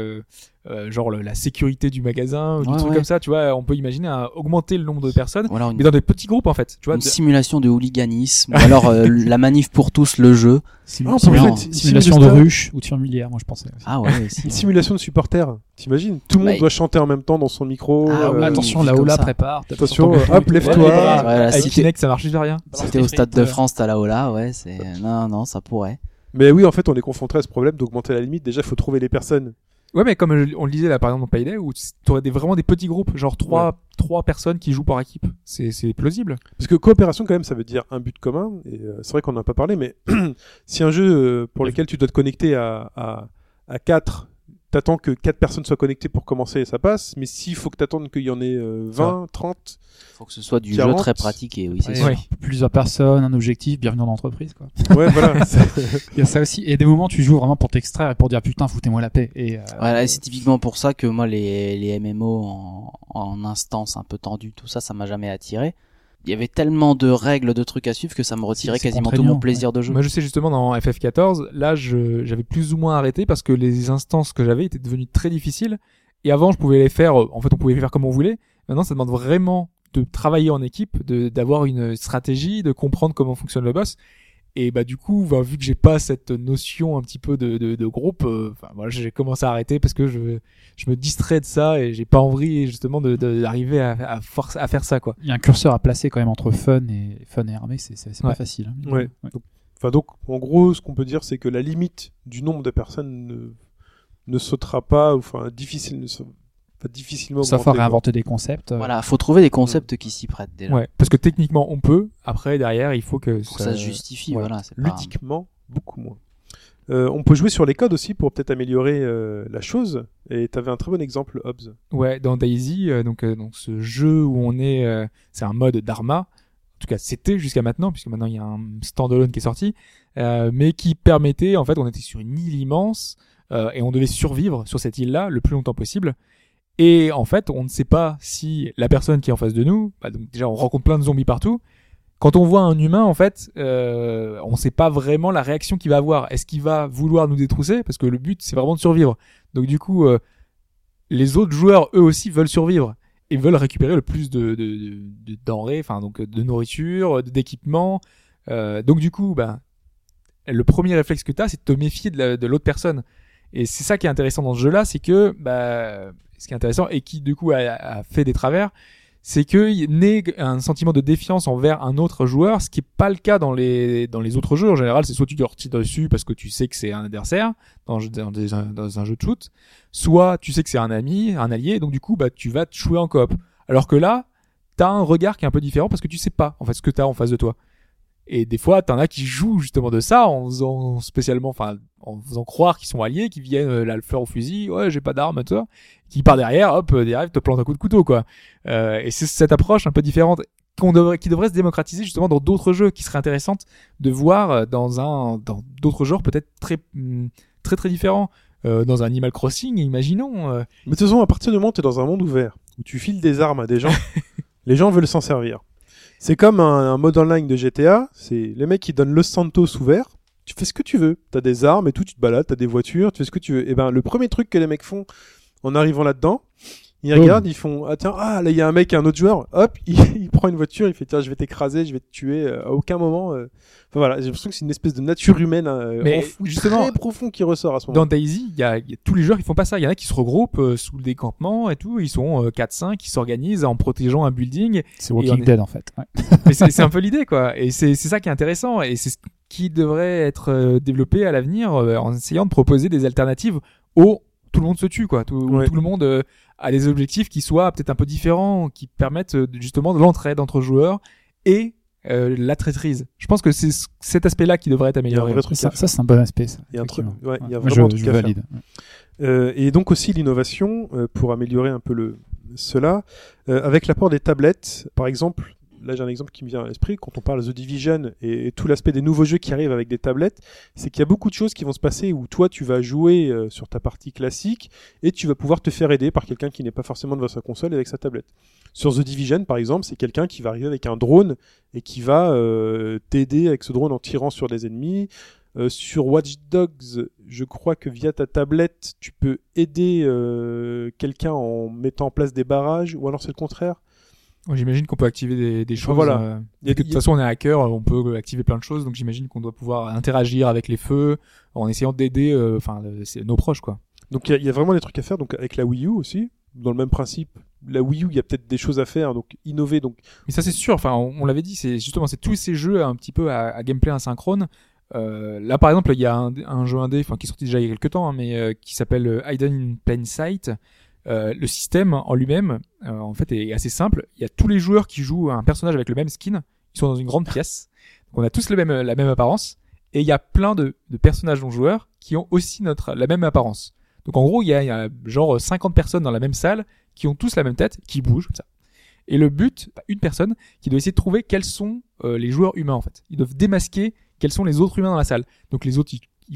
la sécurité du magasin ou du Ouais, truc ouais. comme ça, tu vois, on peut imaginer augmenter le nombre de personnes, Voilà, mais dans des petits groupes en fait, tu vois. une simulation de hooliganisme, ou alors la manif pour tous, le jeu. Ah, Simulation en fait, simulation de ruche ou de fourmilière, moi je pensais. aussi. Ah ouais, aussi. Une simulation de supporters, t'imagines? Tout le monde Bah, doit chanter en même temps dans son micro. Ah, oui, attention, vu là-haut, comme là, ça. prépare. tape Attention, sur ton bouton hop, et tout. lève-toi. Ouais, les bras. Voilà, Avec si Kinect, ça marche super bien. C'était au Stade de France, t'as là-haut-là, ouais, c'est, non, ça pourrait. Mais oui, en fait, on est confronté à ce problème d'augmenter la limite. Déjà, il faut trouver les personnes. Ouais, mais comme on le disait là, par exemple dans Payday, où t'aurais vraiment des petits groupes, genre trois personnes qui jouent par équipe. C'est plausible. Parce que coopération, quand même, ça veut dire un but commun. Et c'est vrai qu'on n'en a pas parlé, mais si un jeu pour lequel tu dois te connecter à 4, t'attends que 4 personnes soient connectées pour commencer, ça passe. Mais s'il faut que t'attendes qu'il y en ait 20, 30, Faut que ce soit du 40. jeu très pratiqué, oui, c'est Ouais, sûr. Ouais. Plusieurs personnes, un objectif, bienvenue dans l'entreprise, quoi. ouais, voilà. Il y a ça aussi. Et des moments, tu joues vraiment pour t'extraire et pour dire putain, foutez-moi la paix. Et, Voilà, et c'est typiquement pour ça que moi, les MMO en instance un peu tendues, tout ça, ça m'a jamais attiré. Il y avait tellement de règles, de trucs à suivre que ça me retirait C'est quasiment tout contraignant, mon plaisir de jeu. Moi, je sais justement dans FF14, là, j'avais plus ou moins arrêté parce que les instances que j'avais étaient devenues très difficiles. Et avant, je pouvais les faire, en fait, on pouvait les faire comme on voulait. Maintenant, ça demande vraiment de travailler en équipe, d'avoir une stratégie, de comprendre comment fonctionne le boss. Et bah du coup, vu que j'ai pas cette notion un petit peu de groupe, voilà, j'ai commencé à arrêter parce que je me distrais de ça et j'ai pas envie justement d'arriver à faire ça, quoi. il y a un curseur à placer quand même entre fun et armé, c'est Ouais. pas facile. hein. Ouais. Donc, en gros, ce qu'on peut dire, c'est que la limite du nombre de personnes ne sautera pas, enfin, difficilement Sauf à augmenter, quoi. réinventer des concepts. Voilà, faut trouver des concepts qui s'y prêtent déjà. Ouais, parce que techniquement on peut. Après derrière, il faut que Pour que ça se justifie, ouais. voilà. C'est pas... Ludiquement, beaucoup moins. On peut jouer sur les codes aussi pour peut-être améliorer la chose. Et t'avais un très bon exemple, Hobbs. Ouais, dans Daisy, donc ce jeu où on est, c'est un mode d'Arma. En tout cas, c'était jusqu'à maintenant, puisque maintenant il y a un standalone qui est sorti, mais qui permettait, en fait, on était sur une île immense. et on devait survivre sur cette île-là le plus longtemps possible. Et en fait, on ne sait pas si la personne qui est en face de nous, donc déjà on rencontre plein de zombies partout. Quand on voit un humain, en fait, on ne sait pas vraiment la réaction qu'il va avoir. Est-ce qu'il va vouloir nous détrousser ? Parce que le but, c'est vraiment de survivre. Donc du coup, les autres joueurs, eux aussi, veulent survivre et veulent récupérer le plus de denrées, enfin donc de nourriture, d'équipements. Donc du coup, le premier réflexe que tu as, c'est de te méfier de l'autre personne. Et c'est ça qui est intéressant dans ce jeu-là, c'est que ce qui est intéressant et qui du coup a fait des travers, c'est qu'il naît un sentiment de défiance envers un autre joueur, ce qui est pas le cas dans les autres jeux. En général, c'est soit tu leur tires dessus parce que tu sais que c'est un adversaire dans un jeu de shoot, soit tu sais que c'est un ami, un allié, donc du coup tu vas te jouer en coop. Alors que là, t'as un regard qui est un peu différent parce que tu sais pas en fait ce que t'as en face de toi. Et des fois, t'en as qui jouent justement de ça en faisant en faisant croire qu'ils sont alliés, qui viennent le fleur au fusil, ouais, j'ai pas d'arme, toi, qui part derrière, derrière, te plante un coup de couteau, quoi. Et c'est cette approche un peu différente qui devrait se démocratiser justement dans d'autres jeux, qui serait intéressante de voir dans d'autres genres peut-être très très différents. Dans un Animal Crossing, imaginons. Mais de toute façon, à partir du moment où t'es dans un monde ouvert, où tu files des armes à des gens, les gens veulent s'en servir. C'est comme un mode online de GTA, c'est les mecs qui donnent Los Santos ouvert, tu fais ce que tu veux, t'as des armes et tout, tu te balades, t'as des voitures, tu fais ce que tu veux. Et le premier truc que les mecs font en arrivant là-dedans, ils regardent, ils font là il y a un mec, un autre joueur, hop, il prend une voiture, il fait tiens je vais t'écraser, je vais te tuer. À aucun moment, enfin voilà, j'ai l'impression que c'est une espèce de nature humaine justement très profond qui ressort à ce moment. Dans DayZ, il y a tous les joueurs qui font pas ça. Il y en a qui se regroupent sous des campements et tout. Ils sont 4-5, qui s'organisent en protégeant un building. C'est Walking Dead en fait. Ouais. Mais c'est un peu l'idée quoi. Et c'est ça qui est intéressant et c'est ce qui devrait être développé à l'avenir en essayant de proposer des alternatives où tout le monde se tue quoi. Tout le monde a des objectifs qui soient peut-être un peu différents, qui permettent justement de l'entraide entre joueurs et la traîtrise. Je pense que c'est cet aspect-là qui devrait être amélioré. Ça c'est un bon aspect. Ça, il y a un truc, il y a moi, vraiment un truc je à valide. faire. Et donc aussi l'innovation pour améliorer un peu cela, avec l'apport des tablettes, par exemple. Là, j'ai un exemple qui me vient à l'esprit. Quand on parle de The Division et tout l'aspect des nouveaux jeux qui arrivent avec des tablettes, c'est qu'il y a beaucoup de choses qui vont se passer où toi, tu vas jouer sur ta partie classique et tu vas pouvoir te faire aider par quelqu'un qui n'est pas forcément devant sa console et avec sa tablette. Sur The Division, par exemple, c'est quelqu'un qui va arriver avec un drone et qui va t'aider avec ce drone en tirant sur des ennemis. Sur Watch Dogs, je crois que via ta tablette, tu peux aider quelqu'un en mettant en place des barrages, ou alors c'est le contraire. J'imagine qu'on peut activer des choses. Voilà. De toute façon, on est hacker, on peut activer plein de choses, donc j'imagine qu'on doit pouvoir interagir avec les feux en essayant d'aider nos proches, quoi. Donc il y a vraiment des trucs à faire. Donc avec la Wii U aussi, dans le même principe. La Wii U, il y a peut-être des choses à faire, donc innover. Donc. Mais ça c'est sûr. Enfin, on l'avait dit, c'est tous ces jeux un petit peu à gameplay asynchrone. Là, par exemple, il y a un jeu indé, qui est sorti déjà il y a quelques temps, mais qui s'appelle Hidden in Plain Sight. Le système en lui-même, en fait, est assez simple. Il y a tous les joueurs qui jouent un personnage avec le même skin. Ils sont dans une grande pièce. Donc, on a tous la même apparence. Et il y a plein de personnages non joueurs qui ont aussi la même apparence. Donc, en gros, il y a genre 50 personnes dans la même salle qui ont tous la même tête, qui bougent comme ça. Et le but, une personne qui doit essayer de trouver quels sont les joueurs humains, en fait. Ils doivent démasquer quels sont les autres humains dans la salle. Donc, les autres,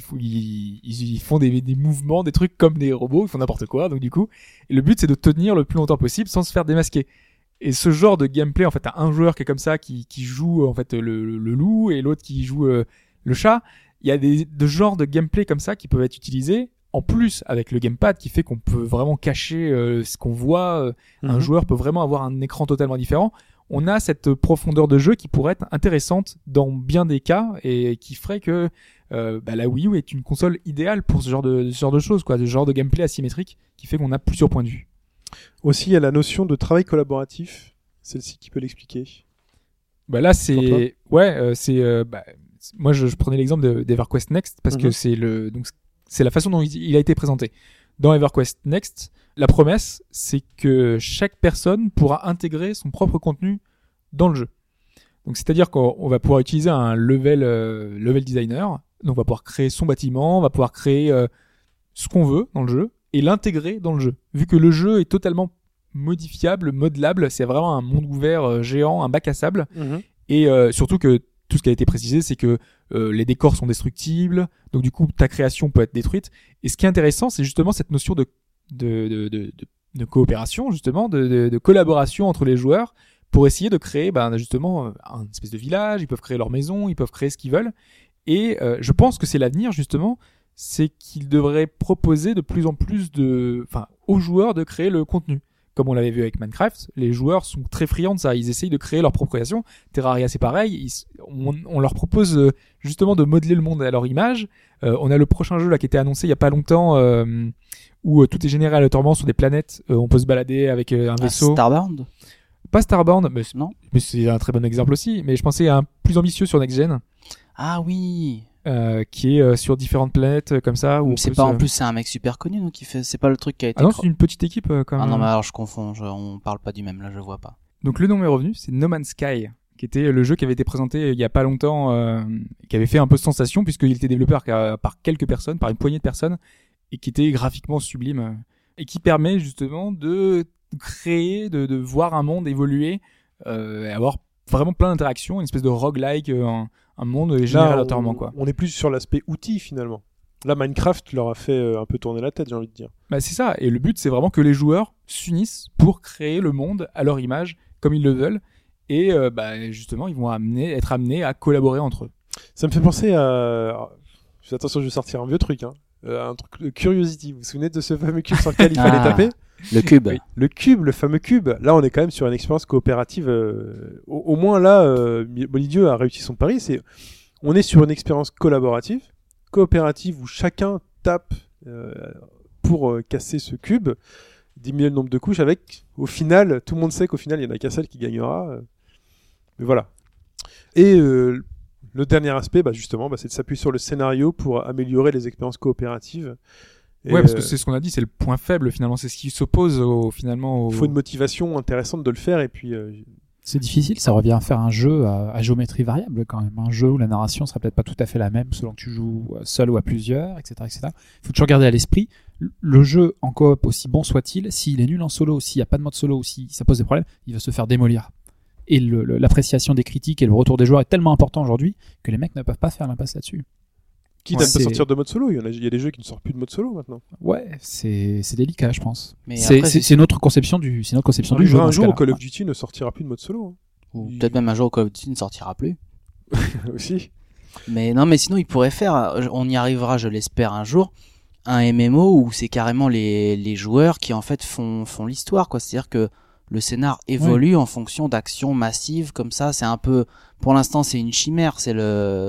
ils font des mouvements, des trucs comme des robots, ils font n'importe quoi. Donc du coup, et le but c'est de tenir le plus longtemps possible sans se faire démasquer. Et ce genre de gameplay, en fait, t'as un joueur qui est comme ça, qui joue en fait le loup et l'autre qui joue le chat. Il y a de genres de gameplay comme ça qui peuvent être utilisés. En plus, avec le gamepad qui fait qu'on peut vraiment cacher ce qu'on voit. Un joueur peut vraiment avoir un écran totalement différent. On a cette profondeur de jeu qui pourrait être intéressante dans bien des cas et qui ferait que la Wii U est une console idéale pour ce genre de choses, quoi, ce genre de gameplay asymétrique qui fait qu'on a plusieurs points de vue. Aussi, il y a la notion de travail collaboratif, celle-ci qui peut l'expliquer. Là, c'est moi je prenais l'exemple d'EverQuest Next parce que c'est la façon dont il a été présenté. Dans EverQuest Next, la promesse, c'est que chaque personne pourra intégrer son propre contenu dans le jeu. Donc, c'est-à-dire qu'on va pouvoir utiliser un level designer. Donc, on va pouvoir créer son bâtiment, on va pouvoir créer ce qu'on veut dans le jeu et l'intégrer dans le jeu. Vu que le jeu est totalement modifiable, modelable, c'est vraiment un monde ouvert géant, un bac à sable. Et surtout que tout ce qui a été précisé, c'est que les décors sont destructibles, donc du coup ta création peut être détruite. Et ce qui est intéressant, c'est justement cette notion de coopération, justement, de collaboration entre les joueurs pour essayer de créer justement un espèce de village. Ils peuvent créer leur maison, ils peuvent créer ce qu'ils veulent. Et je pense que c'est l'avenir, justement, c'est qu'ils devraient proposer de plus en plus aux joueurs de créer le contenu. Comme on l'avait vu avec Minecraft, les joueurs sont très friands de ça. Ils essayent de créer leur propre création. Terraria, c'est pareil. On leur propose justement de modeler le monde à leur image. On a le prochain jeu là qui était annoncé il y a pas longtemps où tout est généré aléatoirement sur des planètes. On peut se balader avec un vaisseau. Starbound. Pas Starbound, Non. mais c'est un très bon exemple aussi. Mais je pensais à un plus ambitieux sur Next Gen. Ah oui. Qui est sur différentes planètes comme ça. Où C'est pas en plus c'est un mec super connu donc c'est pas le truc qui a été. Ah non, c'est une petite équipe quand même. Ah non mais alors je confonds, on parle pas du même là, je vois pas. Donc le nom est revenu, c'est No Man's Sky, qui était le jeu qui avait été présenté il y a pas longtemps, qui avait fait un peu sensation puisqu'il était développé par quelques personnes, par une poignée de personnes, et qui était graphiquement sublime et qui permet justement de créer, de voir un monde évoluer, et avoir vraiment plein d'interactions, une espèce de roguelike, un monde généré aléatoirement quoi. On est plus sur l'aspect outil finalement. Là, Minecraft leur a fait un peu tourner la tête, j'ai envie de dire. Bah c'est ça, et le but c'est vraiment que les joueurs s'unissent pour créer le monde à leur image, comme ils le veulent, et justement ils vont être amenés à collaborer entre eux. Ça me fait penser à... Attention, je vais sortir un vieux truc, un truc de Curiosity. Vous vous souvenez de ce fameux cube sur lequel il fallait taper ? Le cube. Oui. Le cube, le fameux cube. Là, on est quand même sur une expérience coopérative. Au moins là, Bolidieu a réussi son pari. On est sur une expérience coopérative où chacun tape pour casser ce cube, diminuer le nombre de couches. Avec, au final, tout le monde sait qu'au final, il y en a qu'un seul qui gagnera. Mais voilà. Et le dernier aspect, justement, c'est de s'appuyer sur le scénario pour améliorer les expériences coopératives. Et parce que c'est ce qu'on a dit, c'est le point faible finalement, c'est ce qui s'oppose finalement. Il faut une motivation intéressante de le faire et puis. C'est difficile, ça revient à faire un jeu à géométrie variable quand même, un jeu où la narration sera peut-être pas tout à fait la même selon que tu joues seul ou à plusieurs, etc., etc. Il faut toujours garder à l'esprit le jeu en coop, aussi bon soit-il, s'il est nul en solo, s'il n'y a pas de mode solo, ou si ça pose des problèmes, il va se faire démolir. Et l'appréciation des critiques et le retour des joueurs est tellement important aujourd'hui que les mecs ne peuvent pas faire l'impasse là-dessus. Qui n'aime pas sortir de mode solo, il y a des jeux qui ne sortent plus de mode solo maintenant. Ouais, c'est délicat, je pense. Mais c'est notre conception du jeu. Un jour, Call of Duty ne sortira plus de mode solo. Ou peut-être même un jour, Call of Duty ne sortira plus. Aussi. Mais non, mais sinon, il pourrait faire, on y arrivera, je l'espère, un jour, un MMO où c'est carrément les joueurs qui en fait font l'histoire, quoi. C'est-à-dire que le scénar évolue en fonction d'actions massives comme ça. C'est un peu, pour l'instant, c'est une chimère. C'est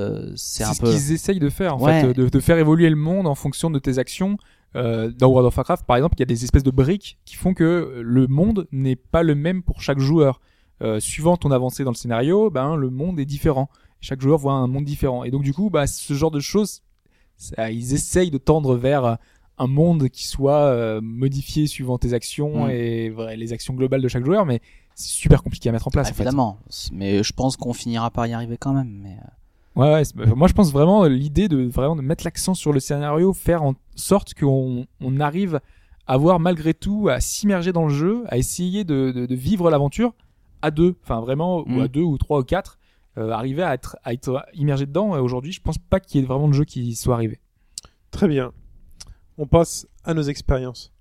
ce qu'ils essayent de faire, en fait, de faire évoluer le monde en fonction de tes actions. Dans World of Warcraft, par exemple, il y a des espèces de briques qui font que le monde n'est pas le même pour chaque joueur. Suivant ton avancée dans le scénario, le monde est différent. Chaque joueur voit un monde différent. Et donc, du coup, ce genre de choses, ils essayent de tendre vers un monde qui soit modifié suivant tes actions et les actions globales de chaque joueur, mais c'est super compliqué à mettre en place. Évidemment, mais je pense qu'on finira par y arriver quand même. Mais moi je pense vraiment l'idée de mettre l'accent sur le scénario, faire en sorte qu'on arrive à voir malgré tout, à s'immerger dans le jeu, à essayer de vivre l'aventure à deux, enfin vraiment, ou à deux ou trois ou quatre, arriver à être immergé dedans. Aujourd'hui, je pense pas qu'il y ait vraiment de jeu qui soit arrivé. Très bien. On passe à nos expériences.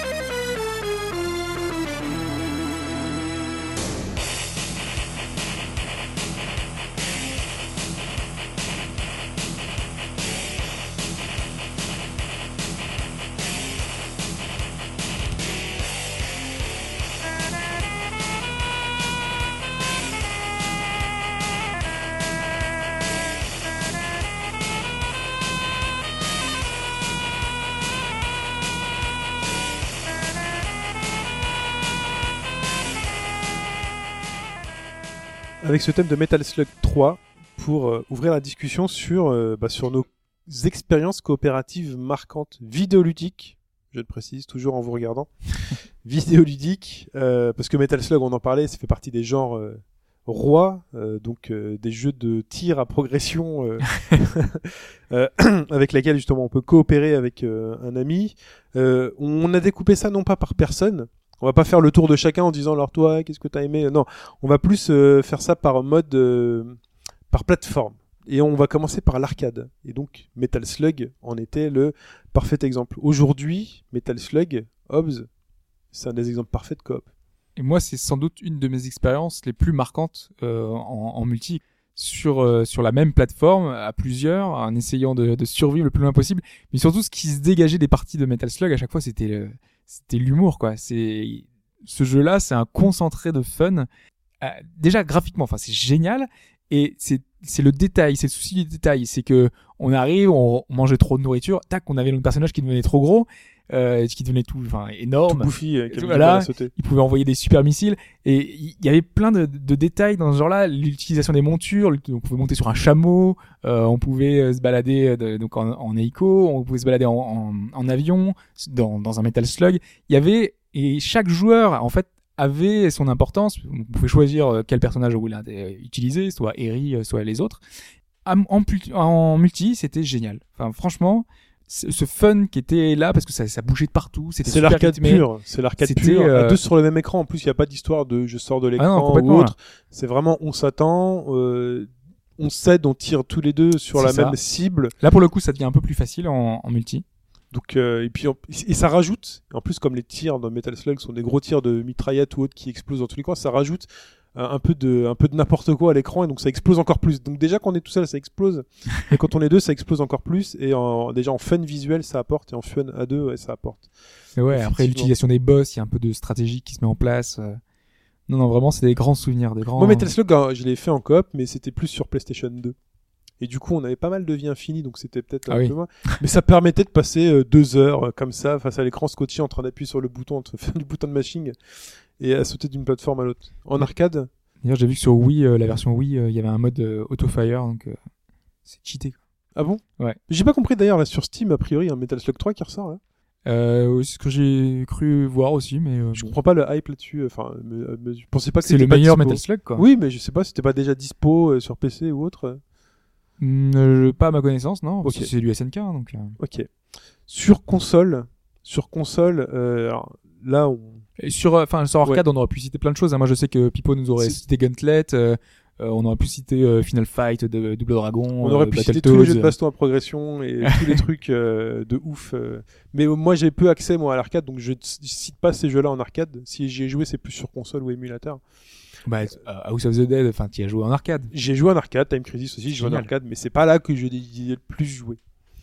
Avec ce thème de Metal Slug 3 pour ouvrir la discussion sur nos expériences coopératives marquantes, vidéoludiques, je le précise toujours en vous regardant, vidéoludiques, parce que Metal Slug, on en parlait, ça fait partie des genres rois, donc des jeux de tir à progression avec lesquels justement on peut coopérer avec un ami. On a découpé ça non pas par personne. On va pas faire le tour de chacun en disant alors toi qu'est-ce que t'as aimé. Non, on va plus faire ça par mode par plateforme. Et on va commencer par l'arcade. Et donc, Metal Slug en était le parfait exemple. Aujourd'hui, Metal Slug, Hobbs, c'est un des exemples parfaits de coop. Et moi, c'est sans doute une de mes expériences les plus marquantes en multi. Sur la même plateforme, à plusieurs, en essayant de survivre le plus loin possible. Mais surtout, ce qui se dégageait des parties de Metal Slug, à chaque fois, c'était l'humour, quoi. Ce jeu-là, c'est un concentré de fun. Déjà, graphiquement, enfin, c'est génial. Et c'est le détail, c'est le souci du détail. C'est que on arrive, on mangeait trop de nourriture, tac, on avait notre personnage qui devenait trop gros, qui devenait énorme. Tout bouffi, qui avait Voilà, à sauter. il pouvait envoyer des super missiles. Et il y avait plein de détails dans ce genre-là. L'utilisation des montures, on pouvait monter sur un chameau, on pouvait se balader donc en hélico, on pouvait se balader en avion, dans un Metal Slug. Et chaque joueur, en fait, avait son importance. On pouvait choisir quel personnage on voulait utiliser, soit Eri, soit les autres. En multi, c'était génial. Enfin, franchement, ce fun qui était là, parce que ça bougeait de partout. C'était C'est super l'arcade rythmé. pur. C'est l'arcade C'était, pur. À deux sur le même écran. En plus, il n'y a pas d'histoire de je sors de non, l'écran ou complètement, autre. C'est vraiment on s'attend, on cède, on tire tous les deux sur C'est la ça. même cible. Là, pour le coup, ça devient un peu plus facile en multi. Donc et puis et ça rajoute, en plus comme les tirs dans Metal Slug sont des gros tirs de mitraillette ou autre qui explosent dans tous les coins, ça rajoute un peu de n'importe quoi à l'écran et donc ça explose encore plus. Donc déjà quand on est tout seul ça explose et quand on est deux ça explose encore plus et déjà en fun visuel ça apporte et en fun à deux ouais, ça apporte. Mais ouais, après Effectivement. l'utilisation des boss, il y a un peu de stratégie qui se met en place. Non, vraiment, c'est des grands souvenirs, des grands. Moi Metal Slug je l'ai fait en coop mais c'était plus sur PlayStation 2. Et du coup, on avait pas mal de vie infinie, donc c'était peut-être un peu moins. Mais ça permettait de passer 2 heures comme ça, face à l'écran scotché, en train d'appuyer sur le bouton, en train de faire du bouton de mashing, et à sauter d'une plateforme à l'autre. En arcade. D'ailleurs, j'ai vu que sur Wii, la version Wii, il y avait un mode auto-fire, donc c'est cheaté, quoi. Ah bon? Ouais. J'ai pas compris d'ailleurs, là, sur Steam, a priori, il y a un Metal Slug 3 qui ressort, là. Oui, c'est ce que j'ai cru voir aussi, mais Je bon. comprends pas le hype là-dessus. Enfin, je pensais pas que C'est c'était le pas meilleur dispo. Metal Slug, quoi. Oui, mais je sais pas, c'était pas déjà dispo sur PC ou autre. Pas à ma connaissance, non. Ok. C'est du SNK, donc. Ok. Sur console, alors, là, Et sur arcade, on aurait pu citer plein de choses. Hein. Moi, je sais que Pipo nous aurait cité Gauntlet. On aurait pu citer Final Fight de Double Dragon. on aurait pu citer tous les jeux de baston à progression et tous les trucs de ouf. Mais moi, j'ai peu accès moi à l'arcade, donc je cite pas ces jeux-là en arcade. Si j'y ai joué, c'est plus sur console ou émulateur. Bah, House of the Dead, enfin, tu y as joué en arcade. J'ai joué en arcade, Time Crisis aussi, j'ai joué en Génial. arcade, mais c'est pas là que j'ai le plus joué.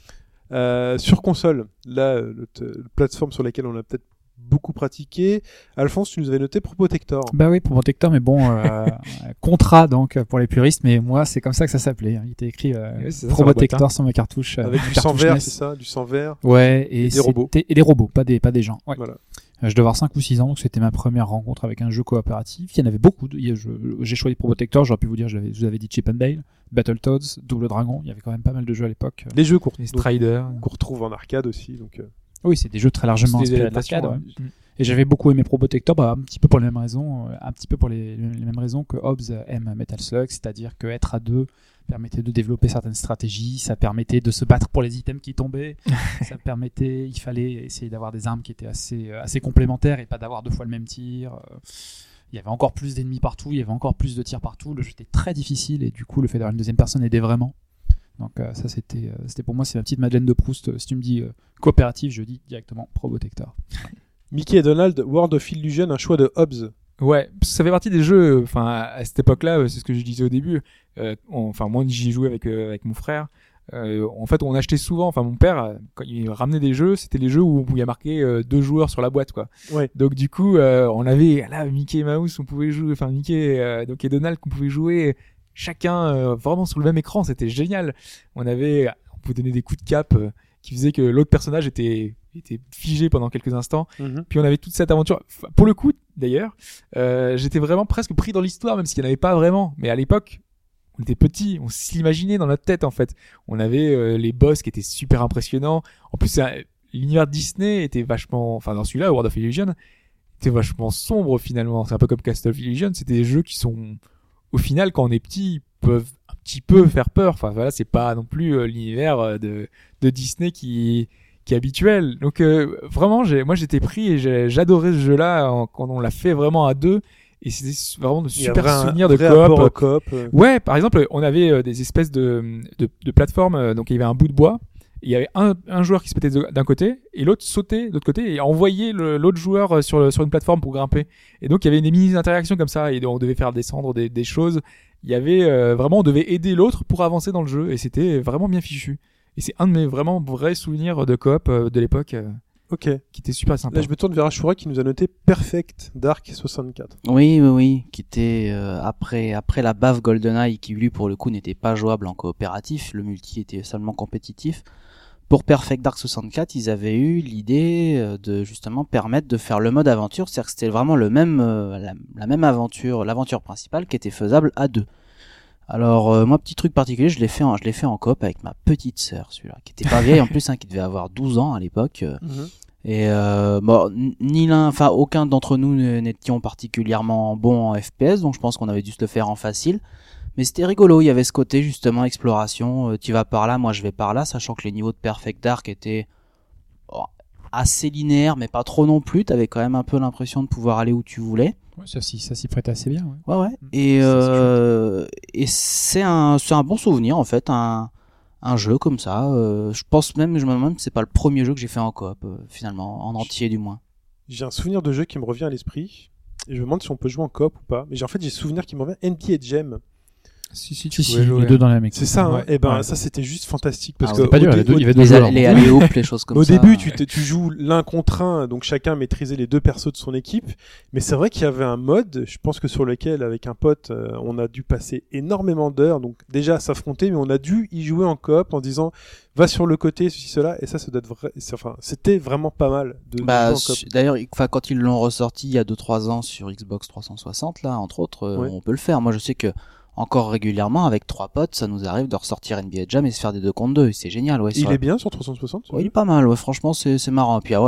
Sur console, là, le plateforme sur laquelle on a peut-être beaucoup pratiqué. Alphonse, tu nous avais noté Probotector. Bah oui, pour Protector, mais bon, contrat donc pour les puristes, mais moi c'est comme ça que ça s'appelait. Hein. Il était écrit Ouais, c'est ça, Probotector sur la sur ma cartouche. Avec du sang cartouche vert, NES. c'est ça, du sang vert. Ouais, et des robots. Et des robots, pas des gens. Ouais. Voilà. Je devais avoir 5 ou 6 ans, donc c'était ma première rencontre avec un jeu coopératif. Il y en avait beaucoup. J'ai choisi Probotector, j'aurais pu vous dire, je vous avais dit Chip and Dale, Battletoads, Double Dragon. Il y avait quand même pas mal de jeux à l'époque. Les jeux qu'on Les Strider. retrouve en arcade aussi. Donc, Oui, c'est des jeux très largement C'était des inspirés de l'arcade. adaptations, Ouais. Et j'avais beaucoup aimé Probotector, un petit peu pour les mêmes raisons, un petit peu pour les mêmes raisons que Hobbs aime Metal Slug, c'est-à-dire qu'être à deux permettait de développer certaines stratégies, ça permettait de se battre pour les items qui tombaient, il fallait essayer d'avoir des armes qui étaient assez complémentaires et pas d'avoir 2 fois le même tir. Il y avait encore plus d'ennemis partout, il y avait encore plus de tirs partout, le jeu était très difficile et du coup le fait d'avoir une deuxième personne aidait vraiment. Donc ça c'était pour moi, c'est ma petite Madeleine de Proust. Si tu me dis coopératif, je dis directement Probotector. Mickey et Donald, World of Illusion, un choix de Hobbs. Ouais, ça fait partie des jeux. Enfin, à cette époque-là, c'est ce que je disais au début. Moi, j'y jouais avec mon frère. En fait, on achetait souvent. Enfin, mon père, quand il ramenait des jeux, c'était les jeux où il y a marqué 2 joueurs sur la boîte, quoi. Ouais. Donc du coup, on avait là Mickey et Mouse, on pouvait jouer. Enfin, Mickey donc et Donald, qu'on pouvait jouer chacun vraiment sur le même écran. C'était génial. On pouvait donner des coups de cap qui faisaient que l'autre personnage était figé pendant quelques instants. Puis on avait toute cette aventure. Enfin, pour le coup, d'ailleurs, j'étais vraiment presque pris dans l'histoire, même s'il n'y en avait pas vraiment. Mais à l'époque, on était petits, on s'imaginait dans notre tête, en fait. On avait les boss qui étaient super impressionnants. En plus, l'univers Disney était vachement... Enfin, dans celui-là, World of Illusion, était vachement sombre, finalement. C'est un peu comme Castle of Illusion. C'est des jeux qui sont, au final, quand on est petit, peuvent un petit peu faire peur. Enfin, voilà, c'est pas non plus l'univers de Disney qui est habituel. Donc vraiment, moi j'étais pris et j'adorais ce jeu-là quand on l'a fait vraiment à deux. Et c'était vraiment de Il y a super un souvenirs de vrai apport au coop. coop. Ouais, par exemple, on avait des espèces de plateformes. Donc il y avait un bout de bois. Il y avait un joueur qui se mettait d'un côté et l'autre sautait de l'autre côté et envoyait l'autre joueur sur une plateforme pour grimper. Et donc il y avait des mini interactions comme ça et on devait faire descendre des choses. Il y avait vraiment, on devait aider l'autre pour avancer dans le jeu et c'était vraiment bien fichu. Et c'est un de mes vraiment vrais souvenirs de coop de l'époque Ok. qui était super sympa. Là, je me tourne vers Ashura qui nous a noté Perfect Dark 64. Oui, qui était après la baffe GoldenEye qui lui pour le coup n'était pas jouable en coopératif, le multi était seulement compétitif. Pour Perfect Dark 64, ils avaient eu l'idée de justement permettre de faire le mode aventure, c'est-à-dire que c'était vraiment le même la même aventure, l'aventure principale qui était faisable à deux. Alors moi petit truc particulier, je l'ai fait en coop avec ma petite sœur, celui-là qui était pas vieille en plus qui devait avoir 12 ans à l'époque. Et bon, aucun d'entre nous n'étions particulièrement bons en FPS, donc je pense qu'on avait dû se le faire en facile. Mais c'était rigolo, il y avait ce côté justement exploration, tu vas par là, moi je vais par là, sachant que les niveaux de Perfect Dark étaient assez linéaires, mais pas trop non plus, t'avais quand même un peu l'impression de pouvoir aller où tu voulais. Ouais, ça s'y prête assez bien. Ouais. Ouais. Et c'est un bon souvenir en fait, un jeu comme ça. Je me demande que c'est pas le premier jeu que j'ai fait en coop finalement, en entier du moins. J'ai un souvenir de jeu qui me revient à l'esprit et je me demande si on peut jouer en coop ou pas. Mais en fait, j'ai souvenir qui me revient NBA Jam. Si, les deux dans la même équipe. C'est ça, hein. Ouais. Et ben Ouais. ça c'était juste fantastique parce Ah que ouais. C'est pas dur, il y avait deux joueurs. Les alley-oops, les choses comme au ça. début, tu joues l'un contre un, donc chacun maîtrisait les deux persos de son équipe. Mais c'est vrai qu'il y avait un mode, je pense que sur lequel, avec un pote, on a dû passer énormément d'heures. Donc déjà à s'affronter, mais on a dû y jouer en coop en disant va sur le côté, ceci, cela. Et ça doit être vrai. C'était vraiment pas mal de jouer en coop. D'ailleurs, quand ils l'ont ressorti il y a 2-3 ans sur Xbox 360, là, entre autres, Ouais. on peut le faire. Moi, je sais que encore régulièrement, avec 3 potes, ça nous arrive de ressortir NBA Jam et se faire des 2 contre 2. C'est génial, ouais. Il est bien sur 360 ce Ouais, il jeu est pas mal, ouais. Franchement, c'est marrant. Puis,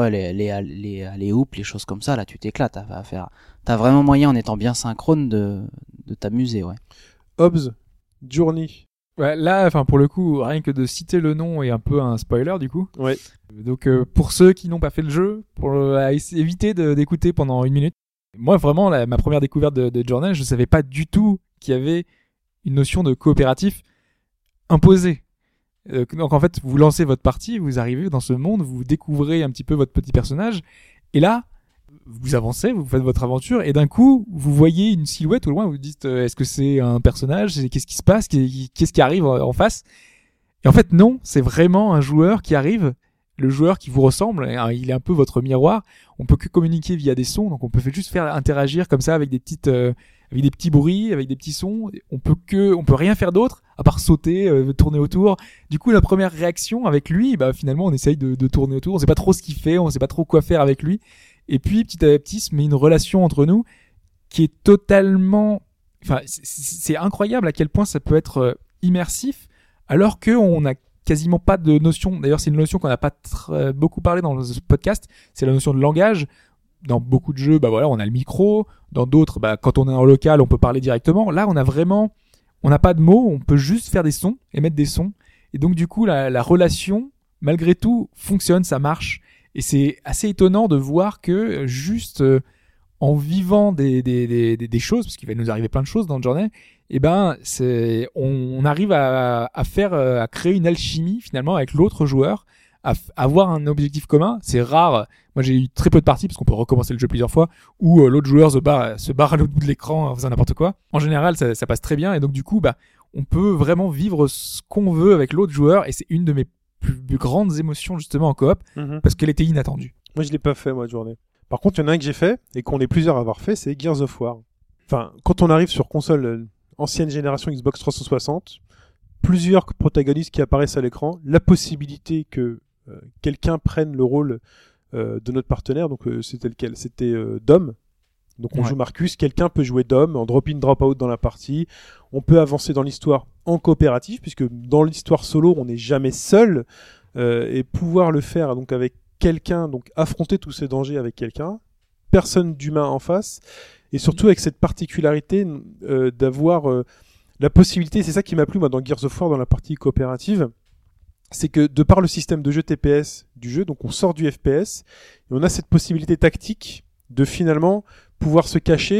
les hoops, les choses comme ça, là, tu t'éclates à faire. T'as vraiment moyen, en étant bien synchrone, de t'amuser, ouais. Hobbs, Journey. Ouais, là, enfin pour le coup, rien que de citer le nom est un peu un spoiler du coup. Ouais. Donc pour ceux qui n'ont pas fait le jeu, pour éviter d'écouter pendant 1 minute. Moi vraiment, ma première découverte de Journey, je savais pas du tout qu'il y avait une notion de coopératif imposée. Donc en fait, vous lancez votre partie, vous arrivez dans ce monde, vous découvrez un petit peu votre petit personnage, et là, vous avancez, vous faites votre aventure, et d'un coup, vous voyez une silhouette au loin, vous vous dites, est-ce que c'est un personnage, qu'est-ce qui se passe, qu'est-ce qui arrive en face? Et en fait, non, c'est vraiment un joueur qui arrive, le joueur qui vous ressemble, il est un peu votre miroir. On peut que communiquer via des sons, donc on peut juste faire interagir comme ça avec des petits bruits, avec des petits sons. On peut rien faire d'autre à part sauter, tourner autour. Du coup, la première réaction avec lui, finalement, on essaye de tourner autour. On sait pas trop ce qu'il fait, on sait pas trop quoi faire avec lui. Et puis, petit à petit, se met une relation entre nous qui est totalement, c'est incroyable à quel point ça peut être immersif, alors que on a quasiment pas de notion. D'ailleurs, c'est une notion qu'on n'a pas beaucoup parlé dans ce podcast. C'est la notion de langage. Dans beaucoup de jeux, on a le micro. Dans d'autres, quand on est en local, on peut parler directement. Là, on n'a pas de mots. On peut juste faire des sons, émettre des sons. Et donc, du coup, la relation, malgré tout, fonctionne, ça marche. Et c'est assez étonnant de voir que juste en vivant des choses, parce qu'il va nous arriver plein de choses dans le journée, on arrive à créer une alchimie finalement avec l'autre joueur, à avoir un objectif commun. C'est rare. Moi, j'ai eu très peu de parties parce qu'on peut recommencer le jeu plusieurs fois où l'autre joueur se barre à l'autre bout de l'écran en faisant n'importe quoi. En général, ça passe très bien et donc du coup, on peut vraiment vivre ce qu'on veut avec l'autre joueur et c'est une de mes plus grandes émotions justement en coop parce qu'elle était inattendue. Moi, je l'ai pas fait, moi, de journée. Par contre, il y en a un que j'ai fait et qu'on est plusieurs à avoir fait, c'est Gears of War. Enfin, quand on arrive sur console ancienne génération Xbox 360, plusieurs protagonistes qui apparaissent à l'écran, la possibilité que quelqu'un prenne le rôle de notre partenaire, donc c'était lequel ? C'était Dom. Donc on joue Marcus, quelqu'un peut jouer Dom en drop-in, drop-out dans la partie. On peut avancer dans l'histoire en coopératif, puisque dans l'histoire solo, on n'est jamais seul, et pouvoir le faire donc avec quelqu'un, donc affronter tous ces dangers avec quelqu'un, personne d'humain en face, et surtout avec cette particularité d'avoir la possibilité, c'est ça qui m'a plu moi dans Gears of War dans la partie coopérative, c'est que de par le système de jeu TPS du jeu, donc on sort du FPS, et on a cette possibilité tactique de finalement pouvoir se cacher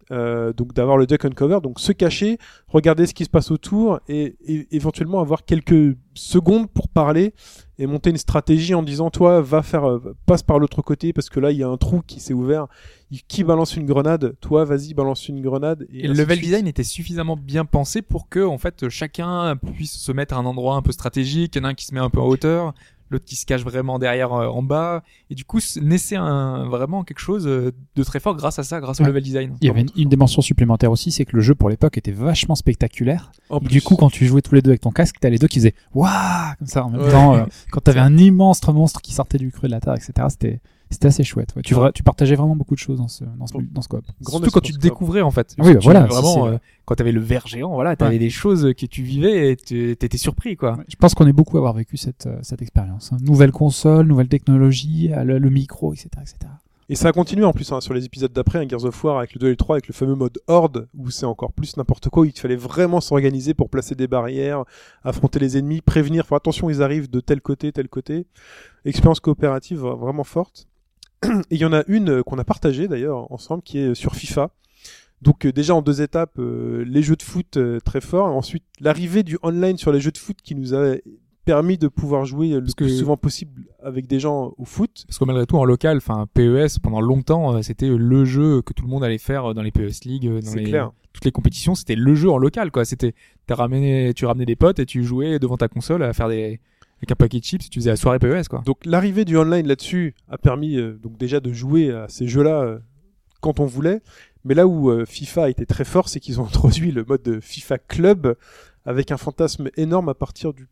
donc d'avoir le duck and cover, donc se cacher, regarder ce qui se passe autour et éventuellement avoir quelques secondes pour parler et monter une stratégie en disant toi passe par l'autre côté parce que là il y a un trou qui s'est ouvert, qui balance une grenade, toi vas-y balance une grenade et le level design était suffisamment bien pensé pour que en fait chacun puisse se mettre à un endroit un peu stratégique, il y en a un qui se met un peu en hauteur, l'autre qui se cache vraiment derrière en bas, et du coup naissait vraiment quelque chose de très fort grâce à ça, grâce au level design. Il y avait une dimension supplémentaire aussi, c'est que le jeu pour l'époque était vachement spectaculaire. En Et plus. du coup, quand tu jouais tous les deux avec ton casque, t'as les deux qui faisaient waouh comme ça en même Ouais. temps. Quand t'avais un immense monstre qui sortait du creux de la terre, etc. C'était assez chouette. Ouais. Tu partageais vraiment beaucoup de choses dans ce coop. Surtout quand tu te découvrais en fait. Oui, Tu- voilà, vraiment c'est- quand t'avais le ver géant, voilà, t'avais des choses que tu vivais et t'étais surpris quoi. Ouais, je pense qu'on est beaucoup à avoir vécu cette expérience. Hein. Nouvelle console, nouvelle technologie, le micro, etc., etc. Et ça a continué en plus sur les épisodes d'après, Gears of War avec le 2 et le 3, avec le fameux mode Horde, où c'est encore plus n'importe quoi, où il fallait vraiment s'organiser pour placer des barrières, affronter les ennemis, prévenir, faire attention, ils arrivent de tel côté. Expérience coopérative vraiment forte. Et il y en a une qu'on a partagée d'ailleurs ensemble, qui est sur FIFA. Donc déjà en 2 étapes, les jeux de foot très forts, ensuite l'arrivée du online sur les jeux de foot qui nous a permis de pouvoir jouer le Parce plus que- souvent possible avec des gens au foot. Parce que malgré tout en local, enfin PES pendant longtemps c'était le jeu que tout le monde allait faire dans les PES League, dans C'est clair. toutes les compétitions, c'était le jeu en local quoi. C'était tu ramenais des potes et tu jouais devant ta console à faire avec un paquet de chips, tu faisais la soirée PES quoi. Donc l'arrivée du online là-dessus a permis donc déjà de jouer à ces jeux-là quand on voulait. Mais là où FIFA a été très fort, c'est qu'ils ont introduit le mode de FIFA Club avec un fantasme énorme à partir du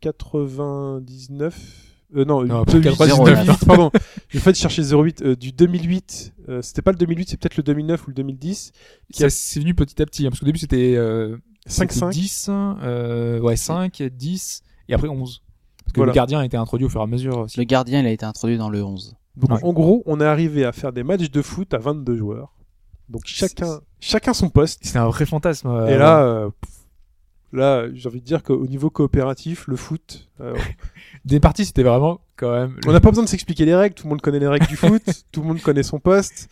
99. Non, Non, 2008, pardon. J'ai fait chercher 08 du 2008. C'était pas le 2008, c'est peut-être le 2009 ou le 2010. Ça c'est venu petit à petit hein, parce qu'au début c'était 5-5. 10 5 10 et après 11. Parce que Voilà. le gardien a été introduit au fur et à mesure aussi. Le gardien, il a été introduit dans le 11. Donc Ouais. en gros, on est arrivé à faire des matchs de foot à 22 joueurs. Donc chacun son poste. C'était un vrai fantasme. Et là, j'ai envie de dire qu'au niveau coopératif, le foot, des parties c'était vraiment quand même on n'a pas besoin de s'expliquer les règles. Tout le monde connaît les règles du foot. Tout le monde connaît son poste.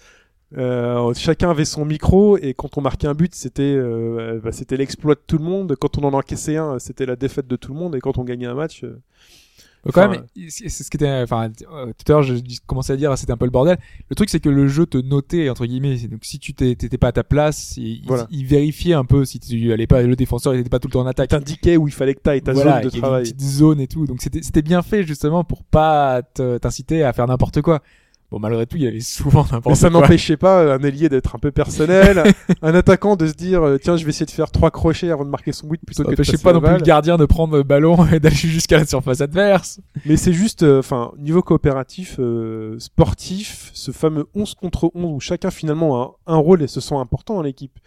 Chacun avait son micro et quand on marquait un but, c'était l'exploit de tout le monde. Quand on en encaissait un, c'était la défaite de tout le monde. Et quand on gagnait un match, quand Enfin, même, c'est ce qui était, enfin, tout à l'heure, je commençais à dire, c'était un peu le bordel. Le truc, c'est que le jeu te notait, entre guillemets. Donc, si tu t'étais pas à ta place, Voilà. il vérifiait un peu si tu allais pas, le défenseur, il était pas tout le temps en attaque. t'indiquais où il fallait que t'ailles ta Voilà, zone de il y avait travail. une petite zone et tout. Donc, c'était bien fait, justement, pour pas t'inciter à faire n'importe quoi. Bon, malgré tout, il y avait souvent n'importe quoi. Mais ça n'empêchait pas un ailier d'être un peu personnel, un attaquant de se dire tiens, je vais essayer de faire 3 crochets avant de marquer son but plutôt Ça que de n'empêchait passer pas la non plus balle. le gardien de prendre le ballon et d'aller jusqu'à la surface adverse. Mais c'est juste, niveau coopératif, sportif, ce fameux 11 contre 11 où chacun finalement a un rôle et se sent important dans l'équipe.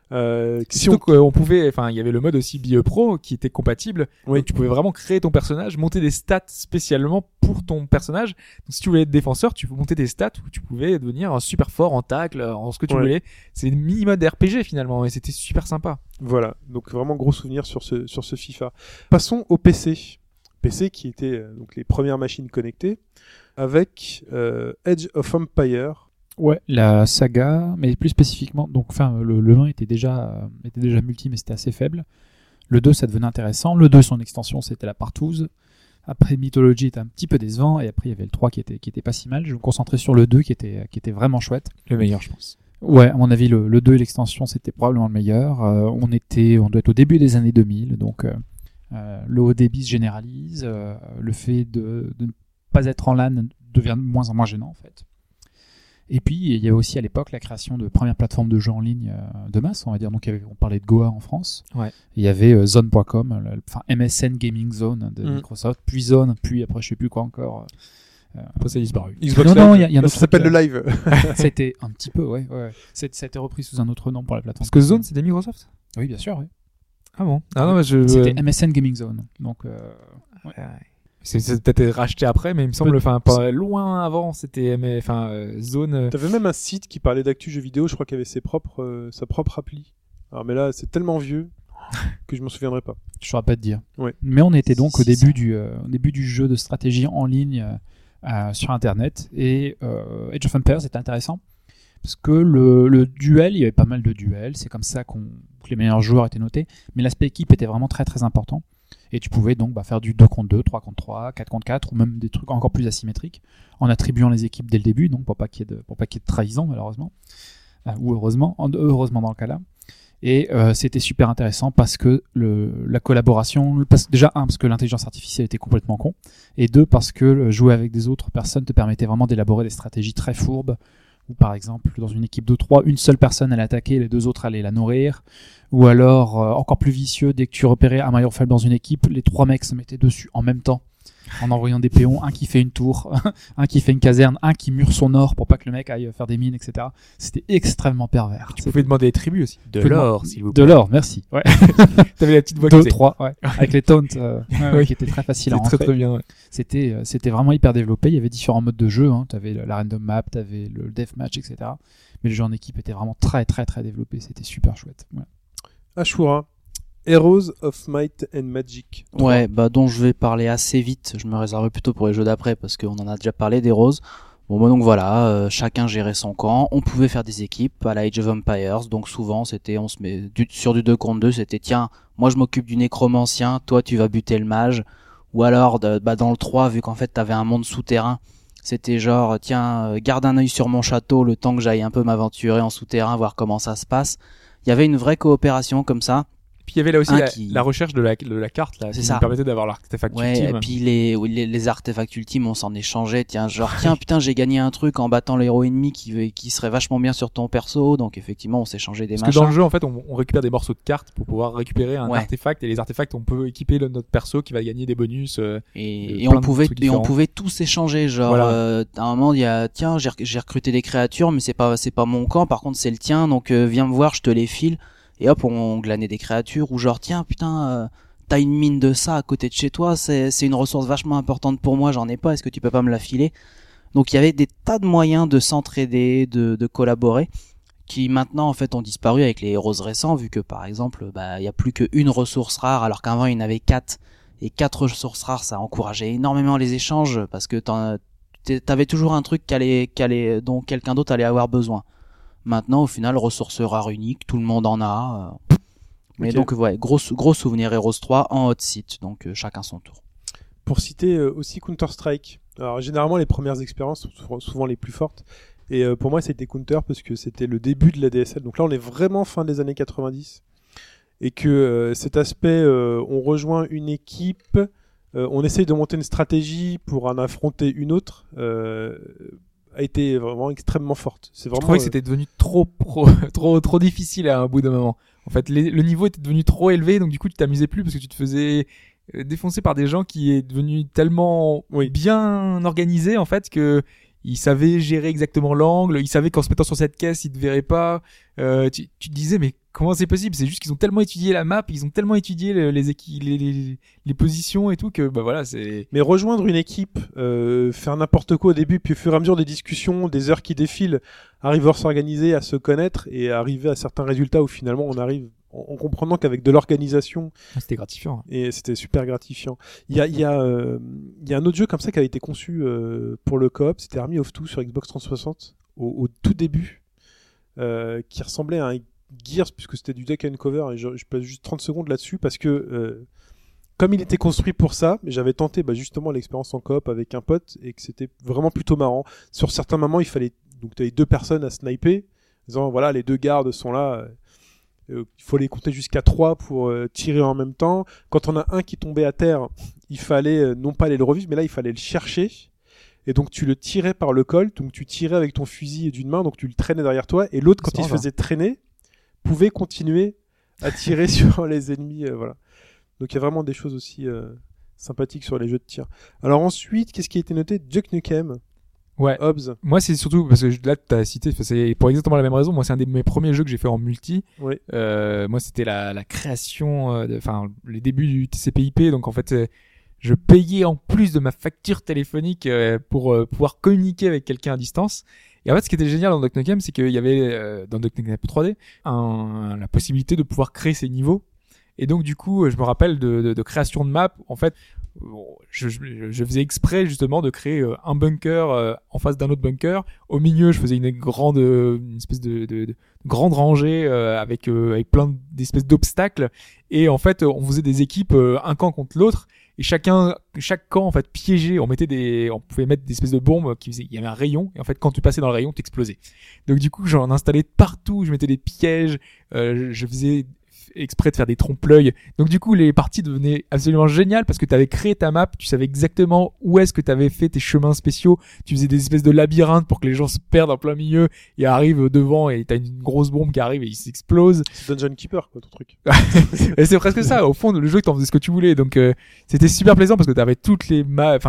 Si Surtout qu'on pouvait, enfin, il y avait le mode aussi BE Pro qui était compatible. Oui. Donc, tu pouvais vraiment créer ton personnage, monter des stats spécialement pour ton personnage. Donc, si tu voulais être défenseur, tu montais des stats où tu pouvais devenir super fort en tacle, en ce que tu Ouais. voulais. C'est une mini-mode RPG finalement et c'était super sympa. Voilà, donc vraiment gros souvenir sur ce FIFA. Passons au PC. PC qui était donc les premières machines connectées avec Age of Empire. Ouais, la saga, mais plus spécifiquement, donc enfin le 1 était déjà multi, mais c'était assez faible. Le 2, ça devenait intéressant. Le 2, son extension, c'était la partouze. Après, Mythology était un petit peu décevant, et après il y avait le 3 qui était pas si mal. Je me concentrais sur le 2 qui était vraiment chouette. Le meilleur, je pense. Ouais, à mon avis, le 2 et l'extension, c'était probablement le meilleur. On doit être au début des années 2000, donc le haut débit se généralise. Le fait de ne pas être en LAN devient de moins en moins gênant, en fait. Et puis, il y avait aussi à l'époque la création de premières plateformes de jeux en ligne de masse, on va dire. Donc, on parlait de Goa en France. Ouais. Il y avait Zone.com, enfin MSN Gaming Zone de Microsoft, puis Zone, puis après, je sais plus quoi encore. Après, ça a disparu. Xbox Non, Live. il y a un Là, autre ça s'appelle truc, le live. Ça a été un petit peu, ouais. Ça a été repris sous un autre nom pour la plateforme. Parce que Zone, c'était Microsoft? Oui, bien sûr, oui. Ah bon? Ah non, mais C'était MSN Gaming Zone. Donc, Ouais. C'est peut-être racheté après, mais il me semble, enfin, pas loin avant, c'était, Zone. T'avais même un site qui parlait d'actu jeux vidéo, je crois qu'il avait sa propre appli. Alors mais là, c'est tellement vieux que je m'en souviendrai pas. je ne saurais pas te dire. Ouais. Mais on était donc au Si, début du jeu de stratégie en ligne sur Internet. Et Age of Empires était intéressant. parce que le duel, il y avait pas mal de duels, c'est comme ça que les meilleurs joueurs étaient notés, mais l'aspect équipe était vraiment très très important. Et tu pouvais donc faire du 2 contre 2, 3 contre 3, 4 contre 4, ou même des trucs encore plus asymétriques, en attribuant les équipes dès le début, donc pour pas qu'il y ait de trahison, malheureusement, ou heureusement dans le cas-là. Et c'était super intéressant parce que la collaboration, déjà parce que l'intelligence artificielle était complètement con, et deux, parce que jouer avec des autres personnes te permettait vraiment d'élaborer des stratégies très fourbes, où par exemple dans une équipe de 3, une seule personne allait attaquer, les deux autres allaient la nourrir, ou alors encore plus vicieux, dès que tu repérais un maillon faible dans une équipe, les 3 mecs se mettaient dessus en même temps, en envoyant des péons, un qui fait une tour, un qui fait une caserne, un qui mure son or pour pas que le mec aille faire des mines, etc. C'était extrêmement pervers. Tu pouvais demander des tribus aussi. De l'or, s'il vous plaît. De l'or, merci. Ouais. T'avais la petite voix 2, 3, ouais. Avec les taunts, Oui. qui étaient très faciles à C'était rentrer. très bien. Ouais. C'était vraiment hyper développé. Il y avait différents modes de jeu. T'avais la random map, t'avais le deathmatch, etc. Mais le jeu en équipe était vraiment très très très développé. C'était super chouette. Ouais. Ashura, Heroes of Might and Magic. Ouais, dont je vais parler assez vite. Je me réserverai plutôt pour les jeux d'après parce qu'on en a déjà parlé des roses. Bon, donc voilà, chacun gérait son camp. On pouvait faire des équipes à la Age of Empires. Donc souvent, c'était, on se met sur du 2 contre 2, c'était tiens, moi je m'occupe du nécromancien, toi tu vas buter le mage. Ou alors, dans le 3, vu qu'en fait t'avais un monde souterrain, c'était genre, tiens, garde un œil sur mon château le temps que j'aille un peu m'aventurer en souterrain, voir comment ça se passe. Il y avait une vraie coopération comme ça. Puis il y avait là aussi la recherche de la carte là, C'est qui ça. nous permettait d'avoir l'artefact Ouais, ultime. et puis les artefacts ultimes, on s'en échangeait. Tiens, putain, j'ai gagné un truc en battant l'héros ennemi qui serait vachement bien sur ton perso. Donc effectivement, on s'échangeait des Parce machins. que dans le jeu, en fait, on récupère des morceaux de cartes pour pouvoir récupérer un Ouais. artefact, et les artefacts, on peut équiper notre perso qui va gagner des bonus. Et plein on de pouvait trucs et on différents. pouvait tous échanger. Genre, Voilà. à un moment, il y a tiens, j'ai recruté des créatures, mais c'est pas mon camp. Par contre, c'est le tien. Donc viens me voir, je te les file. Et hop, on glanait des créatures. Ou genre tiens, putain. T'as une mine de ça à côté de chez toi, c'est une ressource vachement importante pour moi, j'en ai pas, est-ce que tu peux pas me la filer? Donc il y avait des tas de moyens de s'entraider, de collaborer, qui maintenant en fait ont disparu avec les héros récents, vu que par exemple, il y a plus qu'une ressource rare, alors qu'avant il y en avait 4, et 4 ressources rares, ça encourageait énormément les échanges, parce que t'avais toujours un truc dont quelqu'un d'autre allait avoir besoin. Maintenant, au final, ressources rares uniques, tout le monde en a. Mais Ok. donc, ouais, gros souvenir Heroes 3 en hot seat, donc chacun son tour. Pour citer aussi Counter-Strike. Alors généralement les premières expériences sont souvent les plus fortes. Et pour moi c'était Counter parce que c'était le début de la DSL. Donc là on est vraiment fin des années 90. Et que cet aspect, on rejoint une équipe, on essaye de monter une stratégie pour en affronter une autre, a été vraiment extrêmement forte. C'est Je vraiment, trouvais que c'était devenu trop difficile à un bout d'un moment. En fait, le niveau était devenu trop élevé, donc du coup tu t'amusais plus parce que tu te faisais défoncer par des gens qui est devenu tellement bien organisés en fait que ils savaient gérer exactement l'angle, ils savaient qu'en se mettant sur cette caisse ils te verraient pas. Tu te disais mais comment c'est possible? C'est juste qu'ils ont tellement étudié la map, ils ont tellement étudié les positions et tout que voilà c'est. Mais rejoindre une équipe, faire n'importe quoi au début, puis au fur et à mesure des discussions, des heures qui défilent, arriver à s'organiser, à se connaître et arriver à certains résultats où finalement on arrive en comprenant qu'avec de l'organisation, C'était gratifiant. et c'était super gratifiant. Il y a un autre jeu comme ça qui avait été conçu pour le coop, c'était Army of Two sur Xbox 360 au tout début, qui ressemblait à un Gears puisque c'était du deck and cover, et je passe juste 30 secondes là-dessus parce que comme il était construit pour ça, mais j'avais tenté justement l'expérience en coop avec un pote et que c'était vraiment plutôt marrant. Sur certains moments, il fallait donc tu avais 2 personnes à sniper, disant voilà les 2 gardes sont là. Il faut les compter jusqu'à 3 pour tirer en même temps. Quand on a un qui tombait à terre, il fallait non pas aller le revivre, mais là il fallait le chercher. Et donc tu le tirais par le col, donc tu tirais avec ton fusil d'une main, donc tu le traînais derrière toi. Et l'autre, quand il se faisait traîner, pouvait continuer à tirer sur les ennemis. Voilà. Donc il y a vraiment des choses aussi sympathiques sur les jeux de tir. Alors ensuite, qu'est-ce qui a été noté? Duke Nukem. Ouais. Hobbs. Moi, c'est surtout parce que là, tu as cité, c'est pour exactement la même raison. Moi, c'est un des mes premiers jeux que j'ai fait en multi. Oui. Moi, c'était la création, les débuts du TCP/IP. Donc, en fait, je payais en plus de ma facture téléphonique pour pouvoir communiquer avec quelqu'un à distance. Et en fait, ce qui était génial dans Duke Nukem, c'est qu'il y avait dans Duke Nukem 3D la possibilité de pouvoir créer ces niveaux. Et donc, du coup, je me rappelle de création de map. En fait, je faisais exprès justement de créer un bunker en face d'un autre bunker. Au milieu, je faisais une espèce de grande rangée avec plein d'espèces d'obstacles. Et en fait, on faisait des équipes un camp contre l'autre. Et chaque camp en fait piégé, on pouvait mettre des espèces de bombes il y avait un rayon. Et en fait, quand tu passais dans le rayon, t'explosais. Donc du coup, j'en installais partout. Je mettais des pièges. Je faisais exprès de faire des trompe-l'œil. Donc du coup, les parties devenaient absolument géniales parce que tu avais créé ta map, tu savais exactement où est-ce que tu avais fait tes chemins spéciaux, tu faisais des espèces de labyrinthes pour que les gens se perdent en plein milieu et arrivent devant et t'as une grosse bombe qui arrive et ils s'explosent. C'est Dungeon Keeper, quoi, ton truc. Et c'est presque ça. Au fond, le jeu, t'en faisais ce que tu voulais. Donc c'était super plaisant parce que t'avais toutes les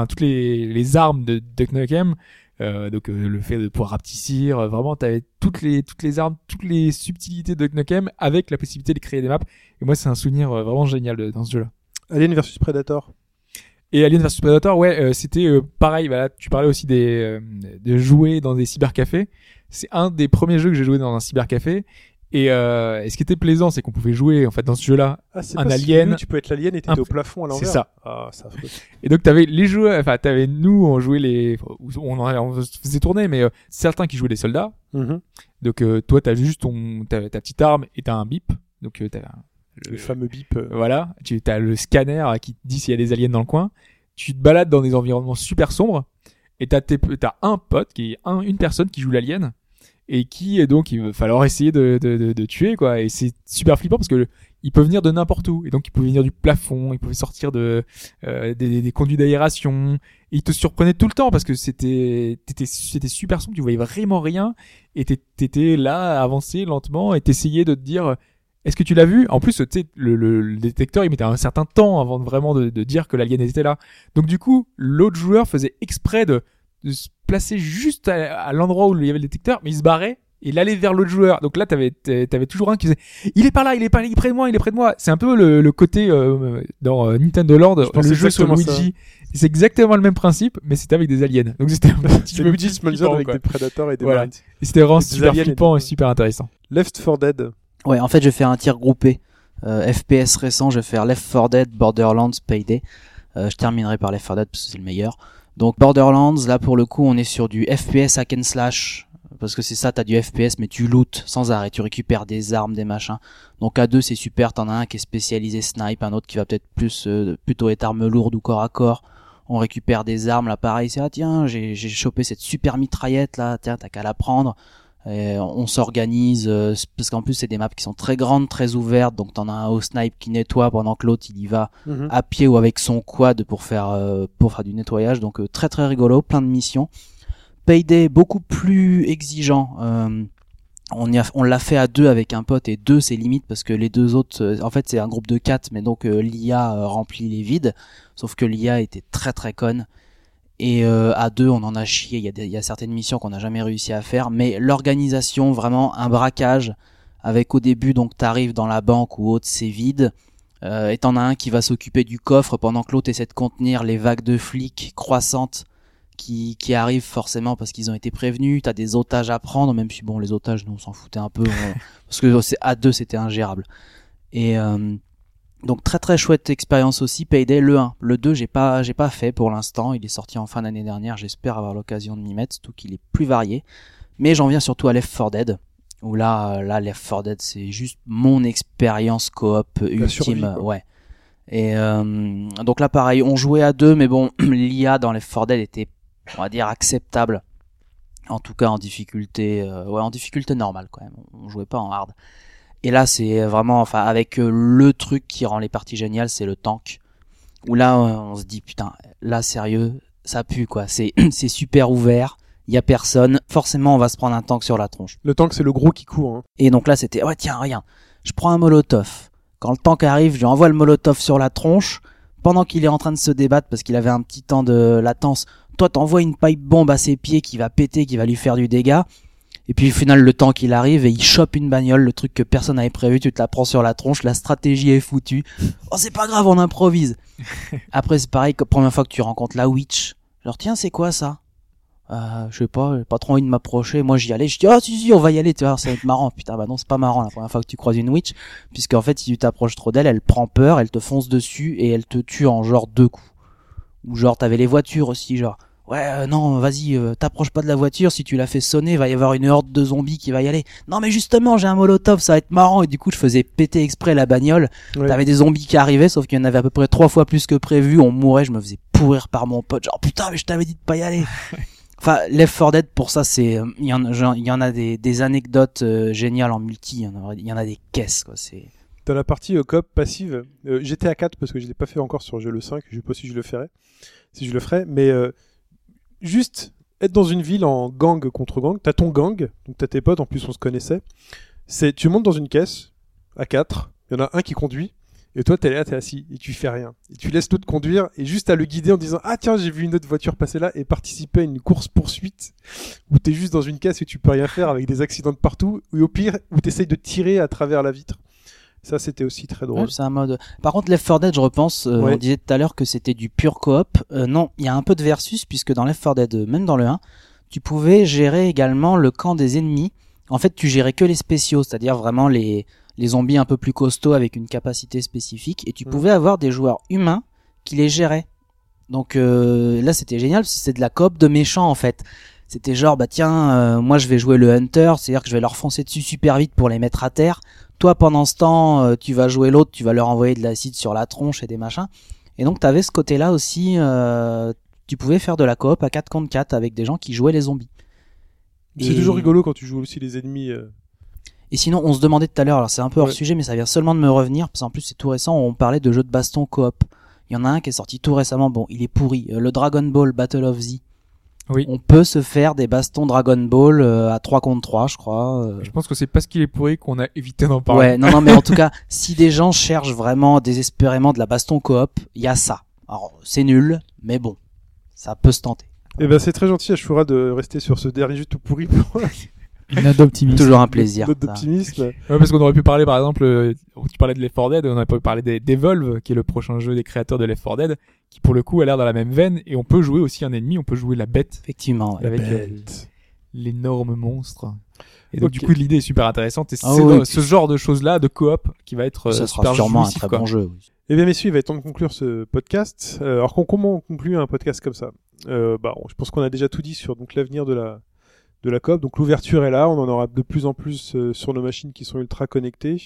armes de Duck Nukem. Donc le fait de pouvoir rapetissir, vraiment t'avais toutes les armes, toutes les subtilités de Duck Nukem avec la possibilité de créer des maps. Et moi c'est un souvenir vraiment génial dans ce jeu-là. Alien vs Predator. Et Alien vs Predator, c'était pareil. Bah, là, tu parlais aussi de jouer dans des cybercafés. C'est un des premiers jeux que j'ai joué dans un cybercafé. Et ce qui était plaisant, c'est qu'on pouvait jouer en fait dans ce jeu-là un alien. Tu peux être l'alien et t'étais au plafond à l'envers. C'est ça. Ah, c'est affreux. Et donc t'avais les joueurs, enfin nous on jouait on faisait tourner, mais certains qui jouaient des soldats. Mm-hmm. Donc toi t'as juste ta petite arme et t'as un bip. Donc t'as le fameux bip. Voilà, t'as le scanner qui te dit s'il y a des aliens dans le coin. Tu te balades dans des environnements super sombres et t'as un pote une personne qui joue l'alien. Et qui donc il va falloir essayer de tuer quoi, et c'est super flippant parce que il peut venir de n'importe où, et donc il pouvait venir du plafond, il pouvait sortir des conduits d'aération, et il te surprenait tout le temps parce que c'était super sombre, tu voyais vraiment rien, et t'étais là à avancer lentement et t'essayais de te dire est-ce que tu l'as vu. En plus tu sais le détecteur il mettait un certain temps avant vraiment de dire que l'alien était là, donc du coup l'autre joueur faisait exprès de se placer juste à l'endroit où il y avait le détecteur, mais il se barrait et il allait vers l'autre joueur. Donc là, t'avais toujours un qui faisait il est par là, il est près de moi. C'est un peu le côté dans Nintendo Land, le jeu sur Luigi. C'est exactement le même principe, mais c'était avec des aliens. Donc c'était un petit peu Luigi's Mansion avec des Predators et des Marines. Et c'était vraiment super flippant et super intéressant. Left 4 Dead. Ouais, en fait, je vais faire un tir groupé. FPS récent, je vais faire Left 4 Dead, Borderlands, Payday. Je terminerai par Left 4 Dead parce que c'est le meilleur. Donc Borderlands, là pour le coup on est sur du FPS hack and slash, parce que c'est ça, t'as du FPS mais tu lootes sans arrêt, tu récupères des armes, des machins. Donc à deux c'est super, t'en as un qui est spécialisé snipe, un autre qui va peut-être plutôt être arme lourde ou corps à corps. On récupère des armes, là pareil, c'est tiens j'ai chopé cette super mitraillette là, tiens t'as qu'à la prendre. Et on s'organise parce qu'en plus c'est des maps qui sont très grandes, très ouvertes, donc t'en as un au snipe qui nettoie pendant que l'autre il y va à pied ou avec son quad pour faire du nettoyage, donc très très rigolo, plein de missions. Payday beaucoup plus exigeant, on l'a fait à deux avec un pote et deux c'est limite parce que les deux autres en fait c'est un groupe de 4 mais donc l'IA remplit les vides, sauf que l'IA était très très conne. Et à deux on en a chié, il y a certaines missions qu'on n'a jamais réussi à faire, mais l'organisation, vraiment un braquage avec au début donc t'arrives dans la banque ou autre c'est vide, et t'en as un qui va s'occuper du coffre pendant que l'autre essaie de contenir les vagues de flics croissantes qui arrivent forcément parce qu'ils ont été prévenus. T'as des otages à prendre, même si bon les otages nous on s'en foutait un peu parce que à deux c'était ingérable. Et donc très très chouette expérience aussi. Payday le 1, le 2 j'ai pas fait pour l'instant, il est sorti en fin d'année dernière, j'espère avoir l'occasion de m'y mettre, surtout qu'il est plus varié. Mais j'en viens surtout à Left 4 Dead, où là Left 4 Dead c'est juste mon expérience coop ultime, survie, ouais. Et donc là pareil, on jouait à deux, mais bon l'IA dans Left 4 Dead était on va dire acceptable. En tout cas en difficulté normale quand même, on jouait pas en hard. Et là c'est vraiment avec le truc qui rend les parties géniales, c'est le tank. Où là on se dit putain, là sérieux, ça pue quoi. C'est super ouvert, il y a personne, forcément on va se prendre un tank sur la tronche. Le tank c'est le gros qui court hein. Et donc là c'était tiens regarde, je prends un molotov. Quand le tank arrive, je lui envoie le molotov sur la tronche pendant qu'il est en train de se débattre parce qu'il avait un petit temps de latence. Toi t'envoies une pipe bombe à ses pieds qui va péter, qui va lui faire du dégât. Et puis au final le tank il arrive et il chope une bagnole, le truc que personne n'avait prévu, tu te la prends sur la tronche, la stratégie est foutue. Oh c'est pas grave, on improvise. Après c'est pareil que la première fois que tu rencontres la witch. Genre tiens c'est quoi ça? Je sais pas, j'ai pas trop envie de m'approcher. Moi j'y allais, je dis si on va y aller, tu vois, ça va être marrant. Putain bah non c'est pas marrant la première fois que tu croises une witch, puisqu'en fait si tu t'approches trop d'elle, elle prend peur, elle te fonce dessus et elle te tue en genre 2 coups. Ou genre t'avais les voitures aussi, genre ouais non vas-y t'approches pas de la voiture, si tu la fais sonner va y avoir une horde de zombies qui va y aller. Non mais justement j'ai un molotov, ça va être marrant. Et du coup je faisais péter exprès la bagnole. Ouais. T'avais des zombies qui arrivaient, sauf qu'il y en avait à peu près 3 fois plus que prévu. On mourait, je me faisais pourrir par mon pote, genre putain mais je t'avais dit de pas y aller. Enfin, Left 4 Dead, pour ça, c'est, il y en a des anecdotes géniales en multi. Il y en a des caisses, quoi. C'est. Dans la partie coop passive, j'étais à 4 parce que je l'ai pas fait encore sur le 5, je sais pas si je le ferai, mais juste être dans une ville en gang contre gang, t'as ton gang, donc t'as tes potes, en plus on se connaissait, tu montes dans une caisse, à 4, il y en a un qui conduit, et toi t'es là, t'es assis, et tu fais rien. Et tu laisses l'autre conduire, et juste à le guider en disant « Ah tiens, j'ai vu une autre voiture passer là », et participer à une course-poursuite, où t'es juste dans une caisse et tu peux rien faire avec des accidents de partout, ou au pire, où t'essayes de tirer à travers la vitre. Ça, c'était aussi très drôle. Ouais, c'est un mode. Par contre, Left 4 Dead, je repense, Ouais. on disait tout à l'heure que c'était du pur coop. Non, il y a un peu de versus, puisque dans Left 4 Dead, même dans le 1, tu pouvais gérer également le camp des ennemis. En fait, tu gérais que les spéciaux, c'est-à-dire vraiment les zombies un peu plus costauds avec une capacité spécifique, et tu pouvais avoir des joueurs humains qui les géraient. Donc là, c'était génial, parce que c'est de la coop de méchants, en fait. C'était genre, bah tiens, moi je vais jouer le Hunter, c'est-à-dire que je vais leur foncer dessus super vite pour les mettre à terre. Toi, pendant ce temps, tu vas jouer l'autre, tu vas leur envoyer de l'acide sur la tronche et des machins. Et donc, t'avais ce côté-là aussi, tu pouvais faire de la coop à 4 contre 4 avec des gens qui jouaient les zombies. C'est toujours rigolo quand tu joues aussi les ennemis. Et sinon, on se demandait tout à l'heure, alors c'est un peu hors Ouais. sujet, mais ça vient seulement de me revenir, parce qu'en plus c'est tout récent, on parlait de jeux de baston coop. Il y en a un qui est sorti tout récemment, bon, il est pourri, le Dragon Ball Battle of Z. Oui. On peut se faire des bastons Dragon Ball à 3 contre 3, je crois. Je pense que c'est parce qu'il est pourri qu'on a évité d'en parler. Ouais, non, mais en tout cas, si des gens cherchent vraiment désespérément de la baston coop, il y a ça. Alors, c'est nul, mais bon, ça peut se tenter. Eh ben, c'est très gentil, Ashura, de rester sur ce dernier jeu tout pourri pour Une note d'optimisme. Toujours un plaisir. note ça. d'optimisme. Ouais, parce qu'on aurait pu parler, par exemple, tu parlais de Left 4 Dead, on aurait pu parler d'Evolve, qui est le prochain jeu des créateurs de Left 4 Dead, qui pour le coup a l'air dans la même veine, et on peut jouer aussi un ennemi, on peut jouer la bête, Effectivement. ouais. avec Bête. l'énorme monstre. Et donc Ok. du coup l'idée est super intéressante, et Ah c'est oui, dans ce genre de choses-là, de coop, qui va être Ça super sera sûrement un jouissif, très quoi. bon jeu. Oui. Eh bien, messieurs, il va être temps de conclure ce podcast. Alors, comment on conclut un podcast comme ça je pense qu'on a déjà tout dit sur donc l'avenir de la coop. Donc, l'ouverture est là. On en aura de plus en plus sur nos machines qui sont ultra connectées.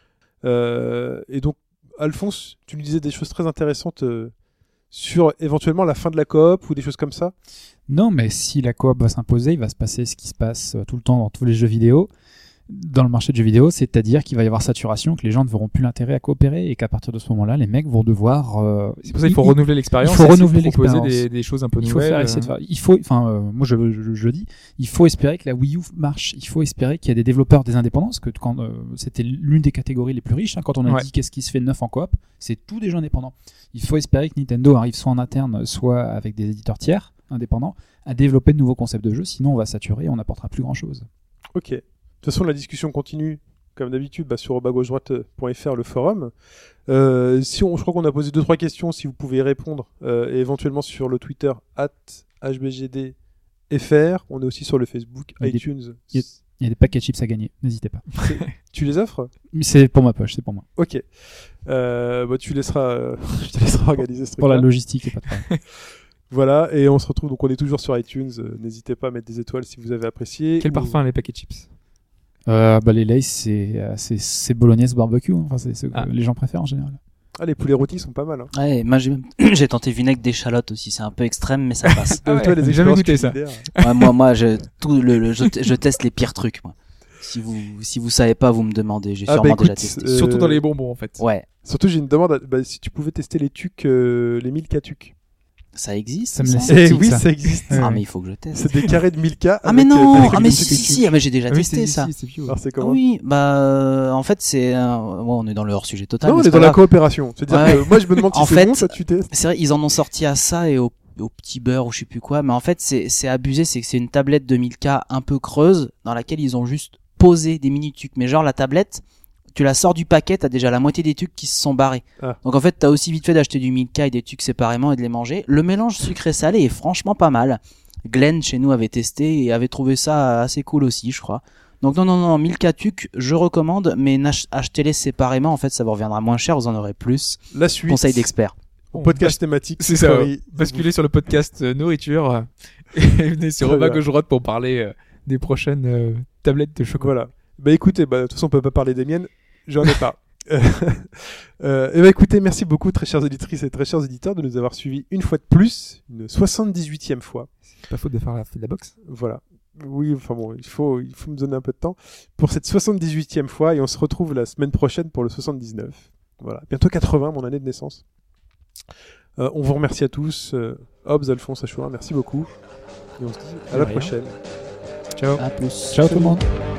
Et donc, Alphonse, tu nous disais des choses très intéressantes sur éventuellement la fin de la coop ou des choses comme ça. Non, mais si la coop va s'imposer, il va se passer ce qui se passe tout le temps dans tous les jeux vidéo, dans le marché de jeux vidéo, c'est-à-dire qu'il va y avoir saturation, que les gens ne verront plus l'intérêt à coopérer et qu'à partir de ce moment-là, les mecs vont devoir. C'est pour ça qu'il faut renouveler l'expérience, il faut et essayer de renouveler proposer l'expérience. des choses un peu Il faut nouvelles. faire essayer de faire. Il faut, enfin, moi je le dis, il faut espérer que la Wii U marche. Il faut espérer qu'il y a des développeurs, des indépendants, parce que quand c'était l'une des catégories les plus riches, hein, quand on a Ouais. dit qu'est-ce qui se fait de neuf en coop, c'est tous des jeux indépendants. Il faut espérer que Nintendo arrive soit en interne, soit avec des éditeurs tiers indépendants à développer de nouveaux concepts de jeux. Sinon, on va saturer et on n'apportera plus grand-chose. Ok. De toute façon, la discussion continue, comme d'habitude, sur robagauche-droite.fr, le forum. Je crois qu'on a posé 2-3 questions, si vous pouvez y répondre, et éventuellement sur le Twitter @hbgdfr. On est aussi sur le Facebook, Il y a des- iTunes. il Il y a des paquets de chips à gagner, n'hésitez pas. Tu les offres? Mais c'est pour ma poche, c'est pour moi. Ok. Tu laisseras, je te laisserai organiser ce truc. Pour la logistique, c'est pas de problème. Voilà, et on se retrouve, donc on est toujours sur iTunes. N'hésitez pas à mettre des étoiles si vous avez apprécié. Quel Ou- parfum les paquets de chips? Les Lays, c'est bolognaise barbecue. Hein. Enfin, c'est ce que Ah. les gens préfèrent en général. Ah, les poulets rôtis sont pas mal. Hein. Ouais, moi j'ai tenté vinaigre d'échalote aussi, c'est un peu extrême mais ça passe. Ah ouais, Toi, les j'ai jamais expériences goûté ça. culinaires. Ouais, moi je teste les pires trucs moi. Si vous savez pas, vous me demandez, j'ai sûrement déjà testé. Surtout dans les bonbons en fait. Ouais, Surtout, j'ai une demande. Si tu pouvais tester les tucs, les Milka tucs. ça existe. Ça me ça laisse- Eh sceptique, oui, ça. ça existe. Ah mais il faut que je teste. C'est des carrés de Milka. Ah mais avec, non, avec ah les mais tucs et si, tucs. ah mais j'ai déjà Ah oui, testé ça. c'est vieux. Alors, c'est Ah comment? oui, en fait c'est on est dans le hors sujet total. Non, mais on c'est est pas dans la grave. coopération. C'est-à-dire Ouais. que moi, je me demande si En c'est fait, bon, toi, tu testes. C'est vrai, ils en ont sorti à ça et au petit beurre ou je sais plus quoi, mais en fait c'est abusé, c'est que c'est une tablette de Milka un peu creuse dans laquelle ils ont juste posé des mini tucs, mais genre la tablette, tu la sors du paquet, t'as déjà la moitié des tucs qui se sont barrés. Ah. Donc en fait t'as aussi vite fait d'acheter du Milka et des tucs séparément et de les manger. Le mélange sucré-salé est franchement pas mal. Glenn chez nous avait testé et avait trouvé ça assez cool aussi, je crois. Donc non, Milka tucs, je recommande, mais achetez-les séparément, en fait ça vous reviendra moins cher, vous en aurez plus. La suite. Conseil d'expert. Bon, podcast thématique. C'est ça. Oui. Basculez sur le podcast nourriture et venez sur Très Romain bien. Gauche-Droite pour parler des prochaines tablettes de chocolat. Voilà. Bah écoutez, de toute façon on peut pas parler des miennes, j'en ai pas. Et bah écoutez, merci beaucoup très chères auditrices et très chers auditeurs de nous avoir suivis une fois de plus, une 78e fois. C'est pas faute de faire la fête de la boxe. Voilà. Oui, enfin bon, il faut me donner un peu de temps pour cette 78e fois et on se retrouve la semaine prochaine pour le 79. Voilà. Bientôt 80, mon année de naissance. On vous remercie à tous. Hobbs, Alphonse, Achoura, merci beaucoup. Et on se dit à la rien. prochaine. Ciao. À plus. Ciao tout le monde.